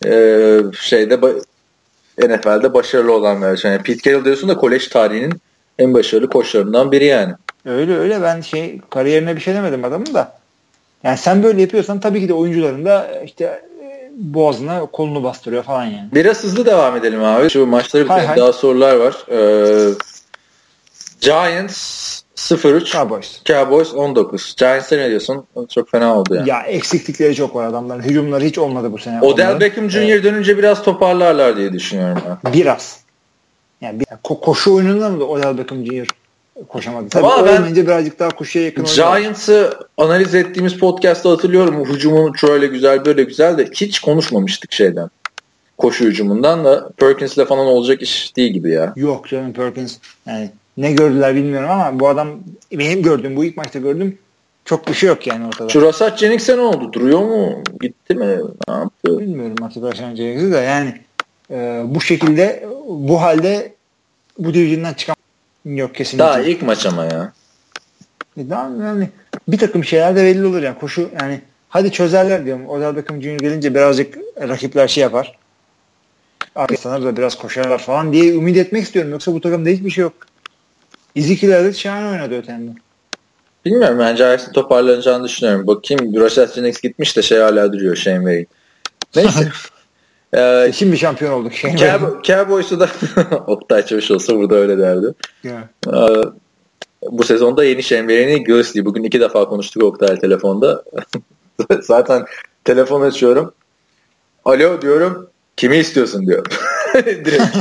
NFL'de başarılı olan bir yani Pete Carroll diyorsun da kolej tarihinin en başarılı koçlarından biri yani. Öyle ben kariyerine bir şey demedim adamın da. Yani sen böyle yapıyorsan tabii ki de oyuncuların da işte boğazına kolunu bastırıyor falan yani. Biraz hızlı devam edelim abi. Şu maçları bitirelim. Daha sorular var. Giants 0-3. Cowboys 19. Giants'e ne diyorsun? Çok fena oldu yani. Ya eksiklikleri çok var adamların. Hücumları hiç olmadı bu sene. Odell Beckham Jr. dönünce biraz toparlarlar diye düşünüyorum ben. Biraz. Yani koşu oyununda mı Odell Beckham Jr. koşamadı? Tabii olmayınca birazcık daha koşuya yakın oynuyor. Giants'ı analiz ettiğimiz podcast'ta hatırlıyorum. Hücumu şöyle güzel böyle güzel de hiç konuşmamıştık şeyden. Koşu hücumundan da Perkins'le falan olacak iş değil gibi ya. Yok canım Perkins. Yani ne gördüler bilmiyorum ama bu adam benim gördüğüm bu ilk maçta gördüm çok bir şey yok yani ortada. Şu Rasat Jennings'e ne oldu? Duruyor mu? Gitti mi? Ne yaptı? Bilmiyorum artık Rasat Jennings'i de yani bu şekilde bu halde bu division'dan çıkan yok kesinlikle. Daha ilk maç ama ya. Daha yani bir takım şeyler de belli olur yani koşu yani hadi çözerler diyorum. Odell Beckham Jr. gelince birazcık rakipler şey yapar. Arkadaşlar da biraz koşarlar falan diye ümit etmek istiyorum. Yoksa bu takımda hiçbir şey yok. İzikilerde şahane oynadı ötende. Bilmiyorum ben Giants'ın toparlanacağını düşünüyorum. Bakayım Rasat Jennings gitmiş de hala duruyor Shane Wayne. Neyse. Şimdi şampiyon olduk. Cowboys'u da Oktay Çavuş olsa burada öyle derdi. Yeah. Bu sezonda yeni Shane Wayne'i Gillislee. Bugün 2 defa konuştuk Oktay telefonda. Zaten telefon açıyorum. Alo diyorum. Kimi istiyorsun diyor. Direkt.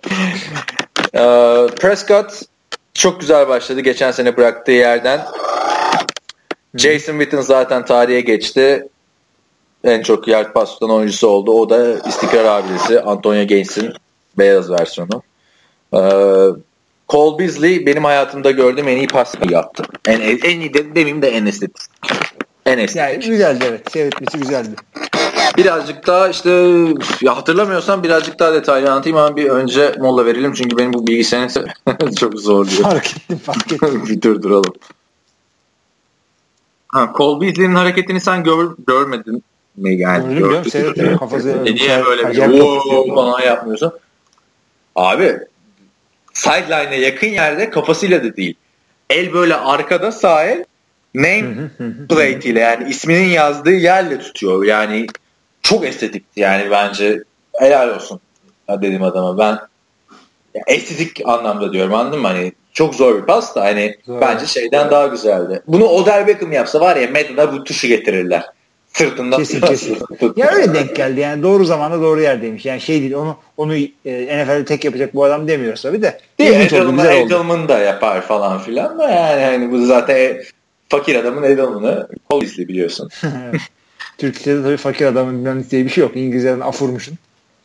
Prescott çok güzel başladı. Geçen sene bıraktığı yerden. Jason Witten zaten tarihe geçti. En çok yard pas tutan oyuncusu oldu. O da istikrar abidesi. Antonio Gaines'in beyaz versiyonu. Cole Beasley benim hayatımda gördüğüm en iyi pas yaptı. En iyi demeyeyim de en estetik. Yani güzeldi evet. Seyretmesi güzeldi. Birazcık daha ya hatırlamıyorsam birazcık daha detaylı anlatayım ama bir önce mola verelim çünkü benim bu bilgisayarım çok zorluyor. Fark ettim. Bir durduralım. Cole Beasley'nin hareketini sen görmedin mi yani? Gördüm seyrettim kafası. Niye böyle bir falan yapmıyorsun? Abi sideline'e yakın yerde kafasıyla da değil. El böyle arkada sağ el name plate ile yani isminin yazdığı yerle tutuyor. Yani çok estetikti yani bence. Helal olsun dediğim adama. Ben estetik anlamda diyorum anladın mı? Hani çok zor bir pas da hani zor. Bence şeyden daha güzeldi. Bunu Odell Beckham yapsa var ya Madden'a bu tuşu getirirler. Sırtından. Kesin. Ya öyle denk geldi yani doğru zamanda doğru yerdeymiş. Yani şey değil onu NFL'de tek yapacak bu adam demiyoruz tabii de. Edelman da yapar falan filan da yani hani bu zaten fakir adamın Edelman'ı Cole Beasley biliyorsun. Türkiye'de tabii fakir adamın diye bir şey yok. İngilizlerden afurmuşsun.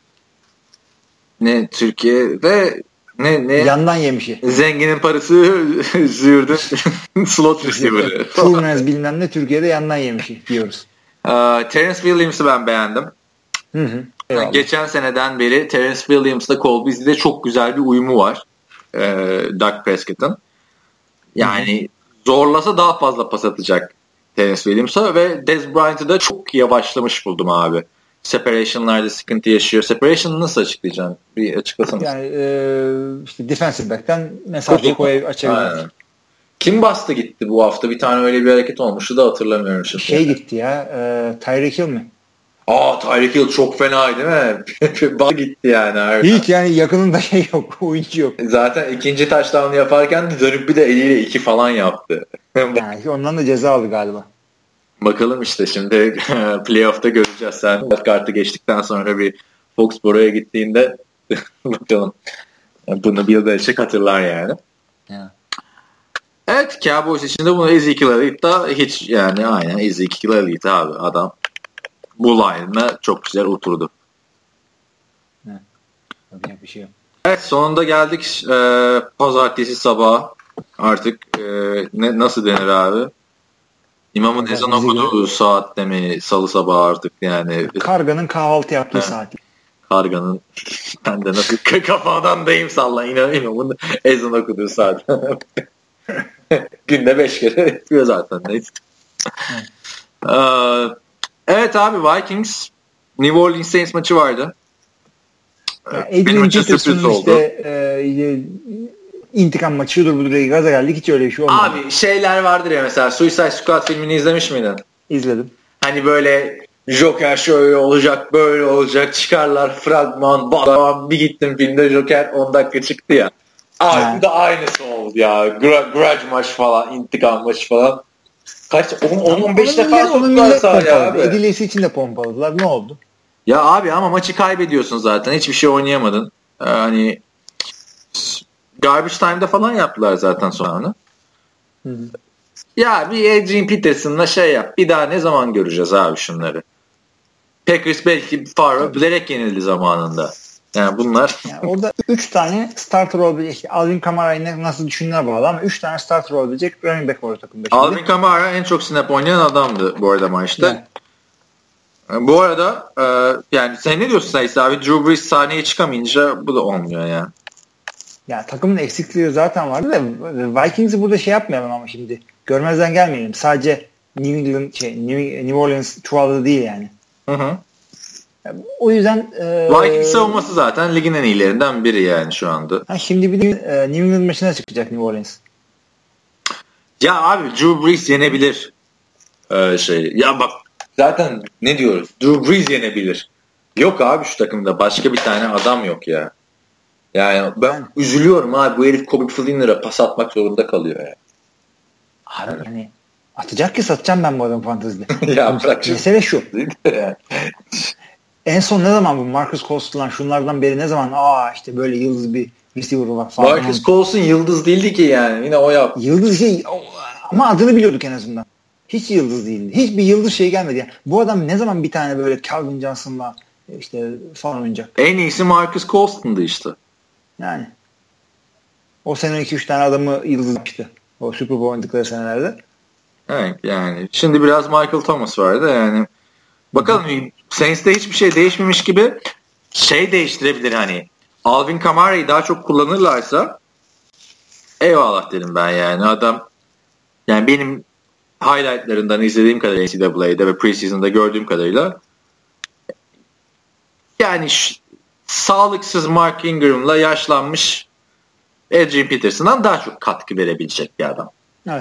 Ne Türkiye'de ne yandan yemişi. Zenginin parası züğürdün slot receiver'ı. Furnez bilmem ne Türkiye'de yandan yemişi diyoruz. Terence Williams'ı ben beğendim. Geçen seneden beri Terence Williams'la Cole Beasley'de çok güzel bir uyumu var. Dak Prescott'ın. Yani zorlasa daha fazla pas atacak Terence Williams'a ve Dez Bryant'ı da çok yavaşlamış buldum abi. Separation'larda sıkıntı yaşıyor. Separation'ı nasıl açıklayacaksın? Bir açıklasanız. Yani işte defensive back'ten mesafeyi açabilir. Kim bastı gitti bu hafta? Bir tane öyle bir hareket olmuştu da hatırlamıyorum şimdi. Gitti ya. Tyreek Hill mi? Tyreek Hill çok fenaydı değil mi? Bastı gitti yani. Hiç yani yakınında yok. Oyuncu yok. Zaten ikinci touchdown'ı yaparken dönüp bir de eliyle 2 falan yaptı. Yani ondan da ceza aldı galiba. Bakalım işte şimdi playoff'ta göreceğiz. Sen kartı geçtikten sonra bir Foxboro'ya gittiğinde bakalım. Bunu Bill Belichick hatırlar yani. Yeah. Evet Cowboys için de bunu Ezekiel Elliott'da hiç yani aynen Ezekiel Elliott abi adam bu line'la çok güzel oturdu. Evet. Bir şey yok. Evet sonunda geldik pazartesi sabahı artık nasıl denir abi? İmamın ezan okuduğu saatte mi salı sabahı artık yani. Karganın kahvaltı yaptığı saat. Karganın ben de nasıl kafadan deyim salla imamın ezan okuduğu saat. Günde 5 kere yapıyor zaten. Neyse. Evet abi Vikings New Orleans Saints maçı vardı. Benim için sürpriz oldu. İntikam maçıdır budur gaza geldik, hiç öyle bir şey olmadı. Abi şeyler vardır ya, mesela Suicide Squad filmini izlemiş miydin? İzledim. Hani böyle Joker şöyle olacak böyle olacak, çıkarlar fragman bam, bir gittim filmde Joker 10 dakika çıktı ya. Abi bu da aynısı oldu ya. Grudge maç falan, intikam maçı falan. Kaç 10-15 defa soktular sahaya abi. Edilesi için de pompaladılar. Ne oldu? Ya abi ama maçı kaybediyorsun zaten. Hiçbir şey oynayamadın. Hani garbage time'da falan yaptılar zaten sonra. Ya bir Adrian Peterson'la şey yap. Bir daha ne zaman göreceğiz abi şunları? Packers belki Favre bilerek yenildi zamanında. Yani bunlar. Yani orada 3 tane starter olabilecek. İşte Alvin Kamara'yı nasıl düşündüğüne bağlı ama 3 tane starter olabilecek running back var takımda. Alvin Kamara en çok snap oynayan adamdı bu arada maçta. Yani. Bu arada yani sen ne diyorsun Sayıs abi? Drew Brees sahneye çıkamayınca bu da olmuyor yani. Ya takımın eksikliği zaten vardı da Vikings'i burada şey yapmayalım ama şimdi. Görmezden gelmeyelim. Sadece New Orleans çuvalladı değil yani. Hı. O yüzden Vikings savunması zaten ligin en iyilerinden biri yani şu anda. Şimdi bir de New England maçına çıkacak New Orleans. Ya abi Drew Brees yenebilir. Ya bak zaten ne diyoruz? Drew Brees yenebilir. Yok abi şu takımda başka bir tane adam yok ya. Yani ben üzülüyorum abi, bu herif Coby Fleener'a pas atmak zorunda kalıyor ya. Abi yani atacak ki satacağım ben bu adamı fantezide. Ya bırak şimdi. Mesele şu. En son ne zaman bu Marcus Colston'dan şunlardan beri ne zaman işte böyle yıldız bir receiver var falan. Marcus Colston yıldız değildi ki yani. Yine o yaptı. Yıldız ama adını biliyorduk en azından. Hiç yıldız değildi. Hiçbir yıldız şey gelmedi yani. Bu adam ne zaman bir tane böyle Calvin Johnson'la işte falan oynayacak. En iyisi Marcus Colston'dı işte. Yani. O sene 2-3 tane adamı yıldız yapmıştı. O Super Bowl oynadıkları senelerde. Evet yani. Şimdi biraz Michael Thomas vardı yani. Bakalım Saints'te hiçbir şey değişmemiş gibi şey değiştirebilir hani. Alvin Kamara'yı daha çok kullanırlarsa eyvallah derim ben yani. Adam yani benim highlightlarından izlediğim kadarıyla NCAA'de ve preseason'da gördüğüm kadarıyla yani sağlıksız Mark Ingram'la yaşlanmış Adrian Peterson'dan daha çok katkı verebilecek bir adam. Evet.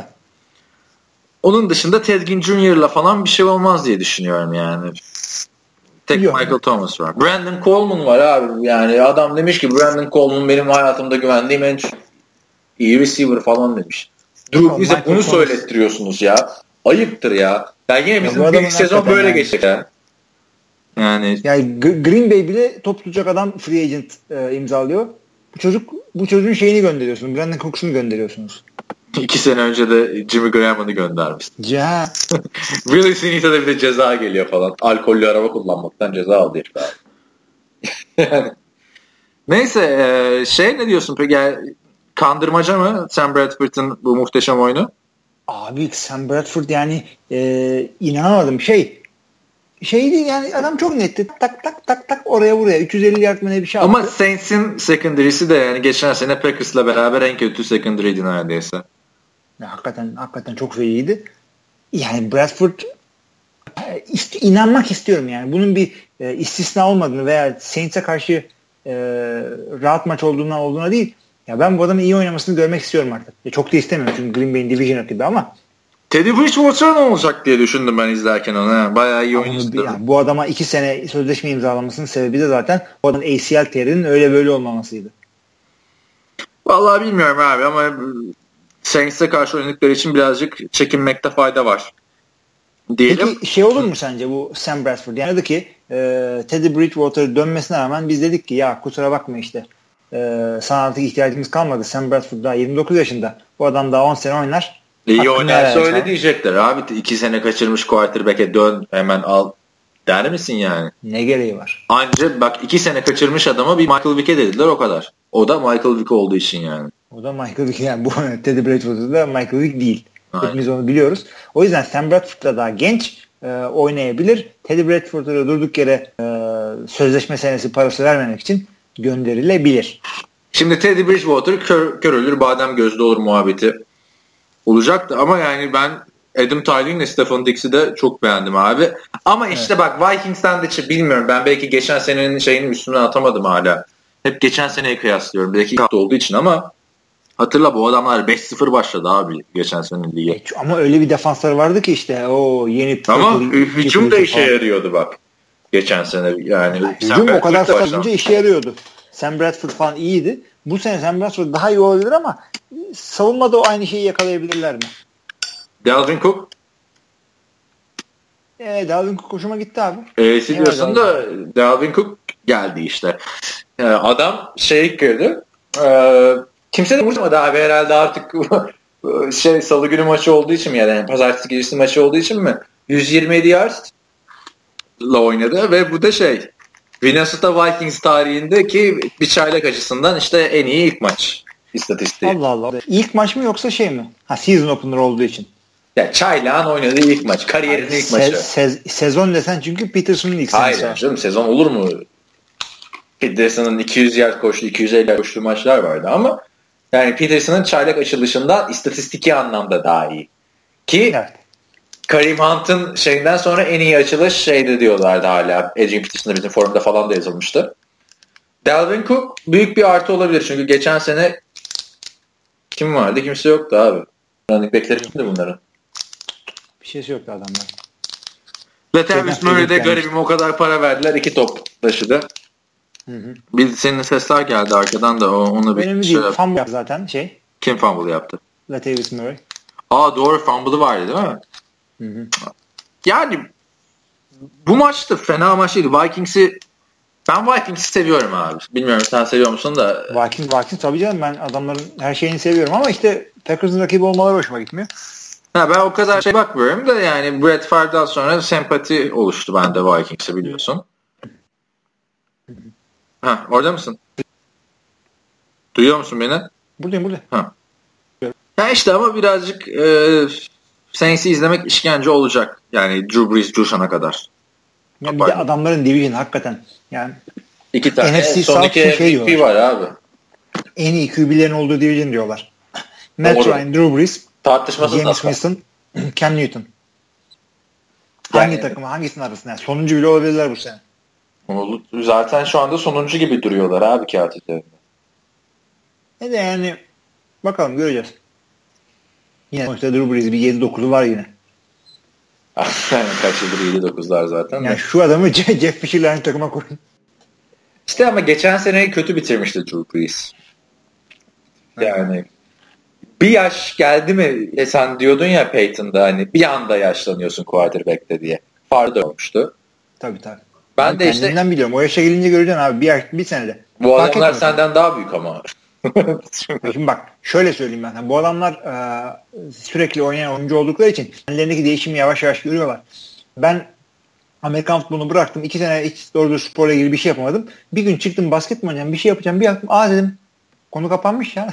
Onun dışında Ted Ginn Jr.'la falan bir şey olmaz diye düşünüyorum yani. Tek yok. Michael Thomas var. Brandon Coleman var abi. Yani adam demiş ki Brandon Coleman benim hayatımda güvendiğim en iyi receiver falan demiş. Drew bize bunu söylettiriyorsunuz ya. Ayıptır ya. Yani yine bizim ilk sezon böyle geçecek ya. Yani Green Bay bile top tutacak adam free agent imzalıyor. Bu çocuğun şeyini gönderiyorsunuz. Brandon Cooks'unu gönderiyorsunuz. 2 sene önce de Jimmy Graham'ını göndermiş. Ya. Willie Snead'e bir de ceza geliyor falan. Alkollü araba kullanmaktan ceza aldı herif abi. Yani. Neyse ne diyorsun peki? Yani, kandırmaca mı Sam Bradford'ın bu muhteşem oyunu? Abi Sam Bradford yani inanamadım. Şey değil yani, adam çok netti. Tak oraya buraya 350 yard mı ne bir şey Ama attı. Saints'in secondary'si de yani geçen sene Packers'la beraber en kötü secondary'di neredeyse. Ya, hakikaten çok iyiydi. Yani Bradford inanmak istiyorum yani. Bunun bir istisna olmadığını veya Saints'e karşı rahat maç olduğuna değil. Ya ben bu adamın iyi oynamasını görmek istiyorum artık. Çok da istemiyorum çünkü Green Bay'in division rakibi ama Teddy Bridgewater ne olacak diye düşündüm ben izlerken onu. Yani bayağı iyi oyuncu. Yani bu adama 2 sene sözleşme imzalamasının sebebi de zaten bu adamın ACL teorinin öyle böyle olmamasıydı. Vallahi bilmiyorum abi ama Saints'e karşı oynadıkları için birazcık çekinmekte fayda var. Diyelim. Peki şey olur mu sence bu Sam Bradford? Yani dedi ki Teddy Bridgewater dönmesine rağmen biz dedik ki ya kusura bakma işte sana artık ihtiyacımız kalmadı. Sam Bradford daha 29 yaşında. Bu adam daha 10 sene oynar. İyi oynarsa öyle diyecekler abi. 2 sene kaçırmış quarterback'e dön hemen al der misin yani? Ne gereği var? Anca bak 2 sene kaçırmış adama bir Michael Vick'e dediler o kadar. O da Michael Vick olduğu için yani. O da Michael Vick yani bu Teddy Bridgewater da Michael Vick değil. Aynen. Hepimiz onu biliyoruz. O yüzden Sam Bradford da daha genç oynayabilir. Teddy Bridgewater'a durduk yere sözleşme senesi parası vermemek için gönderilebilir. Şimdi Teddy Bridgewater kör ölür badem gözlü olur muhabbeti olacaktı ama yani ben Adam Thielen ile Stefon Diggs'i de çok beğendim abi. Ama işte bak Vikings'ten de bilmiyorum. Ben belki geçen senenin şeyini üstüne atamadım hala. Hep geçen seneye kıyaslıyorum. Belki ilk hafta olduğu için ama hatırla bu adamlar 5-0 başladı abi geçen senenin lige. Ama öyle bir defansları vardı ki işte o yeni ama hücum da işe yarıyordu bak. Geçen sene yani. Hücum o kadar fazla işe yarıyordu. Sam Bradford falan iyiydi. Bu sene Sam Bradford daha iyi olabilir ama savunmada o aynı şeyi yakalayabilirler mi? Dalvin Cook? Dalvin Cook hoşuma gitti abi. Diyorsun da Dalvin Cook geldi işte. Adam girdi. Kimse de vurmadı abi herhalde artık salı günü maçı olduğu için mi yani pazartesi gecesi maçı olduğu için mi? 127 yardla oynadı ve bu da Minnesota Vikings tarihindeki bir çaylak açısından işte en iyi ilk maç istatistiği. Allah Allah. İlk maç mı yoksa mi? Season opener olduğu için. Ya çaylağın oynadığı ilk maç. Kariyerinin ilk maçı. Sezon desen çünkü Peterson'un ilk senesi. Hayır canım sezon olur mu? Peterson'ın 200 yard koştu, 250 yard koştuğu maçlar vardı ama yani Peterson'ın çaylak açılışından istatistiki anlamda daha iyi. Ki evet. Kareem Hunt'ın şeyinden sonra en iyi açılış diyorlardı hala. Edging Petition'da bizim forumda falan da yazılmıştı. Dalvin Cook büyük bir artı olabilir çünkü geçen sene kim vardı? Kimse yoktu abi. Running back'leri kimdi bunların? Bir şeysi yoktu adamlar. Latavius Murray'de garibim o kadar para verdiler. 2 top taşıdı. Bir senin sesler geldi arkadan da ona benim bir fumble yaptı zaten Kim fumble yaptı? Latavius Murray. Doğru fumble'ı vardı değil mi? Hı. Yani bu maçta fena maç değil. Ben Vikings'i seviyorum abi. Bilmiyorum sen seviyor musun da. Vikings tabii canım ben adamların her şeyini seviyorum ama işte Packers'ın rakibi olmaları hoşuma gitmiyor. Ben o kadar bakmıyorum da yani Brett Favre'dan sonra sempati oluştu bende Vikings'e biliyorsun. Orada mısın? Duyuyor musun beni? Buradayım. Ya işte ama birazcık Saints'i izlemek işkence olacak. Yani Drew Brees coşana kadar. Ya bir de adamların division hakikaten. Yani 2 tane son 2 MVP var abi. En iyi QB'lerin olduğu division diyorlar. Matt Ryan, Drew Brees, James Winston, Cam Newton. Hangi takımı, hangisinin arasında? Yani sonuncu bile olabilirler bu sene. Zaten şu anda sonuncu gibi duruyorlar abi kağıt üzerinde. Ne de yani bakalım göreceğiz. Yine sonuçta Drew Brees bir 7-9'u var yine. Kaç yıldır 7-9'lar zaten. Yani şu adamı Jeff Fisher'le aynı takıma koyun. İşte ama geçen sene kötü bitirmişti Drew Brees. Yani bir yaş geldi mi sen diyordun ya Peyton'da hani bir anda yaşlanıyorsun quarterback'te diye. Farda olmuştu. Tabii. Ben de kendimden biliyorum. O yaşa gelince göreceksin abi bir senede. Bu adamlar senden daha büyük ama. Şimdi bak şöyle söyleyeyim ben. Bu adamlar sürekli oynayan oyuncu oldukları için kendilerindeki değişimi yavaş yavaş görüyorlar. Ben Amerikan futbolunu bıraktım. 2 sene hiç doğru sporla ilgili bir şey yapamadım. Bir gün çıktım basket mi oynayacağım bir şey yapacağım. Bir yaptım. Dedim konu kapanmış ya.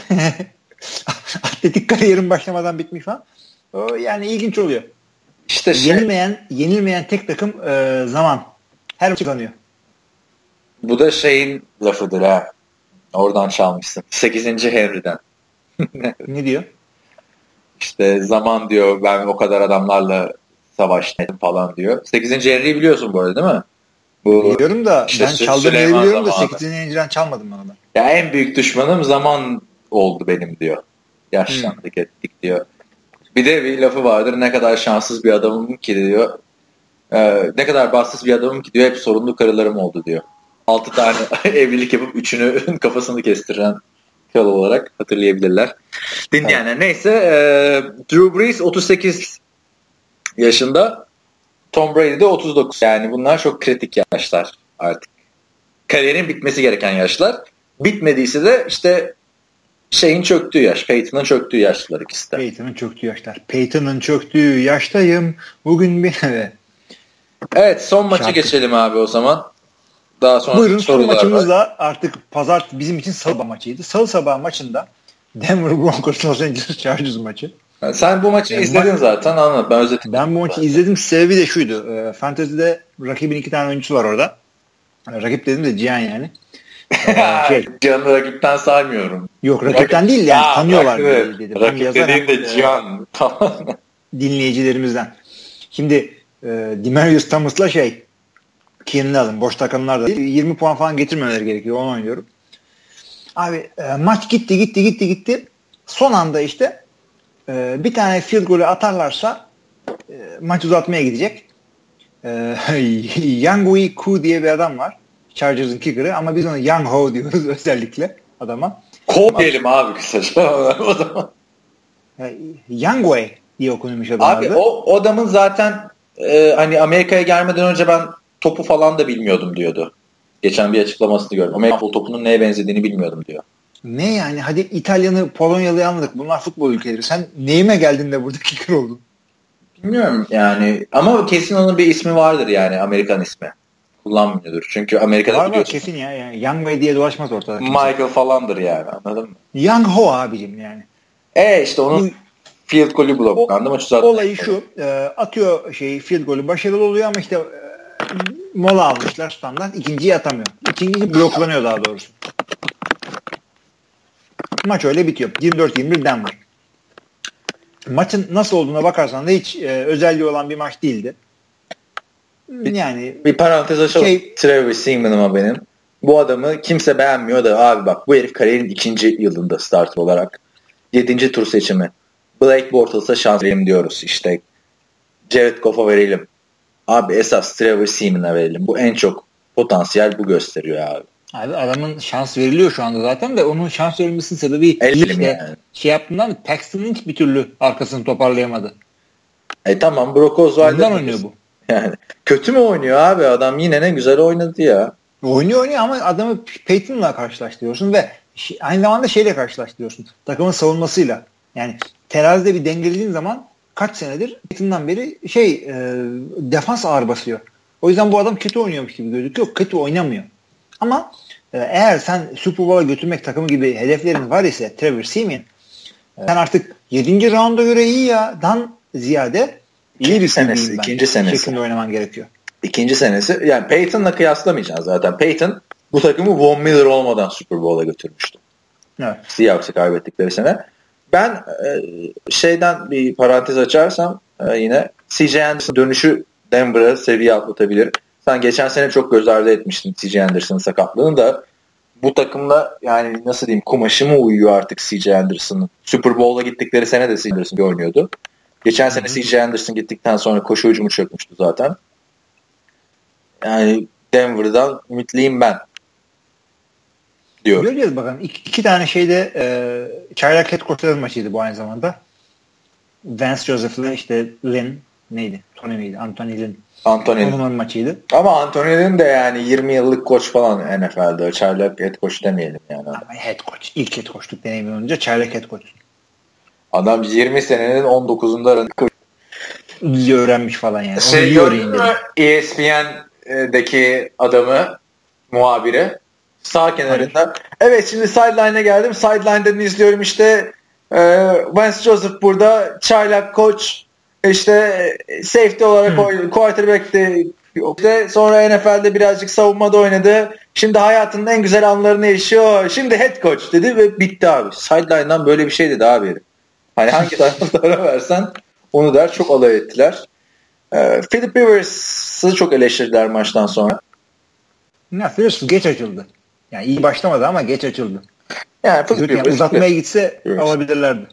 Atletik kariyerim başlamadan bitmiş falan. Yani ilginç oluyor. İşte yenilmeyen tek takım zaman. Her maçı kazanıyor. Bu da lafıdır ha. Oradan çalmışsın. 8. Henry'den. Ne diyor? İşte zaman diyor ben o kadar adamlarla savaştım falan diyor. 8. Henry'yi biliyorsun bu arada değil mi? Biliyorum da işte ben çaldığım yeri biliyorum da 8. Henry'den çalmadım ben onu. Ya en büyük düşmanım zaman oldu benim diyor. Yaşlandık ettik diyor. Bir de bir lafı vardır ne kadar şanssız bir adamım ki diyor. Ne kadar bahtsız bir adamım ki diyor hep sorunlu karılarım oldu diyor. 6 tane evlilik yapıp 3'ünü kafasını kestiren kral olarak hatırlayabilirler. Dinleyenler evet. Neyse Drew Brees 38 yaşında Tom Brady de 39. Yani bunlar çok kritik yaşlar artık. Kariyerin bitmesi gereken yaşlar. Bitmediyse de işte çöktüğü yaş. Peyton'ın çöktüğü yaşlar ikisi de. Peyton'ın çöktüğü yaşlar. Peyton'ın çöktüğü yaştayım. Bugün bir... Evet son maça geçelim abi o zaman. Daha sonra buyurun son maçımızda artık pazar bizim için salı sabah maçıydı. Salı sabah maçında Denver Broncos Los Angeles Chargers maçı. Sen bu maçı izledin zaten anlat. Ben bu maçı izledim. Sebebi de şuydu. Fantasy'de rakibin 2 tane oyuncusu var orada. Rakip dedim de Cihan yani. Cihan'ı rakipten saymıyorum. Yok rakipten değil yani tanıyorlar. Rakip dediğin de Cihan. dinleyicilerimizden. Şimdi Demaryius Thomas'la Keenan Allen boş takımlar da 20 puan falan getirmemeleri gerekiyor. Onu oynuyorum. Abi maç gitti. Son anda işte bir tane field golü atarlarsa maç uzatmaya gidecek. Younghoe Koo diye bir adam var. Chargers'ın kicker'ı ama biz onu Young Ho diyoruz özellikle adama. Ko diyelim abi kısaca o zaman. Younghoe diye okunuyormuş adam. Abi o adamın zaten hani Amerika'ya gelmeden önce ben topu falan da bilmiyordum diyordu. Geçen bir açıklamasını gördüm. Amerikan topunun neye benzediğini bilmiyordum diyor. Ne yani? Hadi İtalyan'ı, Polonyalı'yı anladık. Bunlar futbol ülkeleri. Sen neyime geldin de burada kicker oldun? Bilmiyorum yani. Ama kesin onun bir ismi vardır yani. Amerikan ismi. Kullanmıyordur. Çünkü Amerika'da var kesin ya. Yani Younghoe diye dolaşmaz ortada. Michael falandır yani. Anladın mı? Young Ho abicim yani. İşte onun field golü bloklandı. Maçı zaten. Olayı şu. Atıyor field golü başarılı oluyor ama işte mola almışlar standart. İkinciyi atamıyor. İkincisi bloklanıyor daha doğrusu. Maç öyle bitiyor. 24-21 Denver. Maçın nasıl olduğuna bakarsan da hiç özelliği olan bir maç değildi. Yani bir parantez açalım. Trevor Seaman'ıma benim. Bu adamı kimse beğenmiyor da abi bak bu herif kariyerin 2. yılında starter olarak 7. tur seçimi. Blake Bortles'a şans verelim diyoruz işte. Jared Goff'a verelim. Abi esas Trevor Seaman'a verelim. Bu en çok potansiyel bu gösteriyor abi. Abi adamın şans veriliyor şu anda zaten de onun şans verilmesinin sebebi yani. Yaptığından Paxton'ın hiç bir türlü arkasını toparlayamadı. Tamam Brock Osweiler. Ondan oynuyor bu. Yani kötü mü oynuyor abi? Adam yine ne güzel oynadı ya. Oynuyor ama adamı Peyton'la karşılaştırıyorsun ve aynı zamanda şeyle karşılaştırıyorsun. Takımın savunmasıyla. Yani terazide bir dengelediğin zaman kaç senedir Peyton'dan beri defans ağır basıyor. O yüzden bu adam kötü oynuyormuş gibi gözüküyor. Kötü oynamıyor. Ama eğer sen Super Bowl'a götürmek takımı gibi hedeflerin var ise Trevor Seaman sen artık 7. rounda göre iyi ya dan ziyade iyi bir senesi, ikinci senesi şeklinde oynaman gerekiyor. İkinci senesi. Yani Peyton'la kıyaslamayacaksın zaten. Peyton bu takımı Von Miller olmadan Super Bowl'a götürmüştü. Evet. Seahawks'ı kaybettikleri sene. Ben şeyden bir parantez açarsam yine CJ Anderson dönüşü Denver'a seviye atlatabilir. Sen geçen sene çok göz ardı etmiştin CJ Anderson'ın sakatlığını da bu takımda yani nasıl diyeyim kumaşı mı uyuyor artık CJ Anderson'ın? Super Bowl'a gittikleri sene de CJ Anderson oynuyordu. Geçen sene CJ Anderson gittikten sonra koşu hücumu çökmüştü zaten. Yani Denver'dan ümitliyim ben. Diyor. Göreceğiz bakalım. İki tane şeyde çaylak head coach'ların maçıydı bu aynı zamanda. Vance Joseph'la işte Lynn neydi? Tony miydi? Anthony Lynn. Onun maçıydı. Ama Anthony Lynn de yani 20 yıllık koç falan NFL'de. Çaylak head coach demeyelim yani. Ama head coach. İlk head coachluk deneyimi olunca çaylak head coach. Adam 20 senenin 19'unda İyi öğrenmiş falan yani. Gördün mü ESPN'deki adamı muhabiri sağ kenarında. Hayır. Evet şimdi sideline'e geldim. Sideline'den izliyorum işte Vance Joseph burada çaylak koç işte safety olarak quarterback'te işte sonra NFL'de birazcık savunmada oynadı. Şimdi hayatının en güzel anlarını yaşıyor. Şimdi head coach dedi ve bitti abi. Sideline'dan böyle bir şey dedi abi. Hani hangi tarafa versen onu der. Çok alay ettiler. Philip Rivers'ı çok eleştirdiler maçtan sonra. Rivers geç açıldı. Yani iyi başlamadı ama geç açıldı. Yani uzatmaya gitse alabilirlerdi.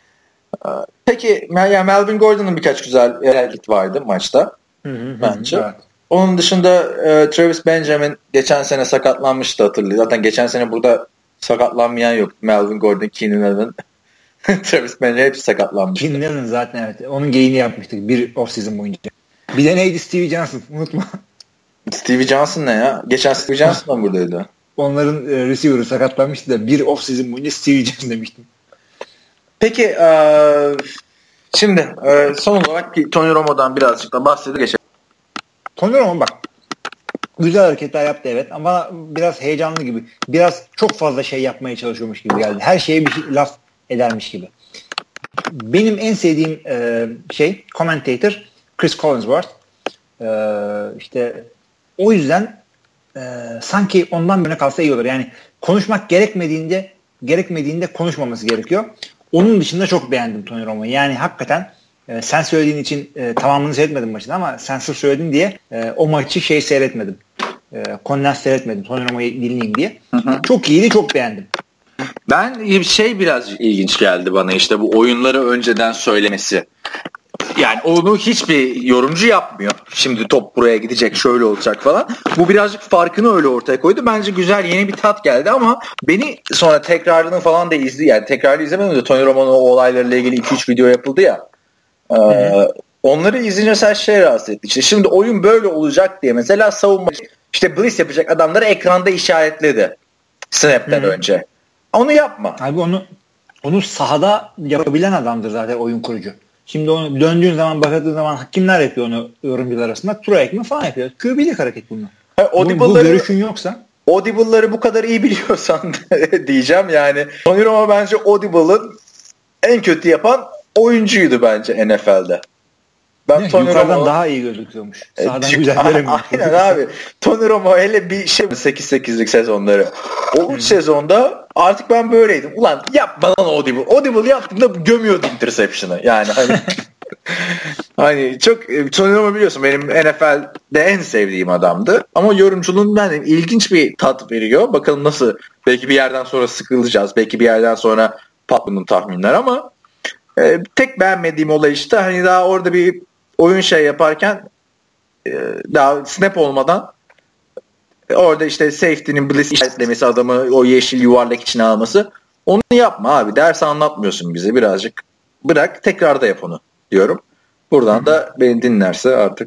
Peki yani Melvin Gordon'un birkaç güzel yerellik vardı maçta. Bence. Evet. Onun dışında Travis Benjamin geçen sene sakatlanmıştı hatırlıyor. Zaten geçen sene burada sakatlanmayan yok. Melvin Gordon, Keenan Allen, Travis Benjamin hepsi sakatlanmıştı. Keenan Allen zaten evet. Onun geyini yapmıştık bir off-season boyunca. Bir de neydi Stevie Johnson? Unutma. Stevie Johnson ne ya? Geçen Stevie Johnson da buradaydı. Onların receiver'ı sakatlanmıştı da bir off-season boyunca Stevie Johnson demiştim. Peki şimdi son olarak Tony Romo'dan birazcık da bahsedip geçelim. Tony Romo bak güzel hareketler yaptı evet ama biraz heyecanlı gibi. Biraz çok fazla şey yapmaya çalışıyormuş gibi geldi. Her şeye bir laf edermiş gibi. Benim en sevdiğim commentator Chris Collinsworth. İşte o yüzden sanki ondan birine kalsa iyi olur. Yani konuşmak gerekmediğinde konuşmaması gerekiyor. Onun dışında çok beğendim Tony Romo'yu. Yani hakikaten sen söylediğin için tamamını seyretmedim maçın ama sen sırf söyledin diye o maçı seyretmedim. Kondens seyretmedim. Tony Romo'yu dinleyeyim diye. Hı. Çok iyiydi. Çok beğendim. Ben biraz ilginç geldi bana işte bu oyunları önceden söylemesi. Yani onu hiçbir yorumcu yapmıyor. Şimdi top buraya gidecek, şöyle olacak falan. Bu birazcık farkını öyle ortaya koydu. Bence güzel, yeni bir tat geldi ama beni sonra tekrarını falan da yani tekrarını izlemedim de Tony Romo'nun o olaylarıyla ilgili 2-3 video yapıldı ya. Onları izleyince sen rahatsız etti. İşte şimdi oyun böyle olacak diye mesela savunma işte blitz yapacak adamları ekranda işaretledi. Snap'ten önce. Onu yapma. Abi onu sahada yapabilen adamdır zaten oyun kurucu. Şimdi onu döndüğün zaman bakadığın zaman kimler yapıyor onu yorumcular arasında? Troy Aikman falan yapıyor. QB'lik hareket bunlar. Bu görüşün yoksa. Audible'ları bu kadar iyi biliyorsan diyeceğim yani. Tony Romo bence Audible'ın en kötü yapan oyuncuydu bence NFL'de. Yukarıdan daha iyi gözüküyormuş. Sağdan güzel veremiyor. Aynen abi. Tony Romo hele bir 8-8'lik sezonları. O 3 sezonda artık ben böyleydim. Ulan yapma lan Audible. Audible yaptığımda gömüyordu interception'ı. Yani hani çok Tony Romo biliyorsun benim NFL'de en sevdiğim adamdı. Ama yorumculuğun ilginç bir tat veriyor. Bakalım nasıl. Belki bir yerden sonra sıkılacağız. Belki bir yerden sonra patlı'nın tahminler ama tek beğenmediğim olay işte hani daha orada bir oyun yaparken daha snap olmadan orada işte safety'nin blitz işaretlemesi, adamı o yeşil yuvarlak içine alması, onu yapma abi, ders anlatmıyorsun bize, birazcık bırak tekrarda yap onu diyorum. Buradan da beni dinlerse artık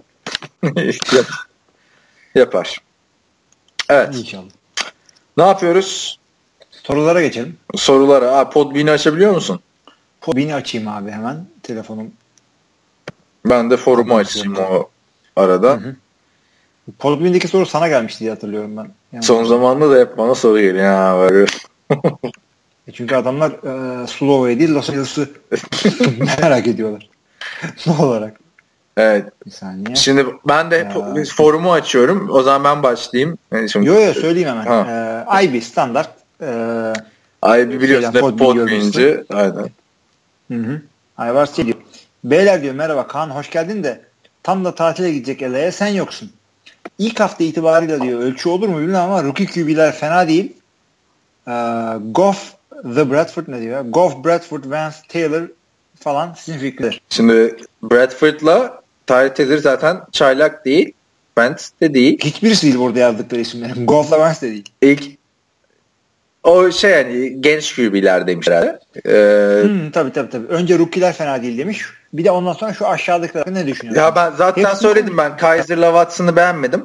yapar. Evet. İnşallah. Ne yapıyoruz? Sorulara geçelim. Sorulara. Podbean'i açabiliyor musun? Podbean'i açayım abi hemen. Telefonum. Ben de forumu açayım o arada. Podbean'deki soru sana gelmişti diye hatırlıyorum ben. Yani son zamanlarda da hep bana soru geliyor. Ya, çünkü adamlar Slovenya değil Los Angeles'ı merak ediyorlar. Ne olarak? Evet. Bir saniye. Şimdi ben de forumu açıyorum. O zaman ben başlayayım. Yo söyleyeyim hemen. IB standart. IB biliyorsun hep Podbean'ci. Aynen. Ayvar diyor. Beyler diyor, merhaba Kaan, hoş geldin de tam da tatile gidecek LA'ya sen yoksun. İlk hafta itibariyle diyor ölçü olur mu bilmiyorum ama rookie QB'ler fena değil. Goff, The Bradford ne diyor? Goff, Bradford, Vance, Taylor falan sizin fikirler. Şimdi Bradford'la Taylor zaten çaylak değil. Vance de değil. Hiçbirisi değil burada yazdıkları isimlerin. Goff'la Vance de değil. İlk o yani genç QB'ler demişler. Tabii. Önce rookie'ler fena değil demiş. Bir de ondan sonra şu aşağıdakiler ne düşünüyorsun? Ya ben zaten söyledim, ben Kaiser'la Watson'ı beğenmedim.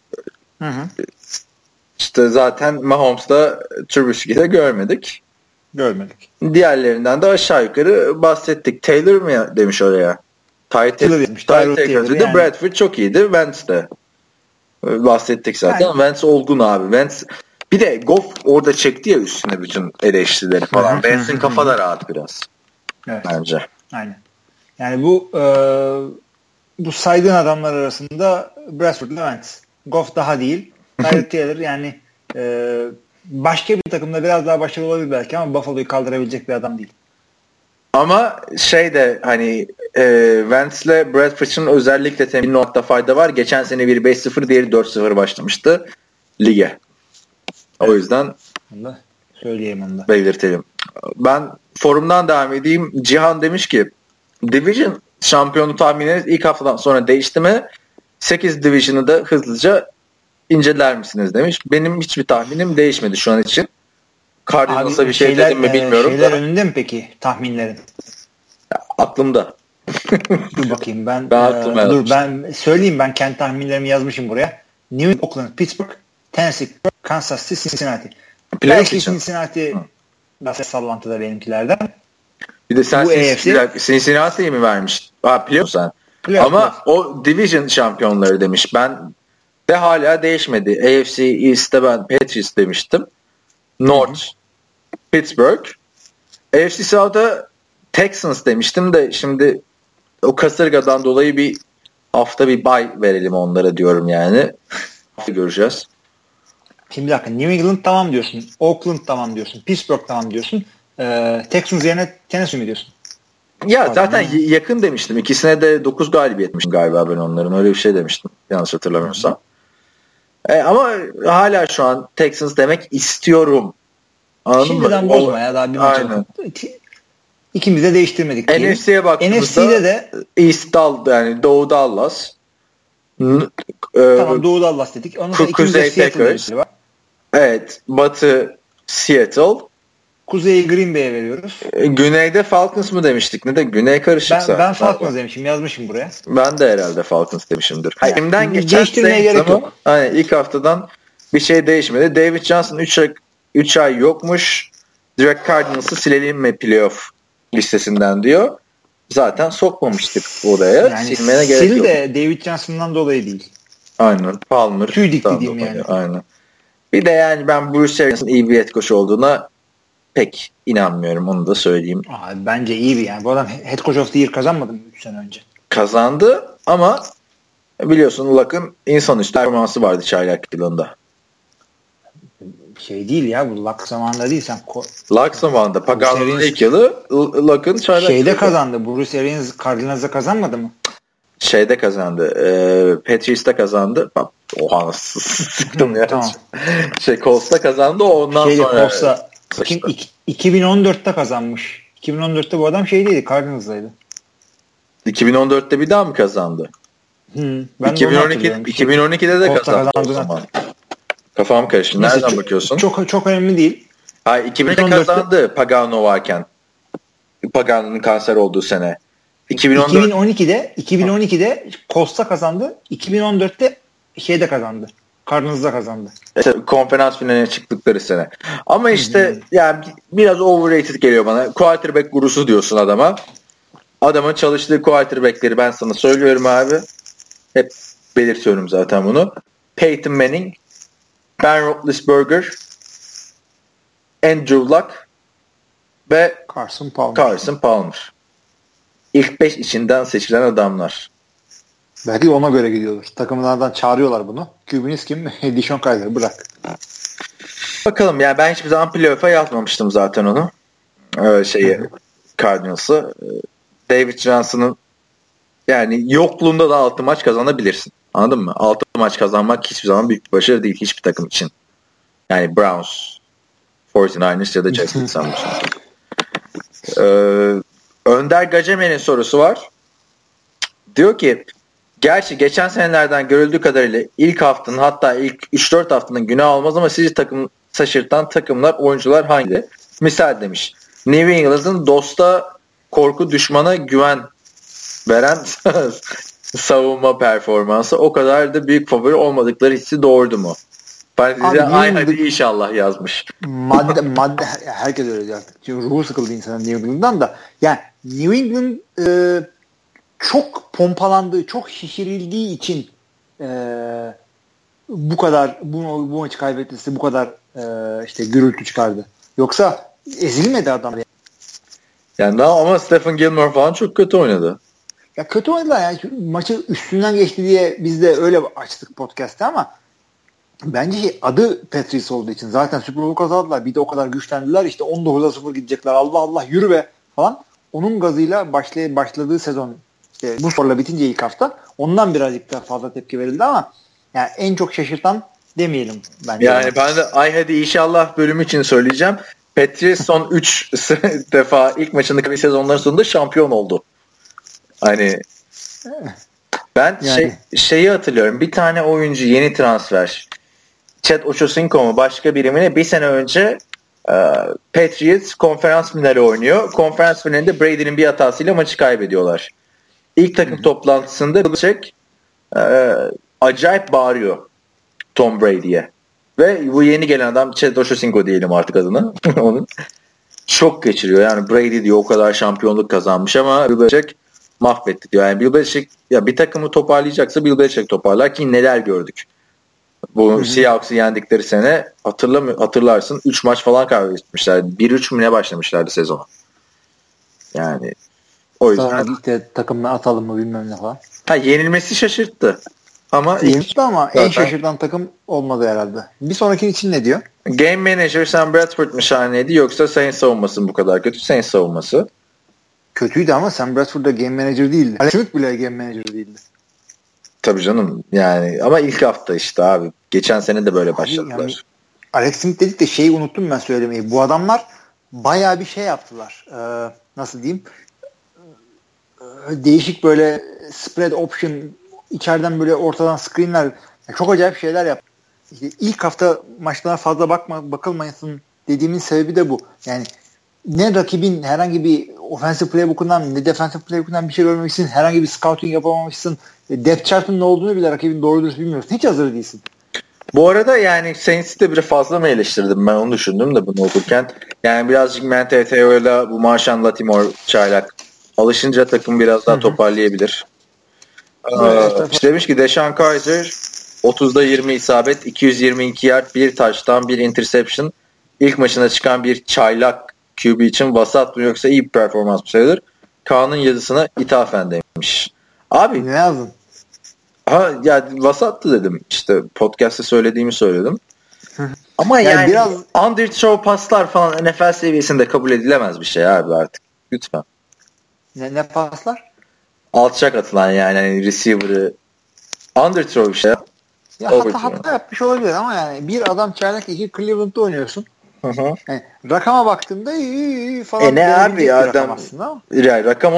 İşte zaten Mahomes'la Trubisky'de görmedik. Diğerlerinden de aşağı yukarı bahsettik. Taylor mı demiş oraya? Taylor yani. Bradford çok iyiydi. Vance de bahsettik zaten. Yani. Vance olgun abi. Vance bir de Goff orada çekti ya üstüne bütün eleştirileri falan. Vance'in kafa da rahat biraz. Evet. Bence. Aynen. Yani bu saydığın adamlar arasında Bradford ile Vance. Goff daha değil. Taylor yani başka bir takımda biraz daha başarılı olabilir belki ama Buffalo'yu kaldırabilecek bir adam değil. Ama de hani Vance'le Bradford'un özellikle temin nokta fayda var. Geçen sene biri 5-0 diğeri 4-0 başlamıştı lige. O yüzden söyleyeyim onu da. Belirtelim. Ben forumdan devam edeyim. Cihan demiş ki Division şampiyonu tahmininiz ilk haftadan sonra değişti mi? 8 Division'ı da hızlıca inceler misiniz demiş. Benim hiçbir tahminim değişmedi şu an için. Cardinals'a bir şey dedim mi bilmiyorum. Şeyler önünde mi peki tahminlerin? Ya, aklımda. Dur bakayım ben söyleyeyim, ben kendi tahminlerimi yazmışım buraya. New England, Oakland, Pittsburgh, Tennessee, Kansas City, Cincinnati. Belki Cincinnati biraz sallantıda benimkilerden. Bir de sen Cincinnati'yi mi vermiş? Biliyor musun sen? Ama o Division şampiyonları demiş. Ben de hala değişmedi. AFC East'te ben Patriots demiştim. North, Pittsburgh. AFC South'da Texans demiştim de şimdi o kasırgadan dolayı bir hafta bir bye verelim onlara diyorum yani. Göreceğiz. Şimdi bir dakika, New England tamam diyorsun. Oakland tamam diyorsun. Pittsburgh tamam diyorsun. Texans yerine Tennessee mi diyorsun? Ya zaten yakın demiştim. İkisine de 9 galibiyetmişim galiba ben onların. Öyle bir şey demiştim. Yanlış hatırlamıyorsam. Ama hala şu an Texans demek istiyorum. Anladın Şimdiden mı? bozma ya daha bir maç. İkimiz de değiştirmedik. NFC'ye baktığımızda NFC'de de East yani Doğu Dallas. Tamam Doğu Dallas dedik. Onu da Kuzey Packers. Evet. Batı Seattle. Kuzey'i Green Bay'e veriyoruz. Güneyde Falcons mı demiştik? Ne de Güney karışık ben Falcons demişim. Yazmışım buraya. Ben de herhalde Falcons demişimdir. Elimden geçen değiştirmeye gerek yok. Hani ilk haftadan bir şey değişmedi. David Johnson 3 ay yokmuş. Direkt Cardinals'ı silelim mi playoff listesinden diyor. Zaten sokmamıştık oraya. Yani silmene gerek yok. de David Johnson'dan dolayı değil. Aynen. Palmer. Tüy dikti diyeyim yani. Aynen. Bir de yani ben Bruce Arians'ın iyi bir head coach olduğuna pek inanmıyorum. Onu da söyleyeyim. Bence iyi bir yani. Bu adam head coach of the year kazanmadı mı 3 sene önce? Kazandı ama biliyorsun Luck'ın insanüstü performansı vardı çaylak yılında. Şey değil ya bu Luck zamanında değil. Luck zamanında. Pagano'nun ilk yılı Luck'ın çaylak şeyde yılı. Kazandı. Bruce Arians Cardinals'da kazanmadı mı? Şeyde kazandı. Patriots'ta kazandı. Oha nasıl sıktım ya. Tamam. Colts'ta kazandı. Ondan sonra. Colts'ta 2014'te kazanmış. 2014'te bu adam Cardinals'daydı. 2014'te bir daha mı kazandı? Ben 2012'de de kazandı o zaman. Kafam karıştı. Nereden bakıyorsun? Çok önemli değil. Hayır 2012'de kazandı Pagano varken. Pagano'nun kanser olduğu sene. 2012'de Colts'ta kazandı. 2014'te kazandı. Cardinals'da kazandı. Konferans finaline çıktıkları sene. Ama işte yani biraz overrated geliyor bana. Quarterback gurusu diyorsun adama. Adamın çalıştığı quarterback'leri ben sana söylüyorum abi. Hep belirtiyorum zaten bunu. Peyton Manning, Ben Roethlisberger, Andrew Luck ve Carson Palmer. İlk 5 içinden seçilen adamlar. Belki ona göre gidiyordur. Takımlardan çağırıyorlar bunu. QB'niz kim? Dishon Kaiser bırak. Bakalım yani ben hiçbir zaman playoff'a yazmamıştım zaten onu. Cardinals'ı. David Johnson'ın yani yokluğunda da 6 maç kazanabilirsin. Anladın mı? 6 maç kazanmak hiçbir zaman büyük bir başarı değil hiçbir takım için. Yani Browns, 49ers ya da Jets sanmışsın. Önder Gaceme'nin sorusu var. Diyor ki gerçi geçen senelerden görüldüğü kadarıyla ilk haftanın hatta ilk 3-4 haftanın günah olmaz ama sizi şaşırtan takımlar, oyuncular hangi? Misal demiş. New England'ın dosta korku düşmana güven veren savunma performansı o kadar da büyük favori olmadıkları hissi doğurdu mu? Parantezde hadi inşallah yazmış. Madde herkes öyle diyor. Çünkü ruhu sıkıldı insanın New England'dan da. Yani New England çok pompalandığı, çok şişirildiği için bu kadar bu maçı kaybettiyse bu kadar gürültü çıkardı. Yoksa ezilmedi adam. Yani ama Stephen Gilmore falan çok kötü oynadı. Ya kötü oynadılar yani maçı üstünden geçti diye biz de öyle açtık podcast'te ama bence adı Patriots olduğu için zaten Super Bowl kazandılar. Bir de o kadar güçlendiler. İşte 19'a 0 gidecekler. Allah Allah yürü be falan. Onun gazıyla başladığı sezon bu skorla bitince ilk hafta ondan birazcık daha fazla tepki verildi ama yani en çok şaşırtan demeyelim bence. Yani ben de hadi inşallah bölüm için söyleyeceğim. Patriots son 3 defa ilk maçındaki sezonların sonunda şampiyon oldu. Hani ben yani. Şeyi hatırlıyorum. Bir tane oyuncu yeni transfer. Chad Ochocinco mu başka birimine bir sene önce Patriots konferans finali oynuyor. Konferans finalinde Brady'nin bir hatasıyla maçı kaybediyorlar. İlk takım toplantısında Belichick acayip bağırıyor Tom Brady'ye. Ve bu yeni gelen adam Chad Ochocinco diyelim artık adına. Onun şok geçiriyor. Yani Brady diyor o kadar şampiyonluk kazanmış ama Belichick mahvetti diyor. Yani Bill Belichick ya bir takımı toparlayacaksa Bill Belichick toparlar ki neler gördük. Bu Seahawks'ı yendikleri sene hatırlarsın 3 maç falan kaybetmişler. 1-3 mü ne başlamışlardı sezona. Yani o yüzden sonra işte takımla atalım mı bilmem ne falan. Yenilmesi şaşırttı. Ama en şaşırtan takım olmadı herhalde. Bir sonraki için ne diyor? Game Manager Sam Bradford mı şahaneydi yoksa Saints savunması mı bu kadar kötü? Saints savunması. kötüydü ama Sam Bradford da game manager değildi. Alex Smith bile game manager değildi. Tabii canım yani ama ilk hafta işte abi. Geçen sene de böyle başladılar. Yani, Alex Smith dedik de şeyi unuttum ben söylemeyi. Bu adamlar bayağı bir şey yaptılar. Nasıl diyeyim? Değişik böyle spread option, içeriden böyle ortadan screenler, yani çok acayip şeyler yaptı. İşte ilk hafta maçlarına fazla bakılmayasın dediğimin sebebi de bu. Yani ne rakibin herhangi bir offensive playbook'undan ne defensive playbook'undan bir şey görmemişsin. Herhangi bir scouting yapamamışsın. Depth chart'ın ne olduğunu bile rakibin doğru dürüst bilmiyorsun. Hiç hazır değilsin. Bu arada yani Saints'i de bir fazla mı eleştirdim ben onu düşündüm de bunu okurken. Yani birazcık Menteteo'yla bu Marshawn Lattimore çaylak alışınca takım biraz daha toparlayabilir. İşte demiş ki Deshaun Kaiser 30'da 20 isabet, 222 yard, bir touchdown, bir interception. İlk maçına çıkan bir çaylak QB için vasat mı yoksa iyi bir performans mı sayılır? Kaan'ın yazısına ithafen demiş. Abi ne yazdın? Ya vasattı dedim. İşte podcast'te söylediğimi söyledim. Ama yani biraz underthrow paslar falan NFL seviyesinde kabul edilemez bir şey abi artık. Lütfen. Ne paslar? Alçak atılan yani receiver'ı underthrow işte. Ya hata yapmış olabilir ama yani bir adam çaylak, iki Cleveland'da oynuyorsun. Yani rakama baktığımda iyi falan. Ne abi adam aslında. Yani rakam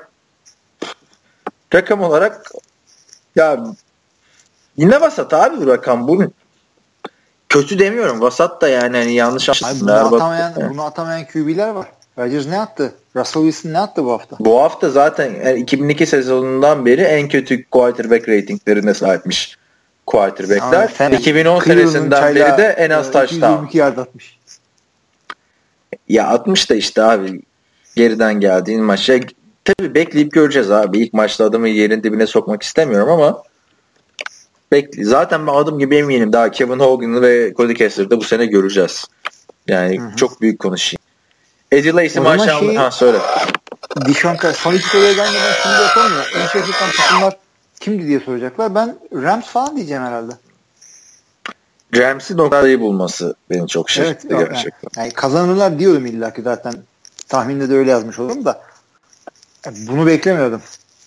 olarak ya yine vasat abi bu rakam. Bunu kötü demiyorum. Vasat da yani hani yanlış anlaşılmıyor. Bunu atamayan QB'ler var. Rodgers ne attı? Russell Wilson ne attı bu hafta? Bu hafta zaten 2002 sezonundan beri en kötü quarterback ratinglerine sahipmiş quarterbackler. 2010 senesinden beri de en az touchdown. 222 yard atmış. Ya 60 da işte abi geriden geldiğin maça tabii bekleyip göreceğiz abi. İlk maçta adamı yerin dibine sokmak istemiyorum ama zaten ben adım gibi eminim daha Kevin Hogan'ı ve Cody Kessler'ı bu sene göreceğiz. Yani çok büyük konuşayım. Eddie Lacy maçta söyle. Dishonka son iki soruya gelmeden şimdi yapalım ya. En şaşırtan takımlar kimdi diye soracaklar. Ben Rams falan diyeceğim herhalde. Rams'i noktayı bulması beni çok şaşırttı gerçekten. Yani kazanırlar diyorum illaki zaten. Tahminde de öyle yazmış olurum da. Bunu beklemiyordum.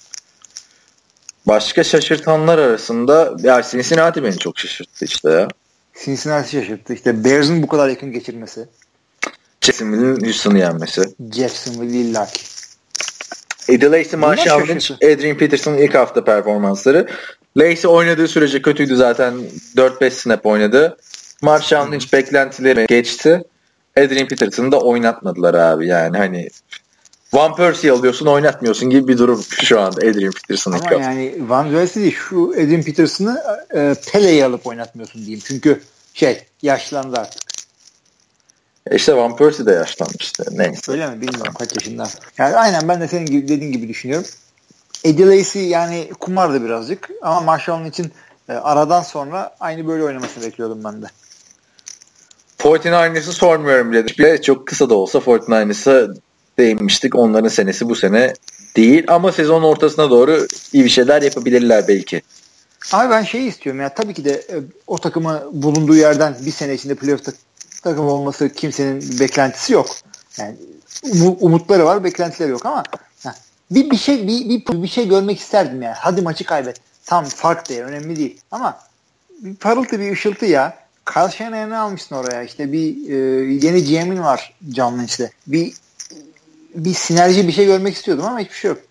Başka şaşırtanlar arasında ya Cincinnati beni çok şaşırttı işte ya. Cincinnati şaşırttı. İşte Bears'ın bu kadar yakın geçirmesi. Jacksonville'in Houston'u yenmesi. Jacksonville illaki. Eddie Lacy, Marshawn Lynch, Adrian Peterson'ın ilk hafta performansları. Lacy oynadığı sürece kötüydü zaten. 4-5 snap oynadı. Marshawn Lynch beklentileri geçti. Adrian Peterson'ı da oynatmadılar abi. Yani hani Van Persie'yi alıyorsun oynatmıyorsun gibi bir durum şu anda Adrian Peterson'ın ilk hafta. Ama yani Van Persie'yi değil şu Adrian Peterson'ı Pele'yi alıp oynatmıyorsun diyeyim. Çünkü yaşlandı artık. İşte Van Persie de yaşlanmıştı. Neyse. Öyle mi? Bilmiyorum kaç yaşında. Yani aynen ben de senin gibi dediğin gibi düşünüyorum. Eddie Lacy yani kumardı birazcık ama Marshall'ın için aradan sonra aynı böyle oynamasını bekliyordum ben de. 49ers'ı sormuyorum bile. Çok kısa da olsa 49ers'a değinmiştik. Onların senesi bu sene değil ama sezon ortasına doğru iyi bir şeyler yapabilirler belki. Abi ben şeyi istiyorum ya tabii ki de o takımı bulunduğu yerden bir sene içinde playoff takım olması kimsenin beklentisi yok. Yani umutları var, beklentileri yok ama bir şey görmek isterdim yani. Hadi maçı kaybet. Tam fark değil, önemli değil. Ama bir parıltı, bir ışıltı ya. Kyle Shanahan'ı almışsın oraya. İşte bir yeni GM'in var John Lynch'le. Bir sinerji bir şey görmek istiyordum ama hiçbir şey yok.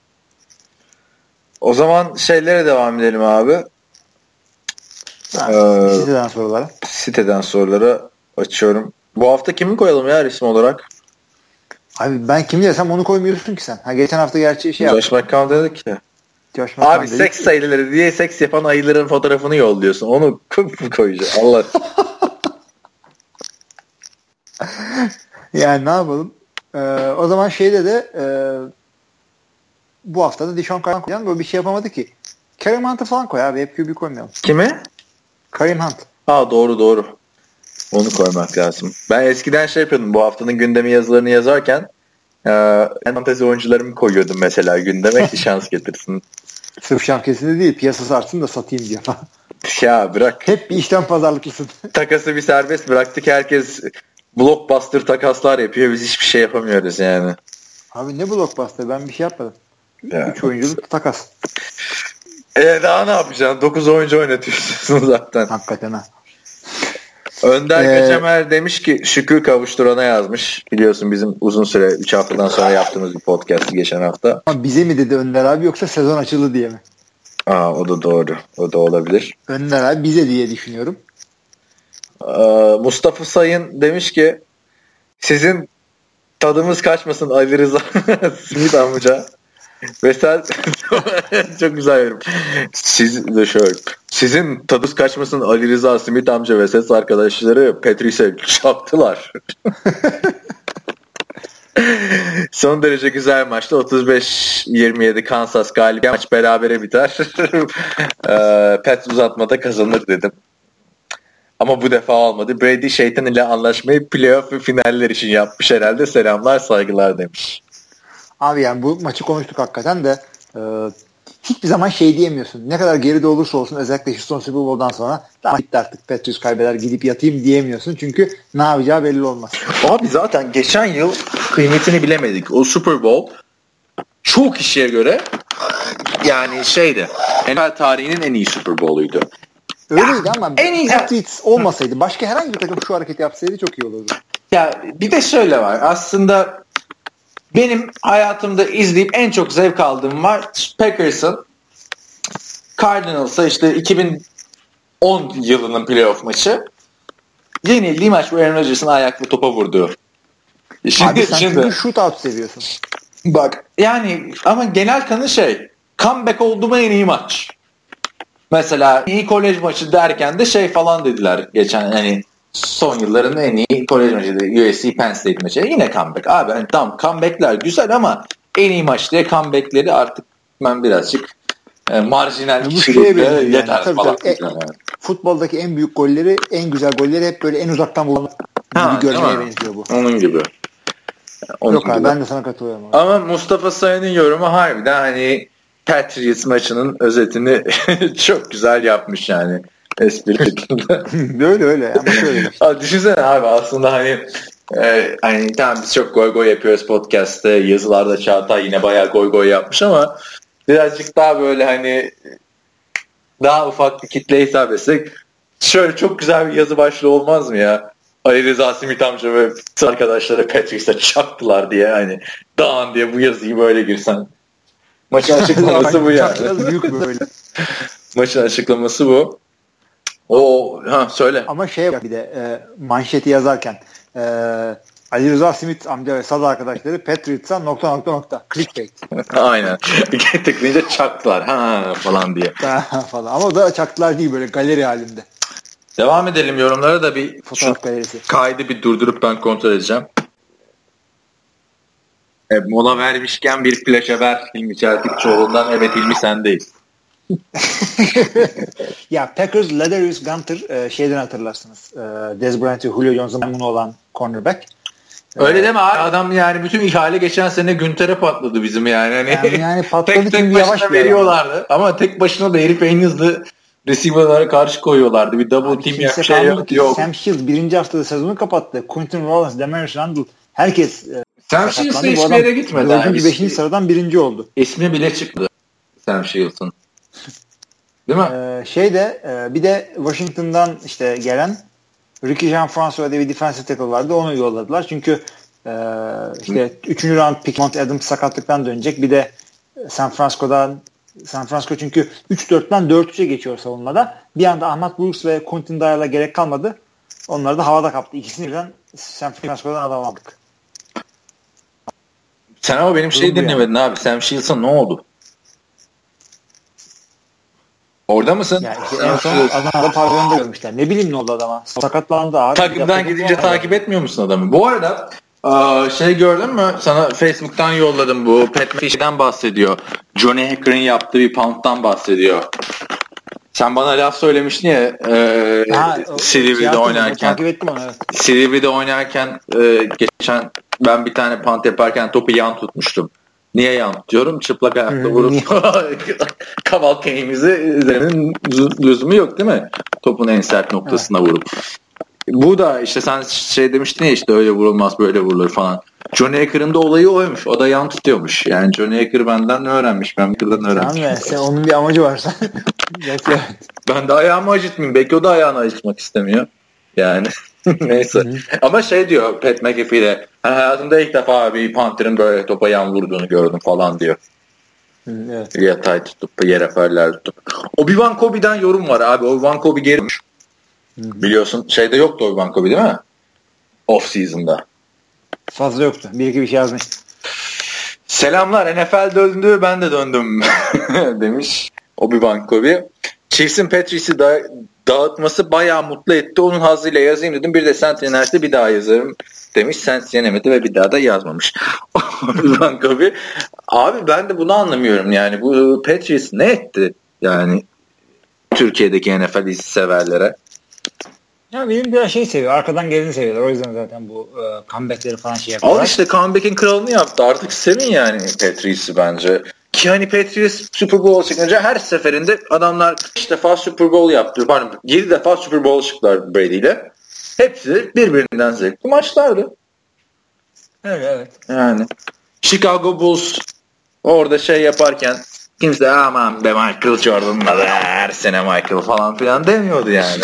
O zaman şeylere devam edelim abi. Siteden sorulara açıyorum. Bu hafta kimi koyalım ya resim olarak? Abi ben kimi desem onu koymuyorsun ki sen. Geçen hafta gerçi Josh McCown dedik ya. Abi seks sayıları diye seks yapan ayıların fotoğrafını yolluyorsun. Onu koyacağım. Allah. Yani ne yapalım? O zaman şeyde de bu hafta da Dishon Karan koyalım. Böyle bir şey yapamadı ki. Kareem Hunt'ı falan koy abi. Hep QB koymayalım. Kimi? Kareem Hunt. Doğru. Onu koymak lazım. Ben eskiden yapıyordum. Bu haftanın gündemi yazılarını yazarken fantezi oyuncularımı koyuyordum mesela gündeme ki şans getirsin. Sırf şankesinde değil. Piyasası artsın da satayım diye. Ya bırak. Hep bir işten pazarlıklısın. Takası bir serbest bıraktık. Herkes blockbuster takaslar yapıyor. Biz hiçbir şey yapamıyoruz yani. Abi ne blockbuster? Ben bir şey yapmadım. Ya. 3 oyunculuk takas. Daha ne yapacaksın? 9 oyuncu oynatıyorsun zaten. Hakikaten ha. Önder Kaçamer demiş ki Şükrü Kavuşturan'a yazmış. Biliyorsun bizim uzun süre 3 haftadan sonra yaptığımız bir podcast'ı geçen hafta. Ama bize mi dedi Önder abi yoksa sezon açıldı diye mi? O da doğru. O da olabilir. Önder abi bize diye düşünüyorum. Mustafa Sayın demiş ki sizin tadımız kaçmasın Ali Rıza Smith amca. Ve sen çok güzel yorum. Sizin tadınız kaçmasın Ali Rıza Smith amca ve ses arkadaşları Patrice'e çaktılar. Son derece güzel maçtı. 35-27 Kansas galip. Maç berabere biter. Pats uzatmada kazanır dedim. Ama bu defa olmadı. Brady şeytan ile anlaşmayı playoff ve finaller için yapmış herhalde. Selamlar, saygılar demiş. Abi yani bu maçı konuştuk hakikaten de hiçbir zaman şey diyemiyorsun. Ne kadar geride olursa olsun özellikle şu son Super Bowl'dan sonra tamam bitti artık Patriots kaybeder gidip yatayım diyemiyorsun. Çünkü ne yapacağı belli olmaz. Abi zaten geçen yıl kıymetini bilemedik. O Super Bowl çok kişiye göre yani şeydi. NFL tarihinin en iyi Super Bowl'uydu. Öyleydi ama en iyi Patriots olmasaydı başka herhangi bir takım şu hareketi yapsaydı çok iyi olurdu. Ya bir de şöyle var. Aslında benim hayatımda izleyip en çok zevk aldığım var. Packers'ın Cardinals'a işte 2010 yılının playoff maçı. Yenildiği maç bu Aaron Rodgers'ın ayaklı topa vurduğu. Abi sen çünkü shootout seviyorsun. Bak yani ama genel kanı comeback oldu mu en iyi maç. Mesela iyi kolej maçı derken de falan dediler geçen hani son yılların en iyi kolej maçıydı. USC Penn State maçı. Yine comeback. Abi hani tamam comeback'ler güzel ama en iyi maç diye comeback'leri artık ben birazcık marjinal kişilikle yeter tabii, falan. Yani. Futboldaki en büyük golleri, en güzel golleri hep böyle en uzaktan bulan gibi görmeye benziyor bu. Onun gibi. Yok abi ben de sana katılıyorum. Abi. Ama Mustafa Sayın'ın yorumu harbiden hani Patriots maçının özetini çok güzel yapmış yani. Esprili. öyle ama şöyle. Abi düşünsene abi aslında hani tamam biz çok goy yapıyoruz podcast'te, yazılarda Çağatay yine bayağı goy yapmış ama birazcık daha böyle hani daha ufak bir kitleye hitap etsek şöyle çok güzel bir yazı başlığı olmaz mı ya? Ali Rıza Smith amca ve arkadaşları Patrice'e çaktılar diye hani dağın diye bu yazıyı böyle girsen. Maçın açıklaması bu yani. Büyük böyle. Maçın açıklaması bu. Söyle. Ama bir de manşeti yazarken Ali Rıza Smith amca ve saz arkadaşları Patriots'a ... clickbait. Aynen. Tıklayınca çaktılar falan diye. falan. Ama o da çaktılar değil böyle galeri halinde. Devam edelim yorumlara da bir fotoğraf galerisi. Kaydı bir durdurup ben kontrol edeceğim. Mola vermişken bir flash haber Hilmi Çeltikçoğlu'ndan. Evet Hilmi sendeyiz. Ya Packers Ladarius Gunter şeyden hatırlarsınız. Dez Bryant ve Julio Jones'un memnunu olan cornerback. Öyle deme abi. Adam yani bütün ihale geçen sene Günter'e patladı bizim yani. Yani patladı tek başına veriyorlardı. Ama tek başına da herif en hızlı receiver'lara karşı koyuyorlardı. Bir double team yap yok. Sam Shields birinci haftada sezonu kapattı. Quentin Rollins, Demarius Randall herkes Sam Shields de hiçbir yere gitmedi. 4. 5. sıradan birinci oldu. İsmi bile çıktı Sam Shields'ın. Değil mi? Bir de Washington'dan işte gelen Ricky Jean-François diye bir defensive tackle vardı. Onu yolladılar. Çünkü işte 3. round pick Monty Adams sakatlıktan dönecek. Bir de San Francisco çünkü 3-4'ten 4-3'e geçiyor savunmada. Bir anda Ahmad Brooks ve Quentin Dyer'la gerek kalmadı. Onları da havada kaptı. İkisini birden San Francisco'dan adam aldık. Sen ama benim dinlemedin abi. Sam Shields'a ne oldu? Orada mısın? Yani en son Adana'da pavyonda görmüşler. Ne bileyim ne oldu adama. Sakatlandı abi. Takımdan gidince takip etmiyor musun adamı? Bu arada gördün mü? Sana Facebook'tan yolladım bu. Pat Fish'den bahsediyor. Johnny Hacker'ın yaptığı bir punt'tan bahsediyor. Sen bana laf söylemiştin ya Silivri'de oynarken. Takip ettim onu evet. Silivri'de oynarken geçen ben bir tane punt yaparken topu yan tutmuştum. Niye yan tutuyorum? Çıplak ayakla vurup kavalkeyimizi üzerinin lüzumu yok değil mi? Topun en sert noktasına vurup. Bu da işte sen demiştin ya işte öyle vurulmaz böyle vurulur falan. Johnny Acker'ın da olayı oymuş. O da yan tutuyormuş. Yani Johnny Acker benden ne öğrenmiş? Ben Acker'dan öğrenmiş. Tamam ya, sen onun bir amacı varsa. Evet. Ben de ayağımı acıtmayayım. Belki o da ayağını acıtmak istemiyor. Yani neyse. Ama şey diyor Pat McAfee de hayatımda ilk defa bir Panther'ın böyle topa yan vurduğunu gördüm falan diyor. Evet. Yatay tutup yere ferler tutup. Obi-Wan Kenobi'den yorum var abi. Obi-Wan Kenobi gerimiş. Biliyorsun şeyde yoktu Obi-Wan Kenobi değil mi? Off season'da. Fazla yoktu. Bir iki bir şey yazmıştı. Selamlar, NFL döndü, ben de döndüm demiş Obi-Wan Kenobi. Chiefs'in Patriots'ı dağıtması bayağı mutlu etti. Onun hazzıyla yazayım dedim. Bir de Saints yenerse bir daha yazarım demiş. Saints yenemedi ve bir daha da yazmamış. Obi-Wan Kenobi. Abi ben de bunu anlamıyorum yani. Bu Patriots ne etti? Yani Türkiye'deki NFL dizisi severlere. Ya benim biraz şey seviyor. Arkadan geleni seviyorlar. O yüzden zaten bu comeback'leri falan şey yapıyorlar. Al işte comeback'in kralını yaptı. Artık sevin yani Patriots'ı bence. Ki hani Patriots Super Bowl çıkınca her seferinde adamlar 5 defa Super Bowl yaptı. Pardon 7 defa Super Bowl çıktılar Brady ile. Hepsi birbirinden zevkli maçlardı. Evet. Yani Chicago Bulls orada şey yaparken kimse aman be Michael Jordan'la da her sene Michael falan filan demiyordu yani.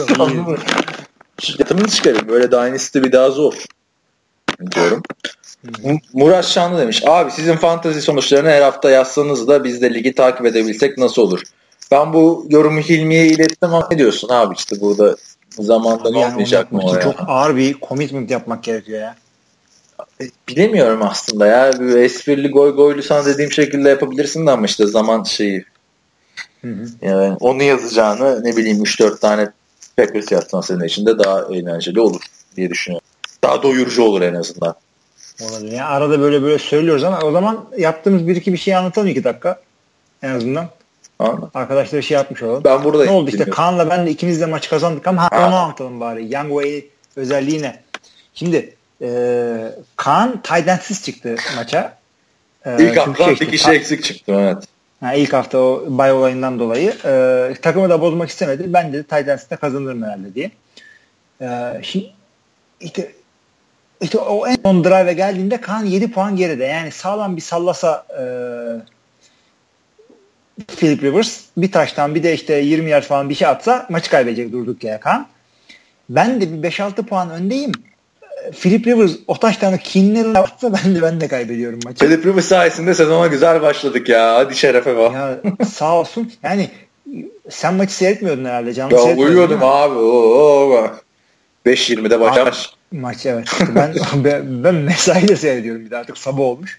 Yatımını çıkarım. Böyle Dynasty bir daha zor diyorum. Murat Şanlı demiş. Abi sizin fantazi sonuçlarını her hafta yazsanız da biz de ligi takip edebilsek nasıl olur? Ben bu yorumu Hilmi'ye ilettim ama ne diyorsun abi işte burada zamandan yani olmayacak mı o ya? Çok ağır bir commitment yapmak gerekiyor ya. Bilemiyorum aslında ya. Bir esprili goylu sana dediğim şekilde yapabilirsin de ama işte zaman şeyi. Yani onu yazacağını ne bileyim 3-4 tane Packers yazsan senin için de daha eğlenceli olur diye düşünüyorum. Daha doyurucu olur en azından. Olabilir. Yani arada böyle söylüyoruz ama o zaman yaptığımız bir iki bir şey anlatalım 2 dakika. En azından. Anladım. Arkadaşlar bir şey yapmış olalım. Ben buradayım. Ne oldu işte Kaan'la ben de ikimiz de maçı kazandık ama onu anlatalım bari. Young Way özelliği ne? Şimdi Kaan tight end'siz çıktı maça. İlk hafta bir kişi eksik çıktı. Evet. İlk hafta o bay olayından dolayı takımı da bozmak istemedi. Ben de tight end'siz'de kazanırım herhalde diye. Şimdi işte o en son drive'e geldiğinde Kaan 7 puan geride. Yani sağlam bir sallasa Philip Rivers bir taştan bir de işte 20 yard falan bir şey atsa maçı kaybedecek durduk ya Kaan. Ben de bir 5-6 puan öndeyim. Philip Rivers o taştanı Kinner'la atsa ben de kaybediyorum maçı. Philip Rivers sayesinde sezona güzel başladık ya. Hadi şerefe bak. Ya sağ olsun. Yani sen maçı seyretmiyordun herhalde. Canlı ya uyuyordum abi. 5:20'de başlamış. Maç evet. Ben mesaiyle seyrediyorum bir de artık sabah olmuş.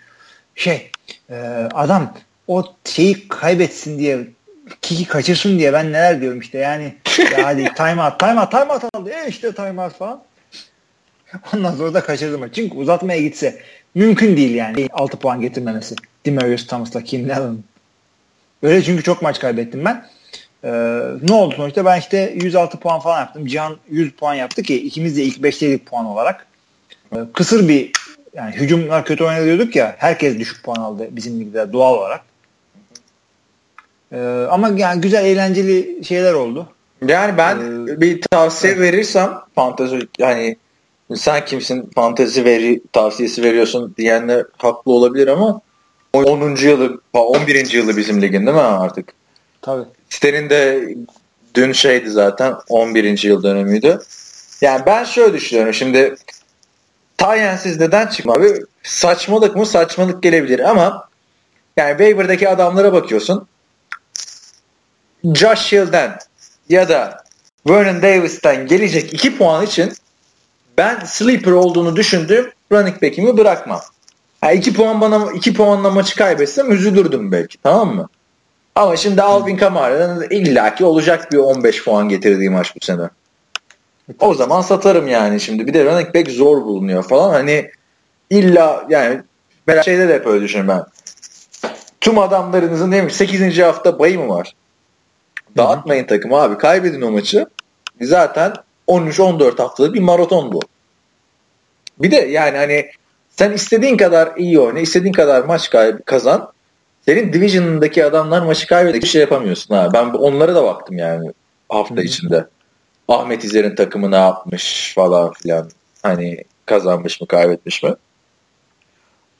Adam o şeyi kaybetsin diye kiki kaçırsın diye ben neler diyorum işte yani ya hadi time out aldı. İşte time out falan. Ondan sonra da kaçırdı maç. Çünkü uzatmaya gitse mümkün değil yani 6 puan getirmemesi. Demaryius Thomas'la Keenan Allen. Öyle çünkü çok maç kaybettim ben. Ne oldu sonuçta? Ben işte 106 puan falan yaptım. Cihan 100 puan yaptı ki ikimiz de ilk 5'teydik puan olarak. Kısır bir yani hücumlar kötü oynadıyorduk ya herkes düşük puan aldı bizim ligde doğal olarak. Ama yani güzel eğlenceli şeyler oldu. Yani ben bir tavsiye verirsem fantezi yani sen kimsin fantezi tavsiyesi veriyorsun diyenler haklı olabilir ama 10. yılı 11. yılı bizim ligin değil mi artık? Tabii. Sitenin de dün şeydi zaten 11. yıl dönümüydü. Yani ben şöyle düşünüyorum şimdi Tyensiz neden çıkma abi? Saçmalık mı? Saçmalık gelebilir ama yani waiver'daki adamlara bakıyorsun. Josh Hill'den ya da Vernon Davis'ten gelecek 2 puan için ben sleeper olduğunu düşündüğüm running back'imi bırakmam. 2 puanla maçı kaybetsem üzülürdüm belki. Tamam mı? Ama şimdi Alvin Kamara'nın illaki olacak bir 15 puan getirdiği maç bu sene. O zaman satarım yani şimdi. Bir de running back zor bulunuyor falan. Hani illa yani şeyde de hep öyle düşünüyorum ben. Tüm adamlarınızın değil mi? 8. hafta bayı mı var? Dağıtmayın takımı abi. Kaybedin o maçı. Zaten 13-14 haftalık bir maraton bu. Bir de yani hani sen istediğin kadar iyi oyna, istediğin kadar maç kazan. Senin division'ındaki adamlar maçı kaybedecek bir şey yapamıyorsun ha. Ben onlara da baktım yani hafta içinde. Ahmet İzer'in takımı ne yapmış falan filan. Hani kazanmış mı, kaybetmiş mi?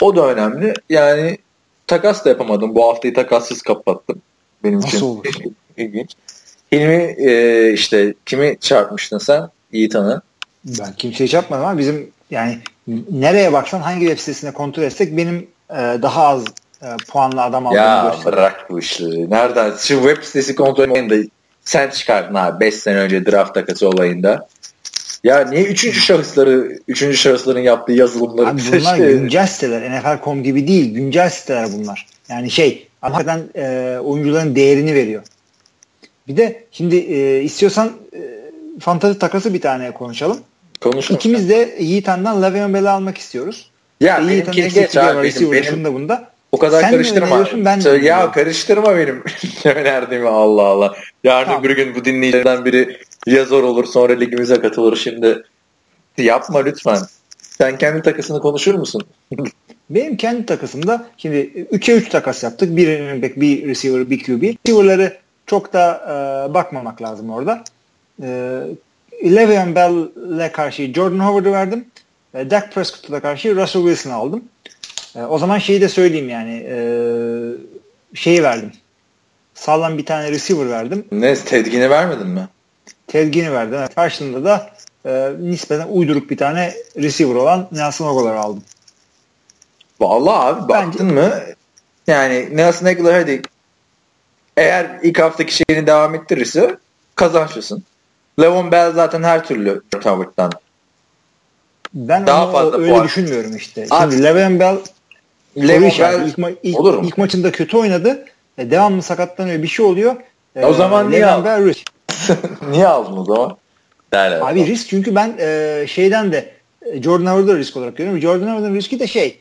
O da önemli. Yani takas da yapamadım. Bu haftayı takassız kapattım. Benim Nasıl için olur? ilginç. Hilmi işte kimi çarpmıştın sen? Yiğitan'ı. Ben kimseyi çarpmadım ama bizim yani nereye baksan hangi web sitesine kontrol etsek benim daha az puanlı adam aldığımı Ya gösteriyor. bırak bu işleri. Nereden? Şu web sitesi kontrol olayında sen çıkardın abi 5 sene önce draft takası olayında. Ya niye üçüncü şahısların yaptığı yazılımları Abi bunlar güncel siteler. NFL.com gibi değil. Güncel siteler bunlar. Yani hakikaten oyuncuların değerini veriyor. Bir de şimdi istiyorsan fantasy takası bir tane konuşalım. Konuşalım. İkimiz de Yiğitan'dan Le'Veon Bell'i almak istiyoruz. Ya Yiğitan'ın benimkini geç abi. Benim bunda. o kadar Sen karıştırma. Ya karıştırma benim önerdiğimi Allah Allah. Yarın tamam. bir gün bu dinleyicilerden biri yazar olur sonra ligimize katılır. Şimdi yapma lütfen. Sen kendi takısını konuşur musun? Benim kendi takasımda şimdi 3'e 3 takas yaptık. Bir running back, bir receiver, bir QB. Receiver'ları çok da bakmamak lazım orada. Le'Veon Bell'e karşı Jordan Howard'ı verdim. Dak Prescott'a karşı Russell Wilson'ı aldım. O zaman şeyi de söyleyeyim yani şeyi verdim. Sağlam bir tane receiver verdim. Ne? Tedgini vermedin mi? Tedgini verdim. Evet. Karşılığında da nispeten uyduruk bir tane receiver olan Nelson Aguilar'ı aldım. Vallahi abi baktın mı? Yani Nelson Aguilar hadi eğer ilk haftaki şeyini devam ettirirse kazançlısın. Le'Veon Bell zaten her türlü Howard'dan ben daha onu fazla öyle puan düşünmüyorum işte. Abi, şimdi Le'Veon Bell olur mu? ilk maçında kötü oynadı. Devamlı sakatlanıyor. Bir şey oluyor. O zaman niye Le'Veon Bell risk. Niye aldın o zaman? Derler. Abi risk çünkü ben şeyden de Jordan Howard'ı risk olarak görüyorum. Jordan Howard'ın riski de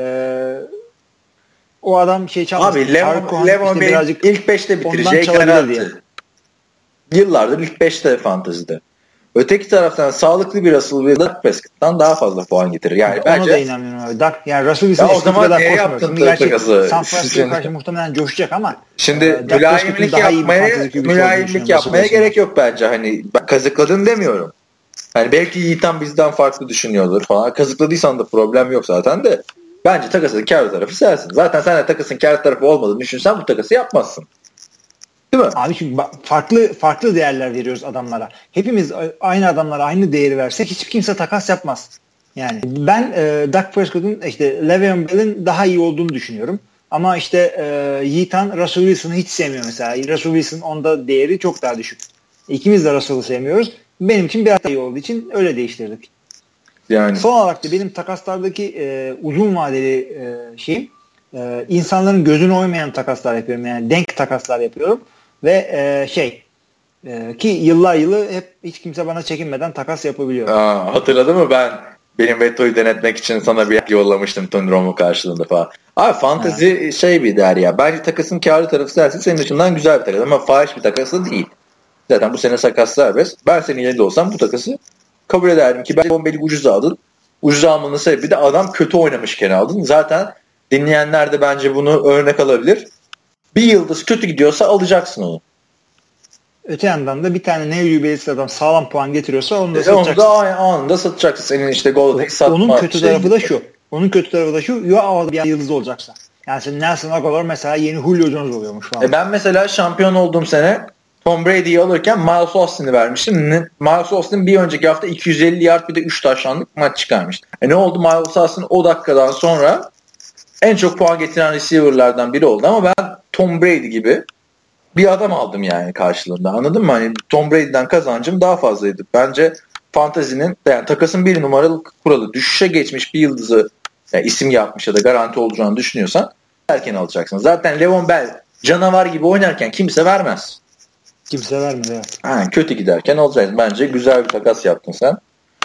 o adam çalmasın. Abi Le'Veon Bell'in ilk 5'te bitireceği garanti. Yıllardır ilk 5'te fantezide. Öteki taraftan sağlıklı bir Russell Wilson Dak Prescott'tan daha fazla puan getirir. Yani ona bence da inanmıyorum abi. Yani Russell Wilson o zaman kadar niye yaptın takası? San Francisco'ya karşı muhtemelen coşacak ama şimdi mülayimlik yapmaya gerek yok bence. Hani kazıkladın demiyorum. Hani belki Yiğitan bizden farklı düşünüyordur falan. Kazıkladıysan da problem yok zaten de. Bence takasın kâr tarafı sensin. Zaten sen de takasın kâr tarafı olmadığını düşünsen bu takası yapmazsın. Değil mi? Abi çünkü farklı değerler veriyoruz adamlara. Hepimiz aynı adamlara aynı değeri versek hiç kimse takas yapmaz. Yani ben Dak Prescott'un Le'Veon Bell'in daha iyi olduğunu düşünüyorum. Ama Yiğitan Russell Wilson'ı hiç sevmiyor mesela. Russell Wilson onda değeri çok daha düşük. İkimiz de Russell'ı sevmiyoruz. Benim için biraz daha iyi olduğu için öyle değiştirdik. Yani. Son olarak da benim takaslardaki uzun vadeli insanların gözüne oymayan takaslar yapıyorum. Yani denk takaslar yapıyorum. Ve ki yıllar yılı hep hiç kimse bana çekinmeden takas yapabiliyor. Hatırladın mı benim vetoyu denetmek için sana bir yollamıştım Tony Romo karşılığında falan. Abi fantezi bir der ya. Bence takasın kârlı tarafı sensin. Senin açından güzel bir takas ama fahiş bir takası değil. Zaten bu sene takas serbest. Ben senin yerinde olsam bu takası kabul ederdim ki ben Bombeli ucuz aldın. Ucuz almanın sebebi de adam kötü oynamışken aldın. Zaten dinleyenler de bence bunu örnek alabilir. Bir yıldız kötü gidiyorsa alacaksın onu. Öte yandan da bir tane Neville belirsiz adam sağlam puan getiriyorsa onu da satacaksın. Onu da anında satacaksın. Senin Golden satma. Onun kötü tarafı da şu. Onun kötü tarafı da şu. Bir yıldız olacaksa. Yani sen Nelson Aguilar mesela yeni Julio Jones oluyormuş falan. Ben mesela şampiyon olduğum sene Tom Brady'yi alırken Miles Austin'i vermiştim. Miles Austin bir önceki hafta 250 yard bir de 3 taşlandık maç çıkarmıştı. Ne oldu? Miles Austin o dakikadan sonra en çok puan getiren receiver'lardan biri oldu ama ben Tom Brady gibi bir adam aldım yani karşılığında. Anladın mı? Hani Tom Brady'den kazancım daha fazlaydı. Bence fantezinin yani takasın bir numaralı kuralı düşüşe geçmiş bir yıldızı isim yapmış ya da garanti olacağını düşünüyorsan erken alacaksın. Zaten Le'Veon Bell canavar gibi oynarken kimse vermez. Kimse vermez evet. Kötü giderken alacaksın. Bence güzel bir takas yaptın sen.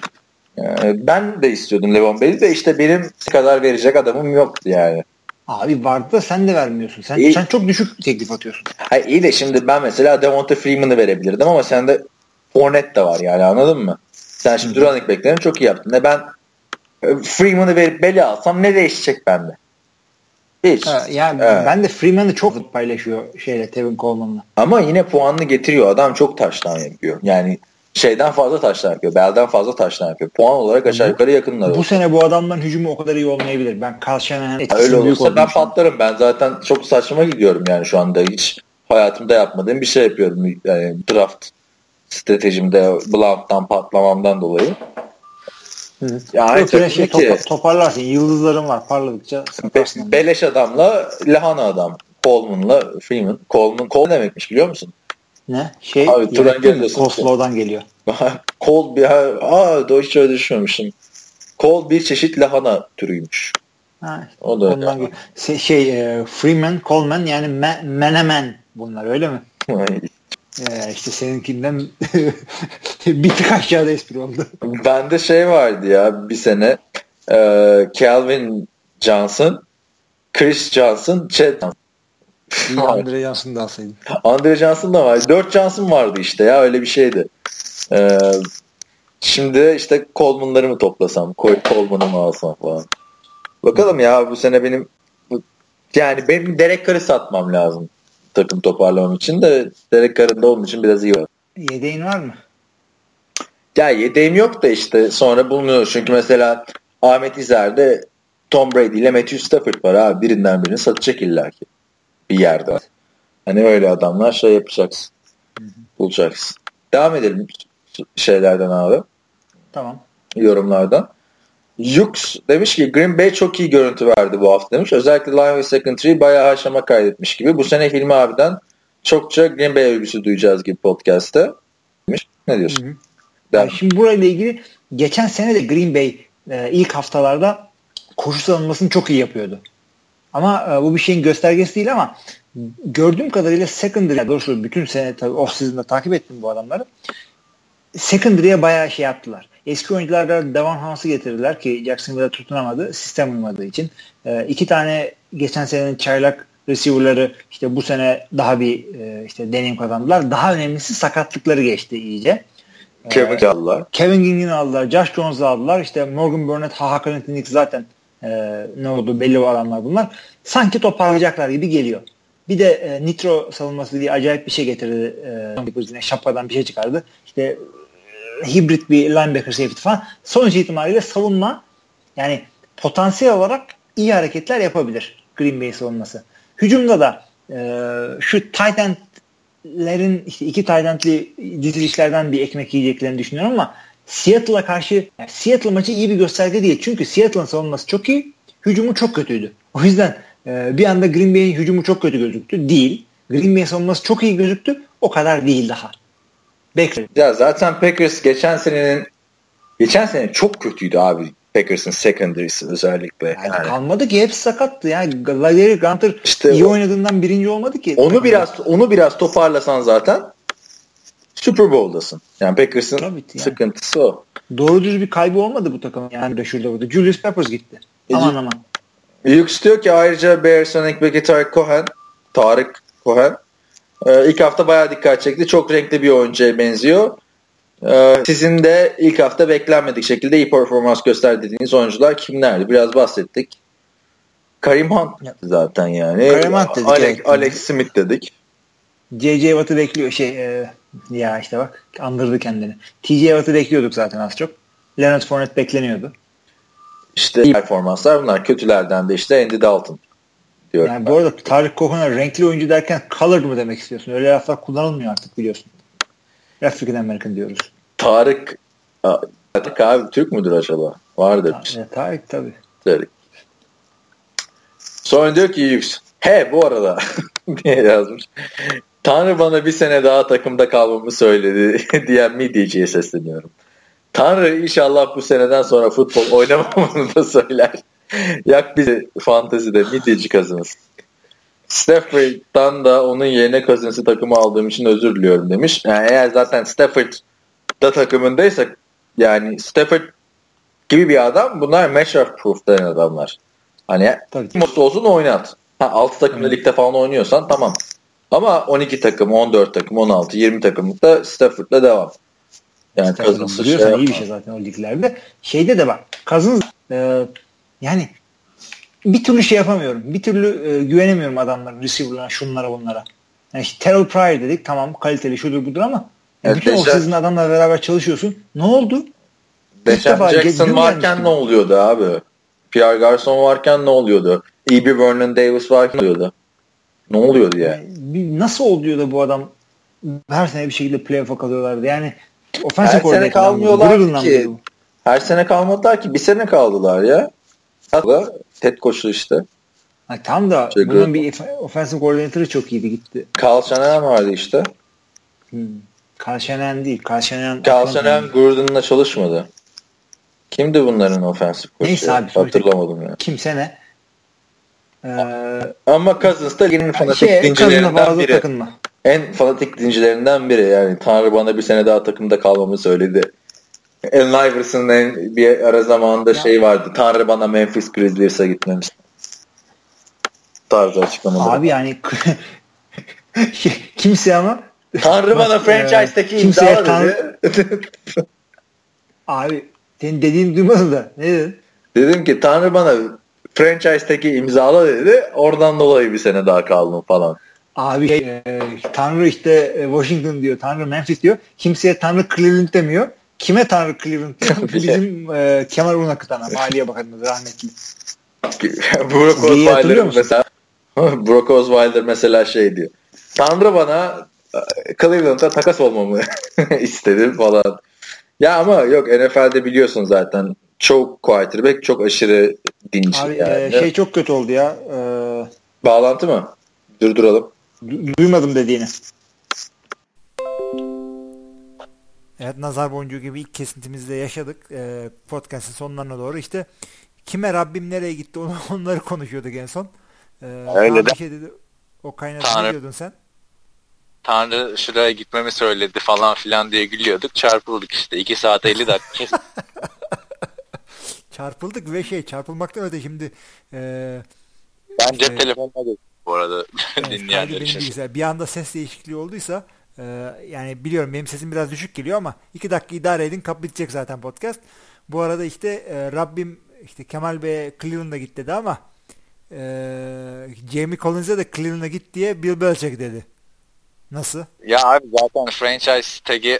Ben de istiyordum Le'Veon Bell'i de benim kadar verecek adamım yoktu yani. Abi vardı da sen de vermiyorsun. Sen çok düşük teklif atıyorsun. Hayır, iyi de şimdi ben mesela Devonta Freeman'ı verebilirdim ama sende Fournette de var yani anladın mı? Sen şimdi running back'lerini çok iyi yaptın. Ben Freeman'ı verip Bell'i alsam ne değişecek bende? Hiç. Ben de Freeman'ı çok paylaşıyor Tevin Coleman'la. Ama yine puanını getiriyor. Adam çok taştan yapıyor. Yani şeyden fazla taşlar yapıyor. Bell'den fazla taşlar yapıyor. Puan olarak aşağı yukarı yakınlar. Bu sene bu adamların hücumu o kadar iyi olmayabilir. Ben Kyle Shanahan'ın etkisinin öyle büyük olursa olduğunu ben patlarım. Ben zaten çok saçma gidiyorum yani şu anda. Hiç hayatımda yapmadığım bir şey yapıyorum. Yani draft stratejimde Blount'tan patlamamdan dolayı. Yani toparlarsın. Yıldızların var. Parladıkça satarsın. Beleş adamla lahana adam. Coleman'la Freeman. Coleman demekmiş biliyor musun? Ne? Abi Turan geliyorsun. Coleslaw'dan geliyor. Doğru hiç öyle düşünmemiştim. Cole bir çeşit lahana türüymüş. O da Freeman, Coleman yani menemen bunlar öyle mi? İşte seninkinden bir tık aşağıda espri oldu. Bende vardı ya bir sene Calvin Johnson, Chris Johnson, Chad Andre Johnson da alsaydın. Andre Johnson da var. 4 Johnson vardı işte ya öyle bir şeydi. Şimdi işte Coleman'ları mı toplasam, Coleman'ı mı alsam falan. Bakalım ya bu sene benim Derek Carr'ı satmam lazım takım toparlamam için de Derek Carr'ın da onun için biraz iyi var. Yedeğin var mı? Ya yedeğim yok da işte sonra bulunuyor. Çünkü mesela Ahmet İzer'de Tom Brady ile Matthew Stafford var abi. Birinden birini satacak illaki. Bir yerde. Hani öyle adamlar yapacaksın. Bulacaksın. Devam edelim şeylerden abi. Tamam. Yorumlardan. Yux demiş ki Green Bay çok iyi görüntü verdi bu hafta demiş. Özellikle line ve secondary bayağı aşama kaydetmiş gibi. Bu sene Hilmi abiden çokça Green Bay övgüsü duyacağız gibi podcast'te. Demiş. Ne diyorsun? Yani şimdi burayla ilgili geçen sene de Green Bay ilk haftalarda koşu savunmasını çok iyi yapıyordu. Ama bu bir şeyin göstergesi değil ama gördüğüm kadarıyla secondary, doğrusu bütün sene tabii off-season'da takip ettim bu adamları. Secondary'e bayağı yaptılar. Eski oyunculardan Devon Hans'ı getirdiler ki Jacksonville'da tutunamadı. Sistem uymadığı için. 2 tane geçen senenin çaylak receiver'ları işte bu sene daha bir deneyim kazandılar. Daha önemlisi sakatlıkları geçti iyice. Kevin Ging'ini aldılar. Josh Jones'u aldılar. İşte Morgan Burnett, Hakan Tinnik zaten ne oldu belli adamlar bunlar. Sanki toparlayacaklar gibi geliyor. Bir de nitro savunması diye acayip bir şey getirdi. Yine şapkadan bir şey çıkardı. İşte hibrit bir linebacker safety falan. Sonuç itibariyle savunma yani potansiyel olarak iyi hareketler yapabilir Green Bay savunması. Hücumda da şu tight endlerin işte 2 tight endli dizilişlerden bir ekmek yiyeceklerini düşünüyorum ama Seattle'a karşı Seattle maçı iyi bir gösterge değil. Çünkü Seattle'ın savunması çok iyi. Hücumu çok kötüydü. O yüzden bir anda Green Bay'in hücumu çok kötü gözüktü. Değil. Green Bay'in savunması çok iyi gözüktü. O kadar değil daha. Ya zaten Packers geçen sene çok kötüydü abi. Packers'ın secondary'si özellikle. Yani kalmadı ki hepsi sakattı ya. Larry Gunter işte iyi oynadığından birinci olmadı ki. Onu biraz toparlasan zaten Super Bowl'dasın. Yani Packers'ın sıkıntısı o. Doğru düz bir kaybı olmadı bu takımın. Yani de şurada burada. Julius Peppers gitti. Aman. Yux diyor ki ayrıca Bears running back'i Tarık Cohen ilk hafta bayağı dikkat çekti. Çok renkli bir oyuncuya benziyor. Sizin de ilk hafta beklenmedik şekilde iyi performans gösterdiğiniz oyuncular kimlerdi? Biraz bahsettik. Kareem Hunt zaten yani. Kareem Hunt dedik. Alex Smith dedik. J.J. Watt'ı bekliyor. Ya işte bak andırdı kendini. T.J. Watt'ı bekliyorduk zaten az çok. Leonard Fournette bekleniyordu. İşte iyi performanslar bunlar. Kötülerden de işte Andy Dalton diyorum. Yani bu arada Tarık Cohen'a renkli oyuncu derken colored mı demek istiyorsun? Öyle laflar kullanılmıyor artık biliyorsun. African American diyoruz. Tarık abi Türk müdür acaba? Vardır. Tarık tabii. Tarık. Sonra diyor ki Yüks. Bu arada diye yazmış. Tanrı bana bir sene daha takımda kalmamı söyledi diyen midyeciye sesleniyorum. Tanrı inşallah bu seneden sonra futbol oynamamamı da söyler. Yak bizi fantezide midyeci kazansın. Stafford'dan da onun yerine Cousins'ı takıma aldığım için özür diliyorum demiş. Yani eğer zaten Stafford da takımındaysa yani Stafford gibi bir adam bunlar matchup proof denen adamlar. Hani mutlu olsun oynat. 6 takımda ligde falan oynuyorsan tamam. Ama 12 takım, 14 takım, 16, 20 takımlıkta Stafford'la devam. Yani Cousins'ı iyi bir şey zaten o liglerde. Şeyde de bak Cousins yani bir türlü yapamıyorum. Bir türlü güvenemiyorum adamların receiver'larına, şunlara bunlara. Yani işte Terrell Pryor dedik tamam kaliteli şudur budur ama Bütün o sizin adamlarla beraber çalışıyorsun. Ne oldu? Deshaun Jackson varken ne oluyordu abi? Pierre Garçon varken ne oluyordu? E.B. Vernon Davis varken ne oluyordu? Ne oluyordu ya? Nasıl oluyor da bu adam her sene bir şekilde playoff'a kalıyorlardı? Yani offensive her sene kalmıyorlar ki. Her sene kalmadılar ki. Bir sene kaldılar ya. Hatta Ted koçlu işte. Tam da bunun bir offensive coordinator'ı çok iyiydi gitti. Carl Shanahan vardı işte. Carl Shanahan değil. Carl Shanahan Gruden'la çalışmadı. Kimdi bunların offensive koçu? Neyse abi. Hatırlamadım ya. Kimse ne? Ama Cousins da yeni fanatik dincilerinden biri. Takınma. En fanatik dincilerinden biri. Yani Tanrı bana bir sene daha takımda kalmamı söyledi. Allen Iverson'ın bir ara zamanında vardı. Tanrı bana Memphis Grizzlies'e gitmemiz. Tarzı açıklamaları. Abi yani kimse ama Tanrı bana franchise'daki imzala dedi. Abi senin dediğini duymadım da. Ne dedin? Dedim ki Tanrı bana franchise'taki imzala dedi. Oradan dolayı bir sene daha kaldım falan. Abi Tanrı işte Washington diyor. Tanrı Memphis diyor. Kimseye Tanrı Cleveland demiyor. Kime Tanrı Cleveland diyor? Bizim Kemal Unakıtan'a. Maliye Bakanımız rahmetli. Brock Osweiler mesela diyor. Tanrı bana Cleveland'a takas olmamı istedi falan. Ya ama yok NFL'de biliyorsun zaten çok quarterback çok aşırı dinç. Abi yani. Çok kötü oldu ya. Bağlantı mı? Durduralım. Duymadım dediğini. Evet, nazar boncuğu gibi ilk kesintimizde yaşadık. Podcast'ın sonlarına doğru işte kime Rabbim nereye gitti onları konuşuyorduk en son. Öyle de. Dedi. O kaynağı ne diyordun sen? Tanrı şuraya gitmemi söyledi falan filan diye gülüyorduk. Çarpıldık işte. 2 saat 50 dakika. Çarpıldık ve çarpılmaktan öte şimdi ben cep telefonuna geçtim bu arada dinleyenler için. Bir anda ses değişikliği olduysa yani biliyorum benim sesim biraz düşük geliyor ama 2 dakika idare edin, kap bitecek zaten podcast. Bu arada işte Rabbim işte Kemal Bey Cleveland'a git dedi ama Jamie Collins'e de Cleveland'a git diye Bill Belichick dedi. Nasıl? Ya abi zaten franchise tag'i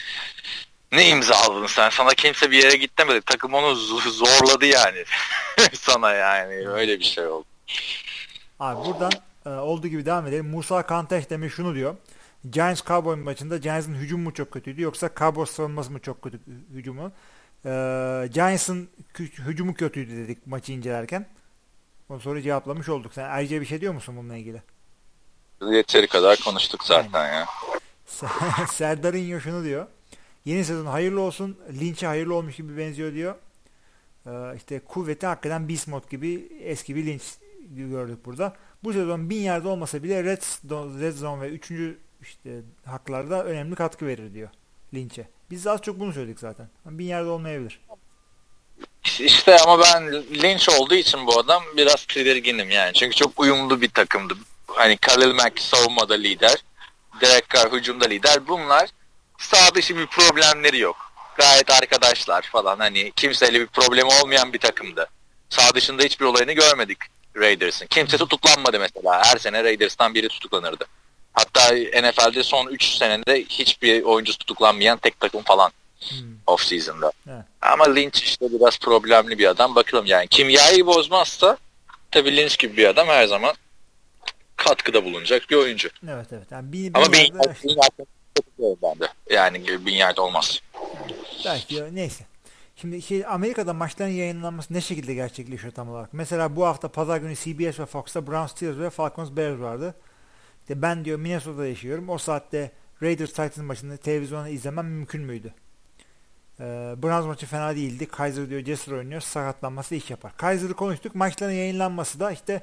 ne imzaladın sen? Sana kimse bir yere git demedi. Takım onu zorladı yani. Sana yani öyle bir şey oldu. Abi buradan olduğu gibi devam edelim. Musa Kanteş demiş şunu diyor. Giants Cowboys maçında Giants'ın hücumu mu çok kötüydü yoksa Cowboys savunması mı çok kötü hücumu? Giants'ın hücumu kötüydü dedik maçı incelerken. O soruyu cevaplamış olduk. Sen ayrıca bir şey diyor musun bununla ilgili? Yeteri kadar konuştuk zaten ya. Serdar'ın şunu diyor. Yeni sezon hayırlı olsun. Lynch'e hayırlı olmuş gibi benziyor diyor. İşte kuvveti hakikaten Beast Mode gibi eski bir Lynch gördük burada. Bu sezon 1000 yerde olmasa bile Red Zone ve 3. işte haklarda önemli katkı verir diyor Lynch'e. Biz az çok bunu söyledik zaten. 1000 yerde olmayabilir. İşte ama ben Lynch olduğu için bu adam biraz tedirginim yani. Çünkü çok uyumlu bir takımdı. Hani Khalil Mack savunmada lider. Derek Carr hücumda lider. Bunlar sağ dışı bir problemleri yok. Gayet arkadaşlar falan. Hani kimseyle bir problemi olmayan bir takımdı. Sağ dışında hiçbir olayını görmedik Raiders'ın. Kimse tutuklanmadı mesela. Her sene Raiders'tan biri tutuklanırdı. Hatta NFL'de son 3 senede hiçbir oyuncu tutuklanmayan tek takım falan. Off-season'da. Evet. Ama Lynch işte biraz problemli bir adam. Bakalım yani. Kimyayı bozmazsa tabii Lynch gibi bir adam her zaman katkıda bulunacak bir oyuncu. Evet. Yani ama 1000 yard bende. Yani 1000 yard olmaz. Belki neyse. Şimdi Amerika'da maçların yayınlanması ne şekilde gerçekleşiyor tam olarak? Mesela bu hafta pazar günü CBS ve Fox'ta Browns Steelers ve Falcons Bears vardı. İşte ben diyor Minnesota'da yaşıyorum. O saatte Raiders Titans maçını televizyonda izlemem mümkün müydü? Browns maçı fena değildi. Kaiser diyor Jester oynuyor. Sakatlanması iş yapar. Kaiser'ı konuştuk. Maçların yayınlanması da işte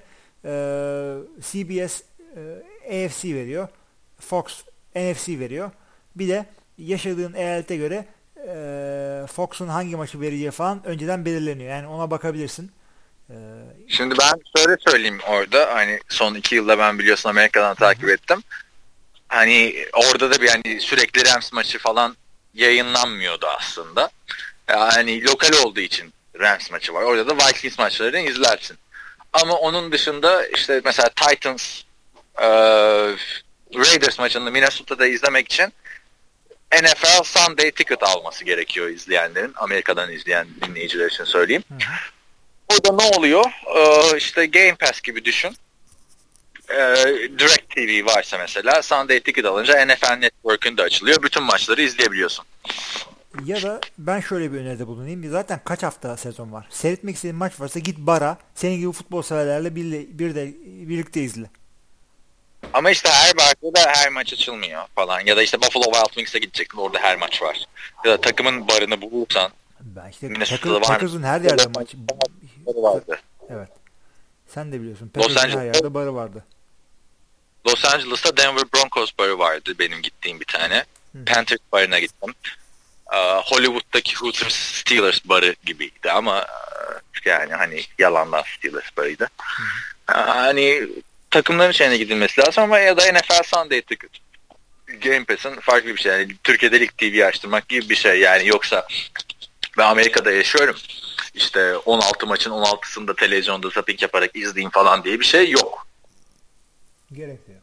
CBS AFC veriyor. Fox NFC veriyor. Bir de yaşadığın eyalete göre Fox'un hangi maçı vereceği falan önceden belirleniyor. Yani ona bakabilirsin. Şimdi ben şöyle söyleyeyim orada. Hani son 2 yılda ben biliyorsun Amerika'dan takip ettim. Hani orada da bir hani sürekli Rams maçı falan yayınlanmıyordu aslında. Yani lokal olduğu için Rams maçı var. Orada da Vikings maçlarını izlersin. Ama onun dışında işte mesela Titans Raiders maçını Minnesota'da izlemek için NFL Sunday Ticket alması gerekiyor izleyenlerin. Amerika'dan izleyen dinleyiciler için söyleyeyim. Burada ne oluyor? İşte Game Pass gibi düşün. Direct TV varsa mesela Sunday Ticket alınca NFL Network'ün de açılıyor. Bütün maçları izleyebiliyorsun. Ya da ben şöyle bir öneride bulunayım. Zaten kaç hafta sezon var? Seyretmek istediğin maç varsa git bara. Senin gibi futbol severlerle birlikte izle. Ama işte her barda da her maç açılmıyor falan. Ya da işte Buffalo Wild Wings'e gideceksin. Orada her maç var. Ya da takımın barını bulursan. Ben işte Packers'ın her yerde maç vardı. Evet. Sen de biliyorsun. Packers'ın her yerde barı vardı. Los Angeles'ta Denver Broncos barı vardı. Benim gittiğim bir tane. Panthers barına gittim. Hollywood'daki Hooters Steelers barı gibiydi ama yani hani yalandan Steelers barıydı. Hani takımların şeyine gidilmesi lazım ama ya da NFL Sunday Ticket. Game Pass'ın farklı bir şey. Yani Türkiye'de Lig TV açtırmak gibi bir şey. Yani yoksa ben Amerika'da yaşıyorum. İşte 16 maçın 16'sında televizyonda zapping yaparak izleyeyim falan diye bir şey yok. Gerek de yok.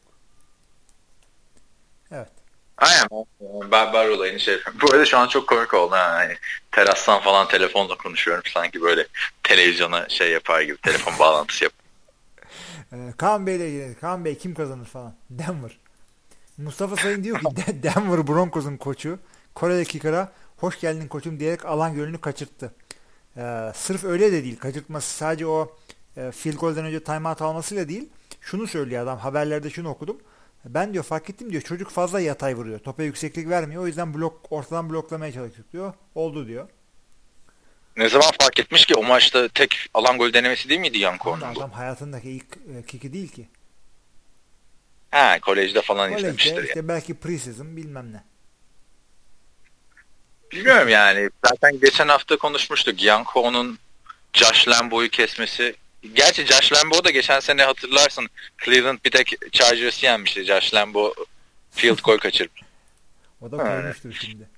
Evet. Aynen. Berber olayını şey yapıyorum. Bu arada şu an çok komik oldu. Yani terastan falan telefonla konuşuyorum. Sanki böyle televizyona şey yapar gibi. Telefon bağlantısı yapar. Kaan Bey'le ilgili. Kaan Bey kim kazanır falan. Denver. Mustafa Sayın diyor ki Denver Broncos'un koçu Koreli kicker'a hoş geldin koçum diyerek alan golünü kaçırttı. Sırf öyle de değil. Kaçırtması sadece o field goal'den önce timeout almasıyla değil. Şunu söylüyor adam. Haberlerde şunu okudum. Ben diyor fark ettim diyor. Çocuk fazla yatay vuruyor. Topa yükseklik vermiyor. O yüzden ortadan bloklamaya çalıştık diyor. Oldu diyor. Ne zaman fark etmiş ki o maçta tek alan gol denemesi değil miydi Yanko'nun? Adam hayatındaki ilk kick'i değil ki. Ha, kolejde falan izlemiştir işte yani. Belki preseason bilmem ne. Bilmiyorum yani. Zaten geçen hafta konuşmuştuk. Yanko'nun Josh Lambo'yu kesmesi. Gerçi Josh Lambo da geçen sene hatırlarsın. Cleveland bir tek Chargers'ı yenmişti. Josh Lambo field goal kaçırmış. O da koymuştur şimdi.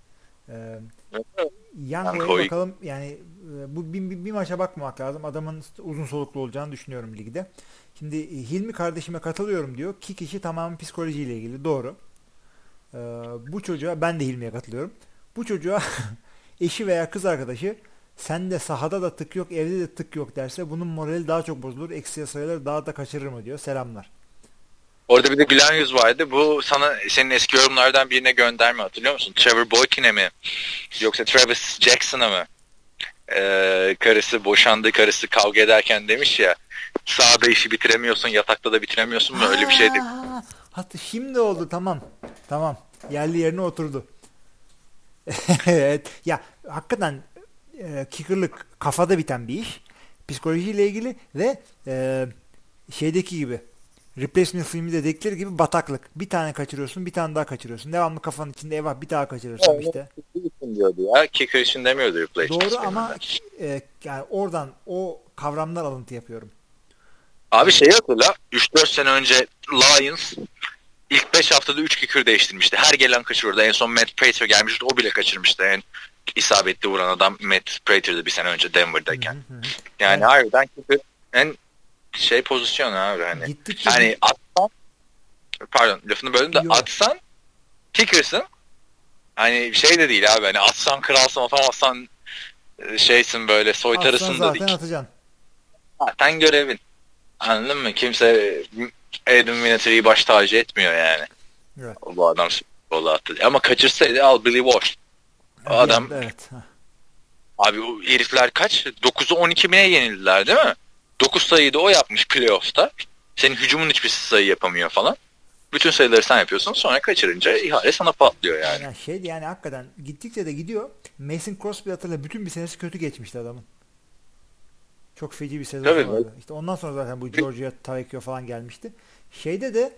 Yanko'ya bakalım. Yani bu bir maça bakmamak lazım. Adamın uzun soluklu olacağını düşünüyorum ligde. Şimdi Hilmi kardeşime katılıyorum diyor. Kick işi tamamen psikolojiyle ilgili. Doğru. Bu çocuğa ben de Hilmi'ye katılıyorum. Bu çocuğa eşi veya kız arkadaşı sende sahada da tık yok, evde de tık yok derse bunun morali daha çok bozulur. Eksiye sayıları daha da kaçırır mı diyor. Selamlar. Orada bir de gülen yüz vardı. Bu sana senin eski yorumlardan birine gönderme hatırlıyor musun? Trevor Boykin'e mi? Yoksa Travis Jackson'a mı? Boşandığı karısı kavga ederken demiş ya sahada işi bitiremiyorsun, yatakta da bitiremiyorsun mu? Öyle bir şeydi. Hatta şimdi oldu tamam. Tamam. Yerli yerine oturdu. Evet. Ya hakikaten kicker'lık kafada biten bir iş. Psikolojiyle ilgili ve şeydeki gibi Replacement filmi dedikleri gibi bataklık. Bir tane kaçırıyorsun, bir tane daha kaçırıyorsun. Devamlı kafanın içinde eyvah bir daha kaçırıyorsun evet, işte. Diyordu ya. Kicker için demiyordu Replacement. Doğru ama yani oradan o kavramlar alıntı yapıyorum. Abi şeyi hatırla. 3-4 sene önce Lions ilk 5 haftada 3 kicker değiştirmişti. Her gelen kaçırıyordu. En son Matt Prater gelmişti. O bile kaçırmıştı. En isabetli vuran adam Matt Prater'dı bir sene önce Denver'dayken. Yani harbiden kicker en pozisyon abi hani. Gittikçe hani atsan pardon lafını böldüm de atsan kicker'sın. Hani şey de değil abi hani atsan kralsın atamazsan şeysin böyle soytarısın da değil. Zaten atacaksın. Zaten görevin. Anladın mı? Kimse Adam Vinatieri'yi baş tacı etmiyor yani. Evet. Bu adam Super attı. Ama kaçırsaydı al Billy Walsh. O adam evet. Abi o herifler kaç? 9'u 12 bine yenildiler değil mi? 9 sayıyı da o yapmış playoff'ta. Senin hücumun hiçbir sayı yapamıyor falan. Bütün sayıları sen yapıyorsun. Sonra kaçırınca ihale sana patlıyor yani. Yani hakikaten gittikçe de gidiyor. Mason Crosby hatırla bütün bir senesi kötü geçmişti adamın. Çok feci bir sezon vardı. İşte ondan sonra zaten bu Georgia Tavekio falan gelmişti. Şeyde de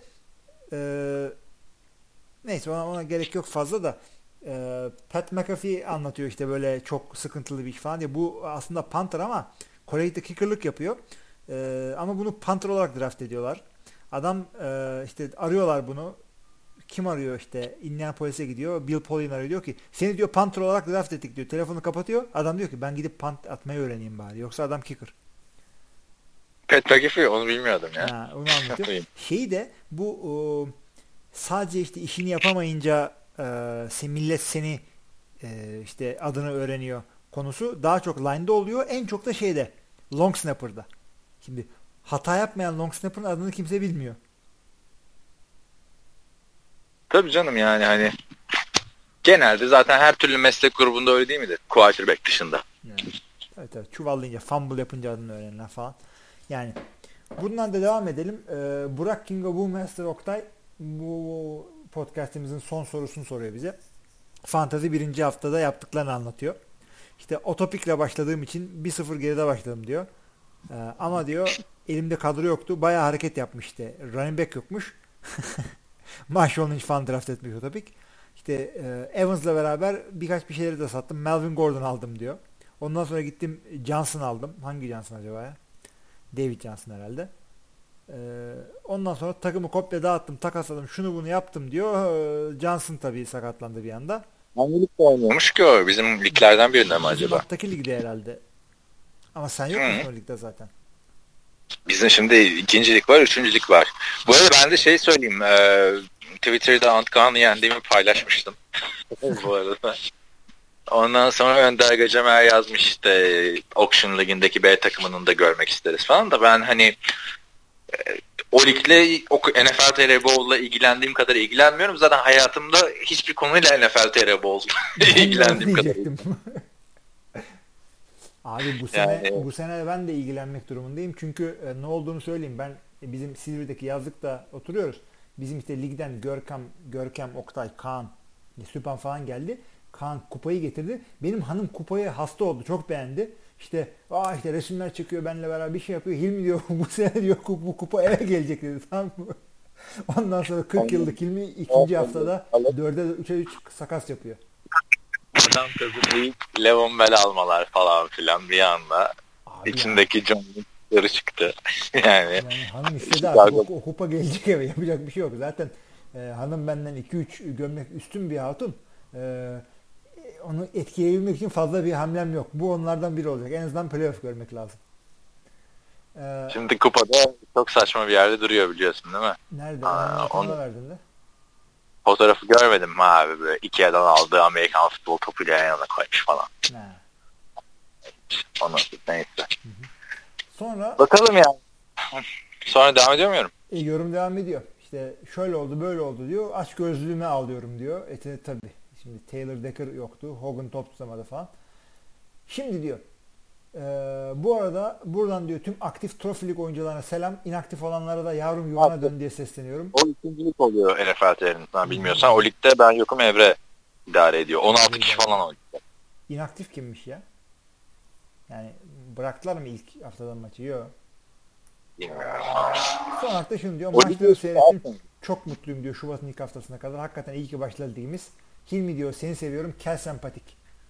neyse ona gerek yok fazla da Pat McAfee anlatıyor işte böyle çok sıkıntılı bir iş falan diye. Bu aslında punter ama Kore'de kicker'lık yapıyor. Ama bunu punter olarak draft ediyorlar. Adam işte arıyorlar bunu. Kim arıyor işte Indianapolis'e gidiyor. Bill Polian arıyor diyor ki seni diyor punter olarak draft ettik diyor. Telefonu kapatıyor. Adam diyor ki ben gidip punt atmayı öğreneyim bari. Yoksa adam kicker. Pat McAfee onu bilmiyordum ya. Onu anlatıyor. Şeyi de bu sadece işte işini yapamayınca millet seni işte adını öğreniyor konusu daha çok line'da oluyor. En çok da şeyde long snapper'da. Şimdi hata yapmayan long snapper'ın adını kimse bilmiyor. Tabii canım, yani hani genelde zaten her türlü meslek grubunda öyle değil midir? Quarterback dışında. Yani, evet. Çuvallayınca, fumble yapınca adını öğrenilen falan. Yani bundan da devam edelim. Burak Kingo Bullmaster Oktay bu podcastimizin son sorusunu soruyor bize. Fantazi 1. haftada yaptıklarını anlatıyor. İşte o topikle başladığım için 1-0 geride başladım diyor. Ama diyor elimde kadro yoktu. Bayağı hareket yapmıştı. Running back yokmuş. Marshall Lynch falan draft etmiş o topik. İşte Evans'la beraber birkaç bir şeyleri de sattım. Melvin Gordon aldım diyor. Ondan sonra gittim Johnson aldım. Hangi Johnson acaba ya? David Johnson herhalde. Ondan sonra takımı komple dağıttım, takasladım, şunu bunu yaptım diyor. Johnson tabii sakatlandı bir anda. Hangi ligde oynuyormuş ki o? Bizim liglerden birinde mi acaba? Bizim ligde herhalde. Ama sen yok musun o ligde zaten? Bizim şimdi 2. lig var, 3. lig var. Bu arada ben de şey söyleyeyim. Twitter'da Antkan'ı yendiğimi paylaşmıştım. Bu arada. Ondan sonra Önder Gacemer yazmış işte Auction Ligi'ndeki B takımının da görmek isteriz falan da ben hani o ligle, o NFL TR Bowl'la ilgilendiğim kadar ilgilenmiyorum. Zaten hayatımda hiçbir konuyla NFL TR Bowl'la ilgilendiğim kadar. Abi bu sene ben de ilgilenmek durumundayım. Çünkü ne olduğunu söyleyeyim. Ben bizim Silivri'deki yazlıkta oturuyoruz. Bizim işte ligden Görkem, Oktay, Kaan, Süpan falan geldi. Kaan kupayı getirdi. Benim hanım kupaya hasta oldu. Çok beğendi. İşte işte resimler çekiyor benimle beraber bir şey yapıyor. Hilmi diyor bu sene diyor bu kupa eve gelecek dedi. Tamam mı? Ondan sonra 40 yıllık Hilmi 2. haftada 4'e 3'e 3 sakas yapıyor. Adam kazanıyı Levon Bell almalar falan filan bir anda. Abi içindeki ya. John'ları çıktı. yani hanım istedi artık o kupa gelecek eve. Yapacak bir şey yok. Zaten hanım benden 2-3 gömlek üstün bir hatun. Onu etkileyebilmek için fazla bir hamlem yok. Bu onlardan biri olacak. En azından playoff görmek lazım. Şimdi kupada çok saçma bir yerde duruyor biliyorsun değil mi? Nerede? Onu verdin de. Fotoğrafı görmedim mi abi? Böyle Ikea'dan aldığı Amerikan futbol topuyla yan yana koymuş falan. Onu neyse. Sonra bakalım yani. Sonra devam ediyor muyum? Yorum devam ediyor. İşte şöyle oldu böyle oldu diyor. Aç gözlüğüme alıyorum diyor. Tabii. Şimdi Taylor Decker yoktu. Hogan top tutamadı falan. Şimdi diyor bu arada buradan diyor tüm aktif trofilik oyuncularına selam. İnaktif olanlara da yavrum yuvana dön diye sesleniyorum. O 2. lig oluyor NFL TR'nin. Bilmiyorsan o ligde ben yokum, Emre idare ediyor. 16 kişi falan o ligde. İnaktif kimmiş ya? Yani bıraktılar mı ilk haftadan maçı? Yok. Bilmiyorum. Son hafta şunu diyor. Maçları seyrettim. Çok mutluyum diyor Şubat'ın ilk haftasına kadar. Hakikaten iyi ki başladı ligimiz. Hilmi diyor seni seviyorum. Kel sempatik.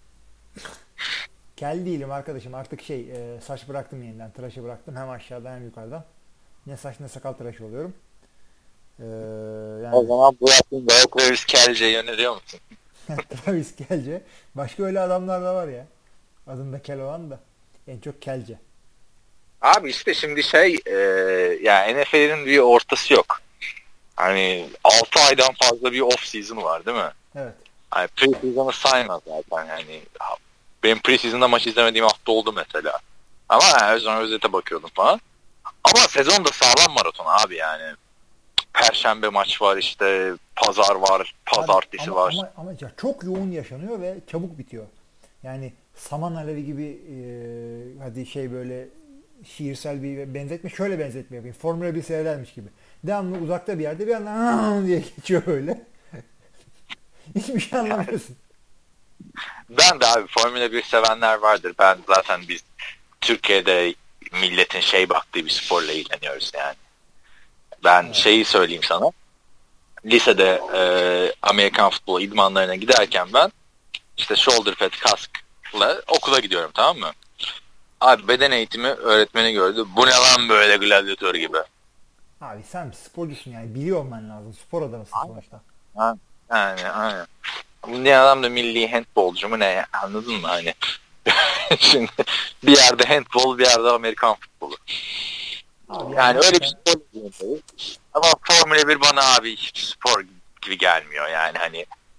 Kel değilim arkadaşım. Artık saç bıraktım yeniden. Tıraşı bıraktım. Hem aşağıdan hem yukarıdan. Ne saç ne sakal tıraşı oluyorum. Yani... O zaman bu yaptığında Travis Kelce yöneliyor musun? Travis Kelce. Başka öyle adamlar da var ya. Adında Kel olan da. En çok Kelce. Abi işte şimdi yani NFL'in bir ortası yok. Hani 6 aydan fazla bir off season var değil mi? Evet. Hani pre-season'ı saymaz zaten yani. Benim pre-season'da maç izlemediğim hafta oldu mesela. Ama özete bakıyordum falan. Ama sezon da sağlam maraton abi yani. Perşembe maç var işte, pazar var, pazartesi var. Ama ya çok yoğun yaşanıyor ve çabuk bitiyor. Yani saman alevi gibi hadi böyle şiirsel bir benzetme, şöyle benzetme yapayım. Formula 1 seyredermiş gibi. Devamlı uzakta bir yerde bir yandan diye geçiyor böyle. Hiçbir şey anlamıyorsun. Ben de abi Formula 1 sevenler vardır. Ben zaten biz Türkiye'de milletin baktığı bir sporla ilgileniyoruz yani. Ben şeyi söyleyeyim sana. Lisede Amerikan futbol idmanlarına giderken ben işte shoulder pad kaskla okula gidiyorum, tamam mı? Abi beden eğitimi öğretmeni gördü. Bu ne lan böyle gladyatör gibi. Abi sen sporcusun yani. Biliyor olman lazım. Spor adamısın sonuçta. Aynen. Bu ne adam da milli handbolcu mu ne ya? Anladın mı hani? Şimdi bir yerde handbol, bir yerde Amerikan futbolu. Abi yani öyle bir spor değil. Ama Formula 1 bana abi hiç spor gibi gelmiyor yani hani.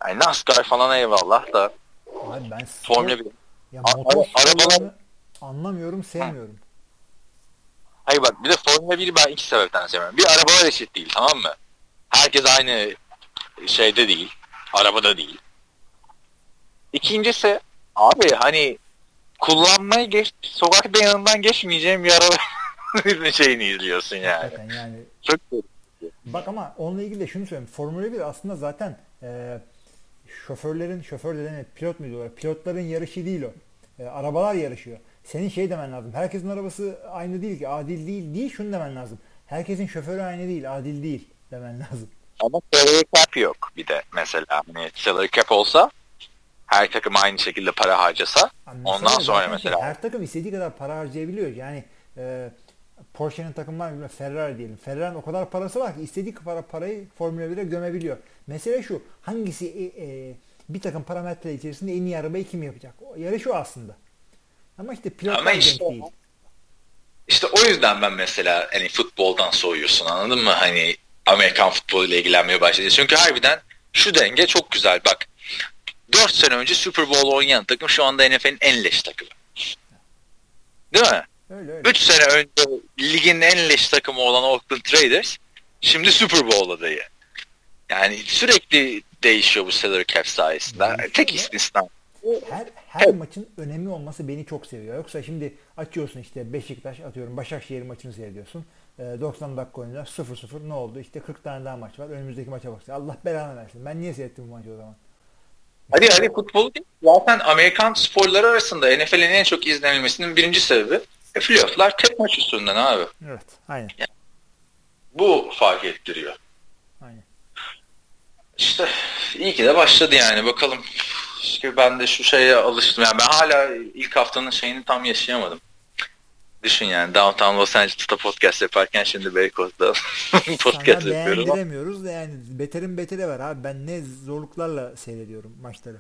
Yani NASCAR falan eyvallah da. Abi ben Formula 1. Ya motor Arabalar sporlarını anlamıyorum, sevmiyorum. Hayır bak bir de Formula 1'i ben iki sebepten sevmiyorum. Bir arabalar eşit değil tamam mı? Herkes aynı şeyde değil. Arabada değil. İkincisi abi hani kullanmayı sokakta yanından geçmeyeceğim bir araba şeyini izliyorsun yani. Hakikaten yani. Çok Bak ama onunla ilgili de şunu söyleyeyim. Formula 1 aslında zaten şoför de demek pilot mu diyorlar? Pilotların yarışı değil o. Arabalar yarışıyor. Senin şey demen lazım. Herkesin arabası aynı değil ki. Adil değil. Şunu demen lazım. Herkesin şoförü aynı değil. Adil değil demen lazım. Ama salary cap yok bir de mesela. Hani salary cap olsa her takım aynı şekilde para harcasa ondan sonra mesela. Her takım istediği kadar para harcayabiliyor. Yani Porsche'nin takımlar gibi Ferrari diyelim. Ferrari'nin o kadar parası var ki istediği parayı Formula 1'e gömebiliyor. Mesele şu. Hangisi bir takım parametre içerisinde en iyi arabayı kim yapacak? Yarış o aslında. Ama işte pilotlar denk değil. İşte o yüzden ben mesela hani futboldan soğuyorsun anladın mı? Hani Amerikan futboluyla ilgilenmeye başladı. Çünkü harbiden şu denge çok güzel. Bak 4 sene önce Super Bowl oynayan takım şu anda NFL'in en leş takımı. Değil mi? Öyle. 3 sene önce ligin en leş takımı olan Oakland Raiders şimdi Super Bowl adayı. Yani sürekli değişiyor bu salary cap sayesinde. Tek istisna. Her maçın önemi olması beni çok seviyor. Yoksa şimdi açıyorsun işte Beşiktaş atıyorum Başakşehir maçını seyrediyorsun. 90 dakika oynuyorlar 0-0 ne oldu? İşte 40 tane daha maç var. Önümüzdeki maça bak. Allah belanı versin. Ben niye seyrettim bu maçı o zaman? Hadi futbol değil. Zaten Amerikan sporları arasında NFL'in en çok izlenilmesinin birinci sebebi playoff'lar tek maç üstünden abi. Evet. Aynen. Yani, bu fark ettiriyor. Aynen. İşte iyi ki de başladı yani. Bakalım. İşte ben de şu şeye alıştım. Yani ben hala ilk haftanın şeyini tam yaşayamadım. Düşün yani Downtown Los Angeles'ta podcast yaparken şimdi Beykoz'da podcast sana yapıyorum. beğendiremiyoruz da yani beterin beteri var abi. Ben ne zorluklarla seyrediyorum maçları.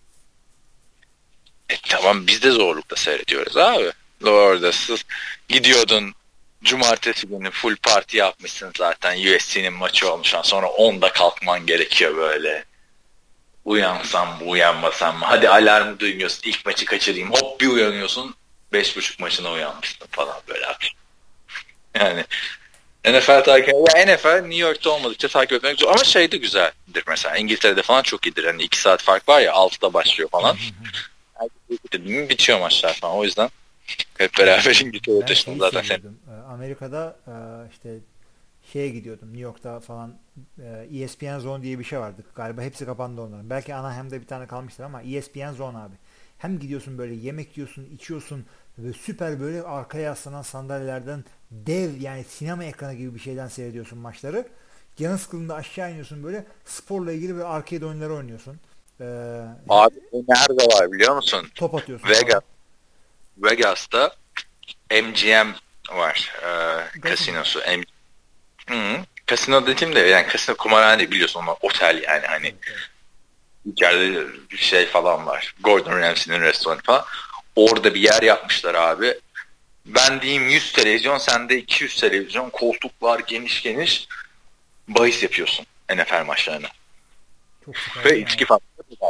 Tamam biz de zorlukla seyrediyoruz abi. Orada siz gidiyordun cumartesi günü full parti yapmışsın zaten. USC'nin maçı olmuş. Sonra 10'da kalkman gerekiyor böyle. Uyansam mı uyanmasam mı? Hadi alarmı duymuyorsun. İlk maçı kaçırayım. Hop bir uyanıyorsun. 5.30 maçına uyanmışsın falan böyle. Yani NFL takip ya NFL New York'ta olmadıkça takip etmek zor. Ama şey de güzeldir mesela. İngiltere'de falan çok iyidir. Hani 2 saat fark var ya 6'da başlıyor falan. Bitiyor maçlar falan. O yüzden hep beraber İngiltere'de taşıdım zaten. Amerika'da işte şeye gidiyordum. New York'ta falan ESPN Zone diye bir şey vardı. Galiba hepsi kapandı onların. Belki Anaheim'de bir tane kalmıştır ama ESPN Zone abi. Hem gidiyorsun böyle yemek yiyorsun, içiyorsun ve süper böyle arkaya yaslanan sandalyelerden dev yani sinema ekranı gibi bir şeyden seyrediyorsun maçları. Canın sıkıldığında aşağı iniyorsun böyle sporla ilgili bir arcade oyunları oynuyorsun. Abi nerede var biliyor musun? Top atıyorsun. Vegas'ta MGM var. Kasinosu. Kasino dediğim de yani kasino kumarhane biliyorsun ama otel yani hani evet. İçeride bir şey falan var. Gordon Ramsay'nin restoranı falan. Orada bir yer yapmışlar abi. Ben diyeyim 100 televizyon, sende 200 televizyon. Koltuklar geniş geniş. Bahis yapıyorsun NFL maçlarına. Ve içki falan.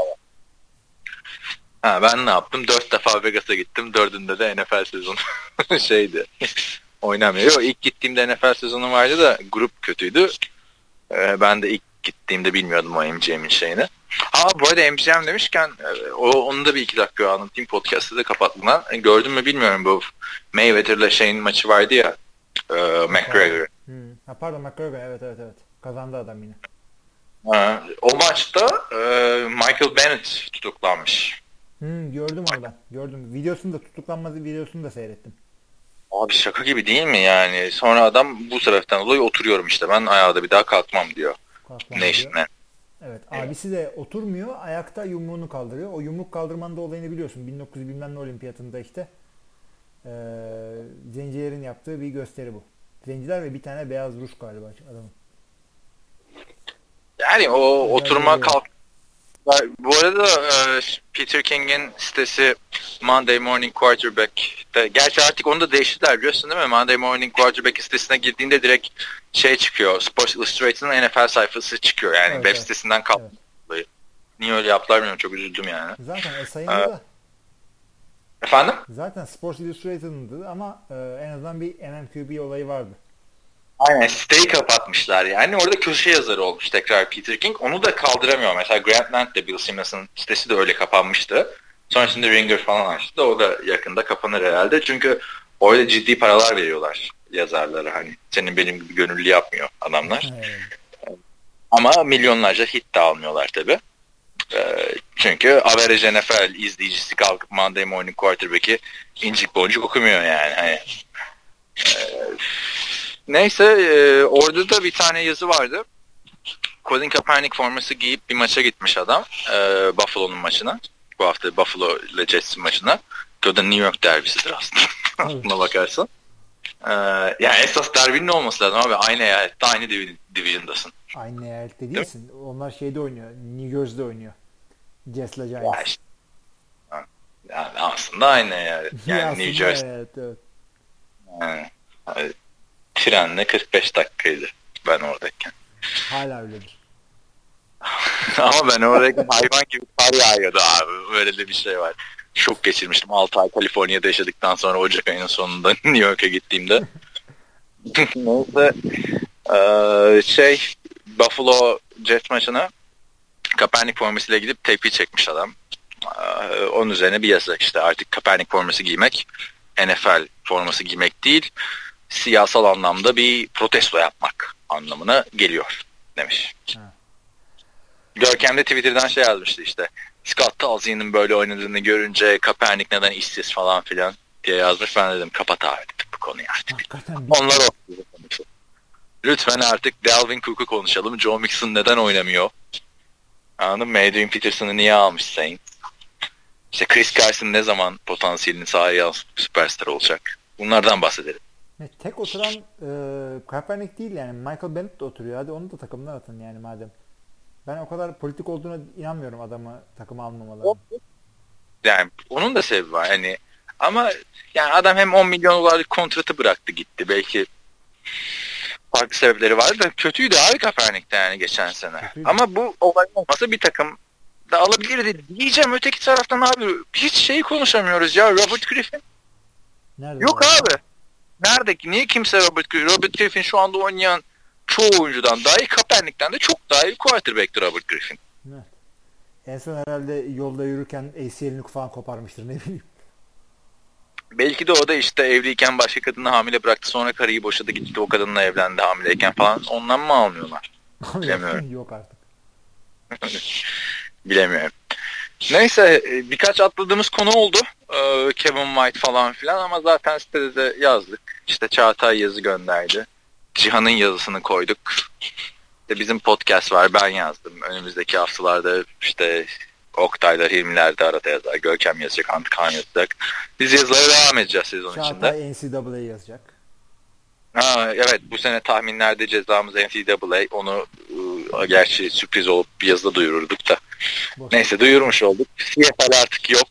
Ben ne yaptım? 4 defa Vegas'a gittim. 4'ünde de NFL sezonu şeydi. Oynamıyor. İlk gittiğimde NFL sezonu vardı da grup kötüydü. Ben de ilk gittiğimde bilmiyordum o MGM'in şeyini. Bu arada MGM demişken onu da bir 2 dakika anlatayım. Podcast'ı da kapatmadan. Gördün mü bilmiyorum bu Mayweather'la şeyin maçı vardı ya McGregor. Pardon McGregor evet. Kazandı adam yine. O maçta Michael Bennett tutuklanmış. Gördüm onu ben. Gördüm. Tutuklanması videosunu da seyrettim. Abi şaka gibi değil mi yani? Sonra adam bu sebepten dolayı oturuyorum işte. Ben ayağa bir daha kalkmam diyor. Nation'e. Evet. Abisi de oturmuyor. Ayakta yumruğunu kaldırıyor. O yumruk kaldırmanın da olayını biliyorsun. 1900 bilmem ne olimpiyatında işte. Zencilerin yaptığı bir gösteri bu. Zenciler ve bir tane beyaz Rus galiba adamın. Yani o oturma kalk. Bu arada Peter King'in sitesi Monday Morning Quarterback'te, gerçi artık onu da değiştirdiler biliyorsun değil mi? Monday Morning Quarterback sitesine girdiğinde direkt şey çıkıyor. Sports Illustrated'ın NFL sayfası çıkıyor. Yani web sitesinden kalkıyor. Niye öyle yaptılar bilmiyorum. Çok üzüldüm yani. Zaten SI'nda da. Efendim? Zaten Sports Illustrated'ındı ama en azından bir MMQB olayı vardı. Aynen, siteyi kapatmışlar yani. Orada köşe yazarı olmuş tekrar Peter King. Onu da kaldıramıyor. Mesela Grantland de Bill Simmons'ın sitesi de öyle kapanmıştı. Sonrasında Ringer falan açtı. O da yakında kapanır herhalde. Çünkü orada ciddi paralar veriyorlar yazarlara. Hani senin benim gibi gönüllü yapmıyor adamlar. Ama milyonlarca hit de almıyorlar tabii. Çünkü average NFL izleyicisi kalkıp Monday Morning Quarterback'i incik boncuk okumuyor yani. Hani, neyse orada da bir tane yazı vardı. Colin Kaepernick forması giyip bir maça gitmiş adam. Buffalo'nun maçına. Bu hafta Buffalo ile Jets'in maçına. O da New York derbisidir aslında. Aslına bakarsan. Yani esas derbinin olması lazım abi. Aynı eyalette, aynı division'dasın. Aynı eyalette değilsin. Onlar şeyde oynuyor. New Jersey'de oynuyor. Jets'le Giants. Ya işte, yani aslında aynı eyalet. Yani New Jersey. Evet. Yani, trenle 45 dakikaydı ben oradayken. Hala öyledir. Ama ben oradayken hayvan gibi kar yağıyordu abi. Böyle de bir şey var. Şok geçirmiştim. 6 ay Kaliforniya'da yaşadıktan sonra Ocak ayının sonunda New York'a gittiğimde. Neyse Buffalo Jets maçına Kaepernick formasıyla gidip tepki çekmiş adam. Onun üzerine bir yazı işte artık Kaepernick forması giymek NFL forması giymek değil, siyasal anlamda bir protesto yapmak anlamına geliyor demiş. Görkem de Twitter'dan şey yazmıştı işte. Scott Tolzien'in böyle oynadığını görünce Kaepernick neden işsiz falan filan diye yazmış. Ben dedim kapat abi bu konuyu artık. Onlar o. Lütfen artık Dalvin Cook'u konuşalım. Joe Mixon neden oynamıyor? Anladın mı? Adrian Peterson'ı niye almış Saints? İşte Chris Carson ne zaman potansiyelini sahaya yansıtıp süperstar olacak? Bunlardan bahsedelim. Tek oturan Kaepernick değil yani. Michael Bennett de oturuyor. Hadi onu da takımdan atın yani madem. Ben o kadar politik olduğuna inanmıyorum adamı takıma almamaları. Yani onun da sebebi var. Yani, ama yani adam hem 10 milyon dolarlık kontratı bıraktı gitti. Belki farklı sebepleri vardı da kötüydü abi Kaepernick'te yani geçen sene. Kötüydü. Ama bu olay olmasa bir takım da alabilirdi. Diyeceğim öteki taraftan abi hiç şeyi konuşamıyoruz ya. Robert Griffin. Nerede yok abi. Nerede ki? Niye kimse Robert Griffin şu anda oynayan çoğu oyuncudan daha iyi, Kaepernick'ten de çok daha iyi quarterback'tir Robert Griffin. Evet. En son herhalde yolda yürürken ACL'ini falan koparmıştır ne bileyim. Belki de o da işte evliyken başka kadını hamile bıraktı, sonra karıyı boşadı gitti o kadınla evlendi hamileyken falan, ondan mı almıyorlar? Bilemiyorum. Yok artık. Bilemiyorum. Neyse birkaç atladığımız konu oldu. Kevin White falan filan ama zaten sitede de yazdık. İşte Çağatay yazı gönderdi. Cihan'ın yazısını koyduk. İşte bizim podcast var, ben yazdım. Önümüzdeki haftalarda işte Oktaylar, Hilmiler de arada yazar. Görkem yazacak, Antkan yazacak. Biz yazılara devam edeceğiz sezon içinde. Çağatay NCAA yazacak. Evet, bu sene tahminlerde cezamız NCAA. Onu gerçi sürpriz olup bir yazıda duyururduk da. Neyse duyurmuş olduk. CFL artık yok.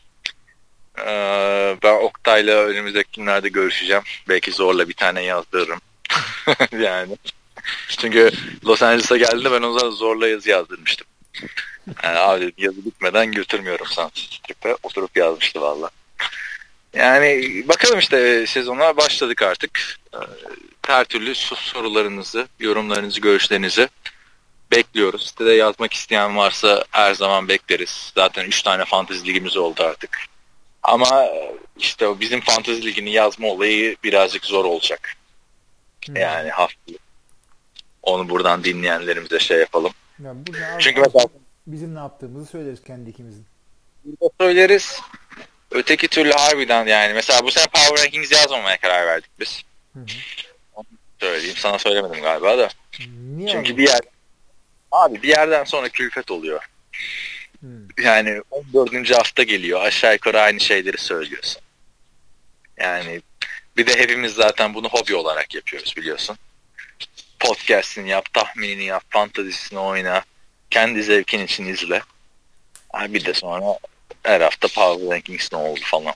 Ben Oktay'la önümüzdeki günlerde görüşeceğim. Belki zorla bir tane yazdırırım. Yani. Çünkü Los Angeles'a geldiğinde ben o zaman zorla yazı yazdırmıştım. Yani abi yazı bitmeden götürmüyorum Sunstrip'e. Oturup yazmıştı valla. Yani bakalım işte sezona başladık artık. Her türlü sorularınızı, yorumlarınızı, görüşlerinizi bekliyoruz. Sitede yazmak isteyen varsa her zaman bekleriz. Zaten 3 tane fantezi ligimiz oldu artık. Ama işte o bizim fantezi ligini yazma olayı birazcık zor olacak. Yani haftalık. Onu buradan dinleyenlerimize şey yapalım. Yani çünkü mesela bizim ne yaptığımızı söyleriz kendi ikimizin. Söyleriz. Öteki türlü harbiden yani. Mesela bu sene Power Rankings yazmamaya karar verdik biz. Onu söyleyeyim. Sana söylemedim galiba da. Niye çünkü abi? Bir yerden sonra külfet oluyor. Yani 14. hafta geliyor. Aşağı yukarı aynı şeyleri söylüyorsun. Yani bir de hepimiz zaten bunu hobi olarak yapıyoruz biliyorsun. Podcast'ini yap, tahminini yap, fantezisini oyna. Kendi zevkin için izle. Bir de sonra her hafta Power Rankings ne oldu falan.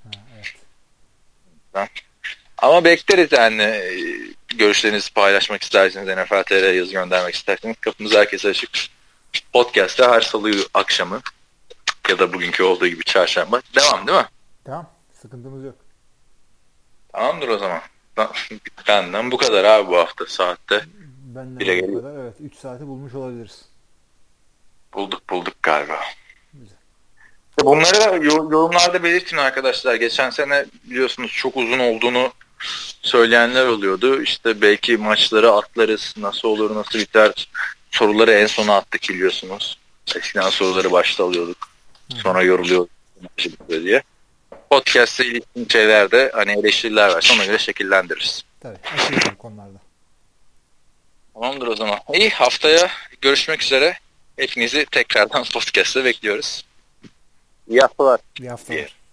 Evet. Ama bekleriz yani. Görüşlerinizi paylaşmak isterseniz, NFL TR'ye yazı göndermek isterseniz kapımız herkese açık. Podcast'te her salı akşamı ya da bugünkü olduğu gibi çarşamba. Devam değil mi? Tamam. Sıkıntımız yok. Tamamdır o zaman. Benden bu kadar abi bu hafta saatte. Benden bu kadar. Evet. 3 saati bulmuş olabiliriz. Bulduk galiba. Güzel. Bunları da yorumlarda belirtin arkadaşlar. Geçen sene biliyorsunuz çok uzun olduğunu söyleyenler oluyordu. İşte belki maçları atlarız. Nasıl olur, nasıl biter? Soruları en sona attık biliyorsunuz. Eskiden soruları başta alıyorduk. Sonra yoruluyorduk diye. Podcast'te ilgili şeylerde hani eleştiriler varsa ona göre şekillendiririz. Tabii. Açıyoruz bu konularda. Tamamdır o zaman. İyi, haftaya görüşmek üzere. Hepinizi tekrardan podcast'te bekliyoruz. İyi haftalar. İyi haftalar.